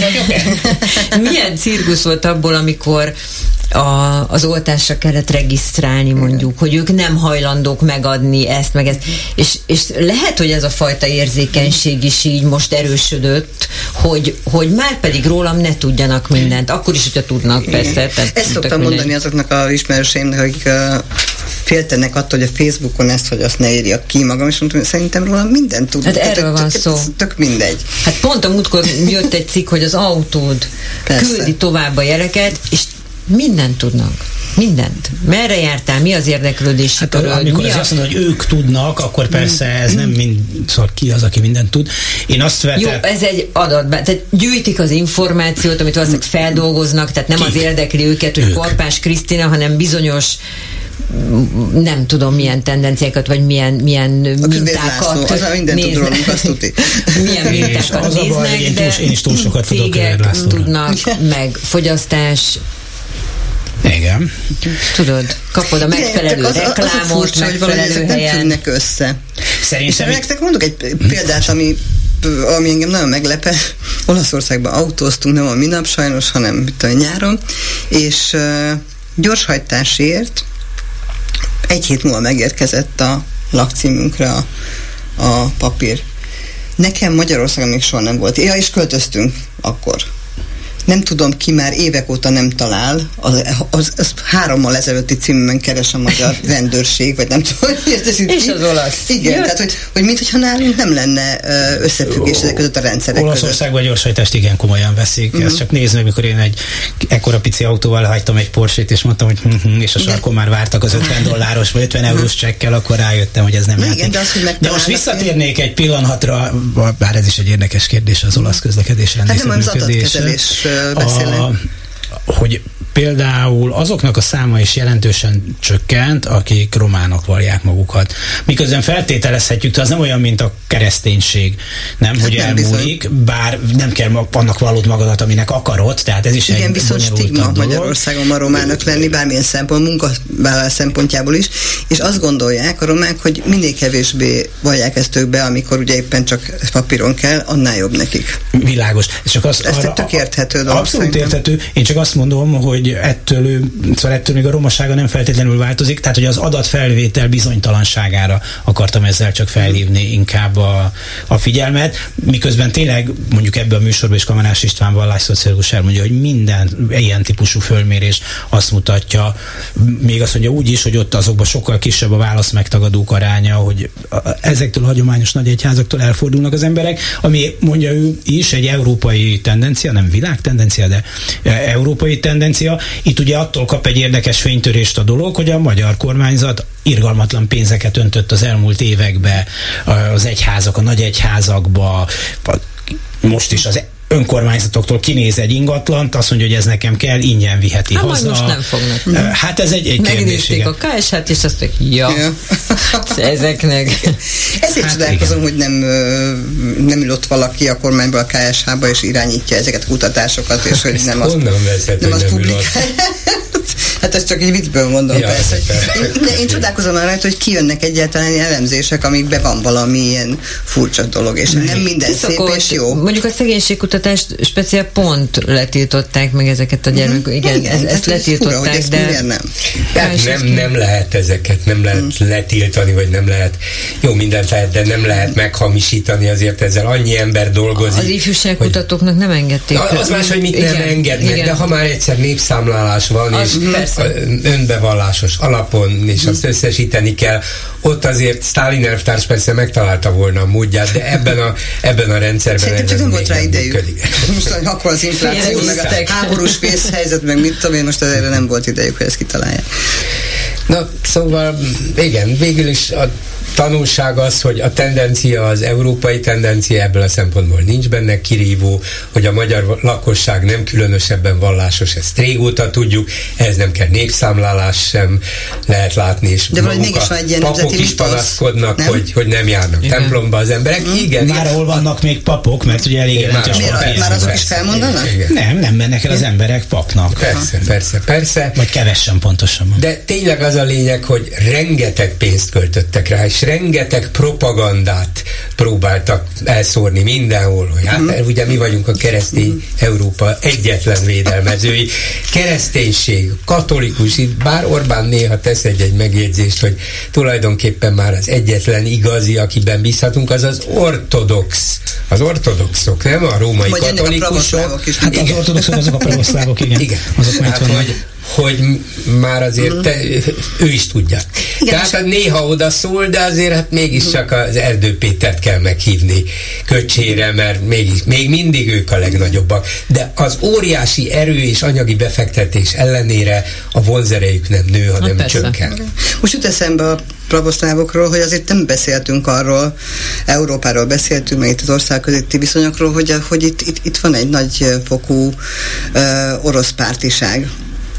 milyen cirkusz volt abból, amikor az oltásra kellett regisztrálni, mondjuk, hogy ők nem hajlandók megadni ezt, meg ezt. És lehet, hogy ez a fajta érzékenység is így most erősödött, hogy már pedig rólam ne tudjanak mindent. Akkor is, hogyha tudnak, persze. Ezt szoktam mondani azoknak az ismerőseimnek, akik féltenek attól, hogy a Facebookon ezt, hogy azt ne írjak ki magam, és mondtam, hogy szerintem róla mindent tudnak. Hát erről van szó. Tök mindegy. Hát pont a múltkor jött egy cikk, hogy az autód küldi tovább a jeleket, és mindent tudnak. Mindent. Merre jártál? Mi az érdeklődési köröd? Amikor azt mondod, hogy ők tudnak, akkor persze ez nem szóval ki az, aki mindent tud. Én azt vettem... Jó, ez egy adat. Tehát gyűjtik az információt, amit valószínűleg feldolgoznak, tehát nem az érdekli őket, hogy Korpás Krisztina, hanem bizonyos nem tudom milyen tendenciákat, vagy milyen mintákat néznek. Milyen mintákat néznek, de én is túl sokat cégek tudnak, meg fogyasztás. Igen. Tudod, kapod a megfelelő reklámot, megfelelő helyen. Nem függnek össze. Szerintem... És nektek mondok egy példát, ami engem nagyon meglepett. Olaszországban autóztunk, nem a minap sajnos, hanem nyáron, és gyorshajtásért egy hét múlva megérkezett a lakcímünkre a papír. Nekem Magyarországon még soha nem volt. Ja, és költöztünk akkor. Nem tudom, ki már évek óta nem talál, az 3-mal ezelőtti címben keres a magyar rendőrség, vagy nem tudom, hogy és az olasz. Igen, tehát, hogy mintha nálunk nem lenne összefüggés ezek között a rendszerek Olaszországban a gyorshajtást igen komolyan veszik. Ezt csak nézd meg, mikor én egy ekkora pici autóval hagytam egy Porsét, és mondtam, hogy és a sarkon már vártak az $50 vagy 50 eurós csekkel, akkor rájöttem, hogy ez nem játék. De most visszatérnék egy pillanatra, bár ez is egy érdekes kérdés, az olasz közlekedésrendészet működése. Hogy például azoknak a száma is jelentősen csökkent, akik románok vallják magukat. Miközben feltételezhetjük, az nem olyan, mint a kereszténység, nem, hogy elmúlik, bár nem kell annak vallód magadat, aminek akarod, tehát ez is igen, viszont stigma Magyarországon a románok lenni, bármilyen szempont, munkavállalás szempontjából is, és azt gondolják a romák, hogy minél kevésbé vallják ezt ők be, amikor ugye éppen csak papíron kell, annál jobb nekik. Világos. Ez tök érthető dolog. Abszolút érthető. Én csak azt mondom, hogy ettől még a romasága nem feltétlenül változik, tehát hogy az adatfelvétel bizonytalanságára akartam ezzel csak felhívni inkább a figyelmet, miközben tényleg mondjuk ebben a műsorban is Kamarás István vallásszociológus elmondja, hogy minden ilyen típusú fölmérés azt mutatja, még azt mondja úgy is, hogy ott azokban sokkal kisebb a válasz megtagadók aránya, hogy ezektől a hagyományos nagy egyházaktól elfordulnak az emberek, ami mondja ő is egy európai tendencia, nem világ tendencia, de európai tendencia. Itt ugye attól kap egy érdekes fénytörést a dolog, hogy a magyar kormányzat irgalmatlan pénzeket öntött az elmúlt évekbe az egyházak, a nagy egyházakba, most is az önkormányzatoktól kinéz egy ingatlant, azt mondja, hogy ez nekem kell, ingyen viheti haza. Most nem fognak. Hát ez egy kérdés. Megnézték a KSH-t, és azt mondják, ezeknek. Ezért csodálkozom, hogy nem ül ott valaki a kormányból a KSH-ba, és irányítja ezeket a kutatásokat, és hogy nem azt publikálja. Hát ezt csak egy viccből mondom, persze. Én csodálkozom arra, hogy kijönnek egyáltalán elemzések, amikben van valami ilyen furcsa dolog, és nem minden szép és jó. Mondjuk a szegénységkutatást speciál pont letiltották meg ezeket a gyermekek. Igen, ezt letiltották, de... Nem lehet ezeket, nem lehet letiltani, vagy nem lehet, jó, mindent lehet, de nem lehet meghamisítani, azért ezzel annyi ember dolgozik. Az ifjúságkutatóknak nem engedték. Az más, hogy mit nem engednek, de ha már egyszer népszámlálás van, és önbevallásos alapon, és azt összesíteni kell, ott azért Sztálin elvtárs persze megtalálta volna a módját, de ebben a rendszerben szerintem csak nem volt rá idejük. Most akkor az infláció, meg a háborús vészhelyzet, meg mit tudom én, most erre nem volt idejük, hogy ezt kitalálják. Na, szóval igen, végül is a tanulság az, hogy a tendencia, az európai tendencia ebből a szempontból nincs benne, kirívó, hogy a magyar lakosság nem különösebben vallásos, ezt régóta tudjuk, ehhez nem kell népszámlálás sem, lehet látni, és de maguk a papok is panaszkodnak, hogy nem járnak templomba az emberek. Igen, már hol vannak még papok, mert ugye elég jelentős már azok is felmondanak? Nem mennek el az emberek papnak. Persze. Vagy kevesen pontosan. De tényleg az a lényeg, hogy rengeteg pénzt költöttek rá, és rengeteg propagandát próbáltak elszórni mindenhol, hogy hát ugye mi vagyunk a keresztény Európa egyetlen védelmezői. Kereszténység, katolikus, bár Orbán néha tesz egy megjegyzést, hogy tulajdonképpen már az egyetlen igazi, akiben bízhatunk, az az ortodox. Az ortodoxok, nem a római vagy katolikusok. Hát az ortodoxok azok a pravoszlávok, igen. Azok hát, hogy már azért ő is tudja. Igen, tehát néha oda szól, de azért hát mégiscsak az Erdő Pétert kell meghívni Köcsére, mert még mindig ők a legnagyobbak. De az óriási erő és anyagi befektetés ellenére a vonzerejük nem nő, hanem csökken. Most jut eszembe a pravoszlávokról, hogy azért nem beszéltünk arról, Európáról beszéltünk, meg itt az ország közötti viszonyokról, hogy itt van egy nagy fokú orosz pártiság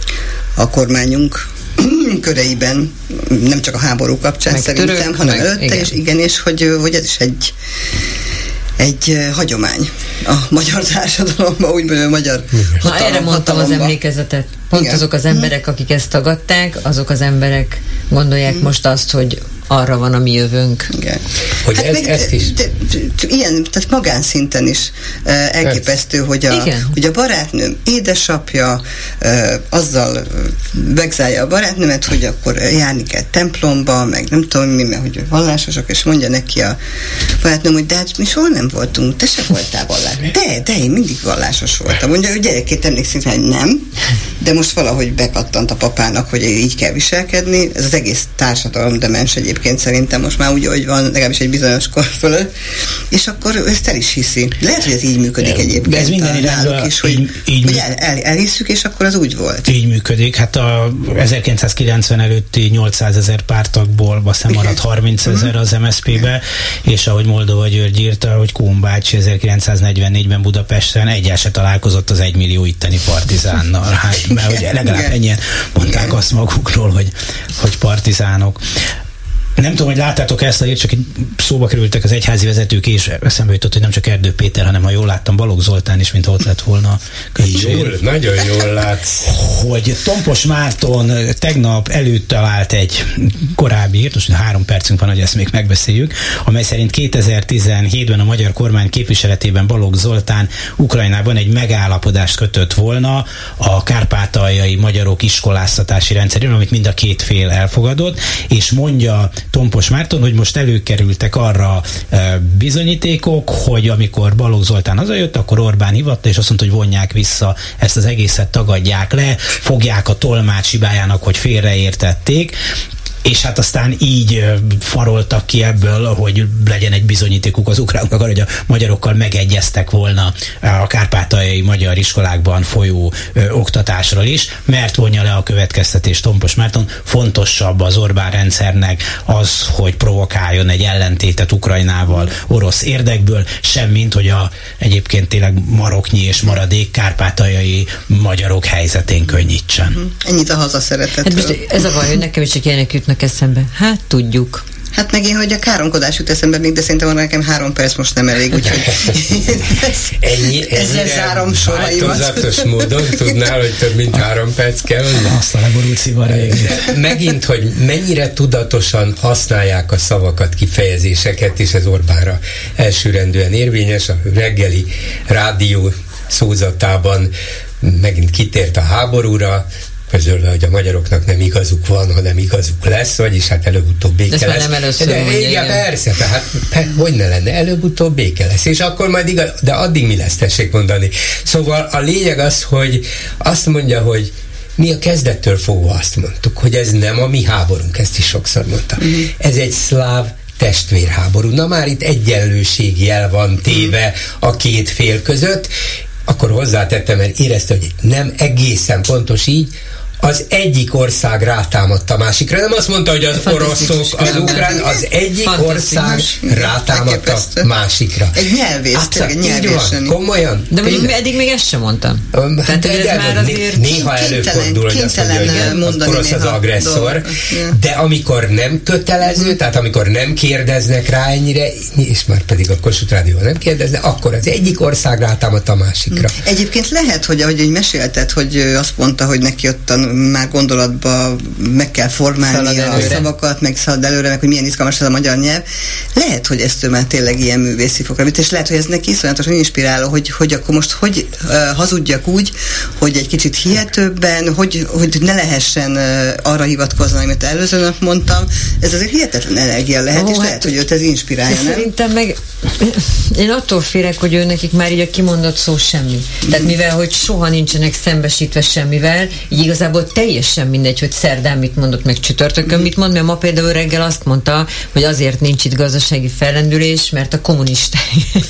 a kormányunk köreiben, nem csak a háború kapcsán meg szerintem, török, hanem előtte is, igen, és hogy ez is egy hagyomány a magyar társadalomban, úgymond a magyar hatalomban. Erre mondtam az emlékezetet. Pont igen. Azok az emberek, akik ezt tagadták, azok az emberek gondolják most azt, hogy arra van a mi jövőnk. Igen. Hogy hát ezt is. Ilyen, tehát magánszinten is elképesztő, hogy a barátnőm édesapja azzal vegzálja a barátnőmet, hogy akkor járni kell templomba, meg nem tudom mi, mert hogy vallásosok, és mondja neki a barátnőm, hogy de hát mi soha nem voltunk, te se voltál vallásos. De én mindig vallásos voltam. Mondja, hogy gyerekként emlékszik rá, hogy nem, de most valahogy bekattant a papának, hogy így kell viselkedni. Ez az egész társadalom demens egyébként szerintem most már úgy, hogy van legalábbis egy bizonyos kor fölött, és akkor ezt el is hiszi. Lehet, hogy ez így működik egyébként. De ez minden irányban is, hogy elhisszük, és akkor az úgy volt. Így működik. Hát a 1990 előtti 800 000 pártagból aztán maradt 30 000 az MSZP-be, és ahogy Moldova György írta, hogy Kuhn bácsi 1944-ben Budapesten egyáltalán se találkozott az 1 millió itteni partizánnal. Hát, mert ugye legalább ennyien mondták azt magukról, hogy partizánok. Nem tudom, hogy láttátok ezt a hírt, csak szóba kerültek az egyházi vezetők, és eszembe jutott, hogy nem csak Erdő Péter, hanem ha jól láttam, Balogh Zoltán is, mint ott lett volna. Nagyon jól látsz. Hogy Tompos Márton tegnap előtt talált egy korábbi hírt, most 3 percünk van, hogy ezt még megbeszéljük, amely szerint 2017-ben a magyar kormány képviseletében Balogh Zoltán Ukrajnában egy megállapodást kötött volna a kárpátaljai magyarok iskoláztatási rendszeréről, amit mind a két fél elfogadott, és mondja Tompos Márton, hogy most előkerültek arra bizonyítékok, hogy amikor Balogh Zoltán hazajött, akkor Orbán hívatta, és azt mondta, hogy vonják vissza ezt az egészet, tagadják le, fogják a tolmács hibájának, hogy félreértették. és hát aztán így faroltak ki ebből, hogy legyen egy bizonyítékuk az ukránoknak, hogy a magyarokkal megegyeztek volna a kárpátaljai magyar iskolákban folyó oktatásról is, mert vonja le a következtetést Tompos Márton, fontosabb az Orbán rendszernek az, hogy provokáljon egy ellentétet Ukrajnával orosz érdekből, semmint, hogy egyébként tényleg maroknyi és maradék kárpátaljai magyarok helyzetén könnyítsen. Ennyit a hazaszeretetről. Hát most ez a baj, hogy nekem is csak ilyenek jutnak eszembe. Hát tudjuk. Hát meg én, hogy a káromkodás jut eszembe még, de szerintem nekem 3 perc most nem elég, úgyhogy ezzel zárom soraimat. Változatos módon tudnál, hogy több mint 3 perc kell. Azt a leborult szivar. Megint, hogy mennyire tudatosan használják a szavakat, kifejezéseket, és ez Orbánra elsőrendűen érvényes. A reggeli rádió szózatában megint kitért a háborúra, közölve, hogy a magyaroknak nem igazuk van, hanem igazuk lesz, vagyis hát előbb-utóbb béke lesz. Nem először igen, persze, tehát hogy ne lenne, előbb-utóbb béke lesz, és akkor majd de addig mi lesz, tessék mondani. Szóval a lényeg az, hogy azt mondja, hogy mi a kezdettől fogva azt mondtuk, hogy ez nem a mi háborunk, ezt is sokszor mondta. Ez egy szláv testvérháború. Na már itt egyenlőségjel van téve a két fél között, akkor hozzátettem, mert érezte, hogy nem egészen pontos így, az egyik ország rátámadt a másikra. Nem azt mondta, hogy az oroszok, az ukrán, az egyik ország rátámadt a másikra. Egy nyelvész, tényleg egy nyelvészeni. Komolyan? De eddig még ezt sem mondtam. Tehát, hogy ez már azért néha előfordul, hogy azt mondja, hogy az orosz az agresszor, de amikor nem kötelező, tehát amikor nem kérdeznek rá ennyire, és már pedig a Kossuth Rádióban nem kérdezne, akkor az egyik ország rátámadt a másikra. Egyébként lehet, hogy ahogy mesélted, hogy azt mondta, hogy neki ott már gondolatba meg kell formálni a szavakat, meg szalad előre, meg hogy milyen izgalmas ez a magyar nyelv. Lehet, hogy ezt ő már tényleg ilyen művészi fokra vitt, és lehet, hogy ez neki iszonyatosan inspiráló, hogy akkor most hogy hazudjak úgy, hogy egy kicsit hihetőbben, hogy ne lehessen arra hivatkozni, amit előző nap mondtam. Ez azért hihetetlen energia lehet, és lehet, hogy őt ez inspirálja, nem? Szerintem meg én attól félek, hogy ő nekik már így a kimondott szó semmi. Tehát mivel, hogy soha nincsenek szembesítve semmivel, így igazából teljesen mindegy, hogy szerdán mit mondott, meg csütörtökön mit mond, mert ma például reggel azt mondta, hogy azért nincs itt gazdasági fellendülés, mert a kommunisták.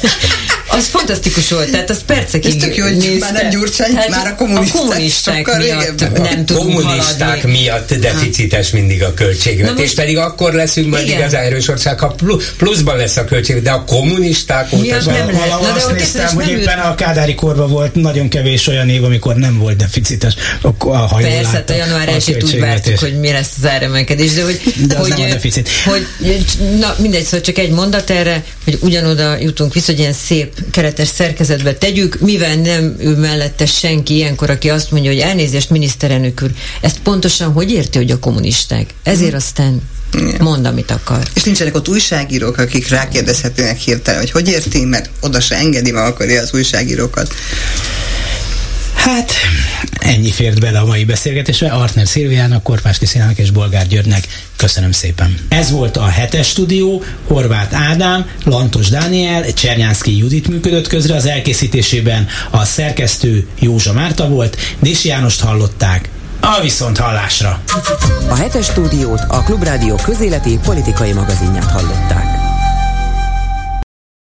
Az fantasztikus volt, tehát az percekig ez tök jó, hogy már nem Gyurcsány, már a kommunisták miatt nem tudunk kommunisták miatt deficites mindig a költségvetés, pedig akkor leszünk majd igazán erős ország, ha pluszban lesz a költségvetés, de a kommunisták óta valahol azt néztem, hogy éppen a kádári korban volt nagyon kevés olyan év, amikor nem volt deficites. Persze, a január 1-ét úgy vártuk, hogy mi lesz az áremelkedés, de hogy na mindegy, szóval csak egy mondat erre, hogy ugyanoda jutunk vissza, hogy ilyen szép keretes szerkezetbe tegyük, mivel nem ül mellette senki ilyenkor, aki azt mondja, hogy elnézést, miniszterelnök úr, ezt pontosan hogy érti, hogy a kommunisták? Ezért aztán mond, amit akar. És nincsenek ott újságírók, akik rákérdezhetnének hirtelen, hogy érti, mert oda se engedi, ma akarja az újságírókat. Hát, ennyi fért bele a mai beszélgetésbe. Artner Szilviának, Korpás Krisztinának és Bolgár Györgynek köszönöm szépen. Ez volt a 7-es stúdió, Horváth Ádám, Lantos Dániel, Csernyánszky Judit működött közre az elkészítésében, a szerkesztő Józsa Márta volt, Dési Jánost hallották. A viszonthallásra! A 7-es stúdiót a Klubrádió közéleti politikai magazinját hallották.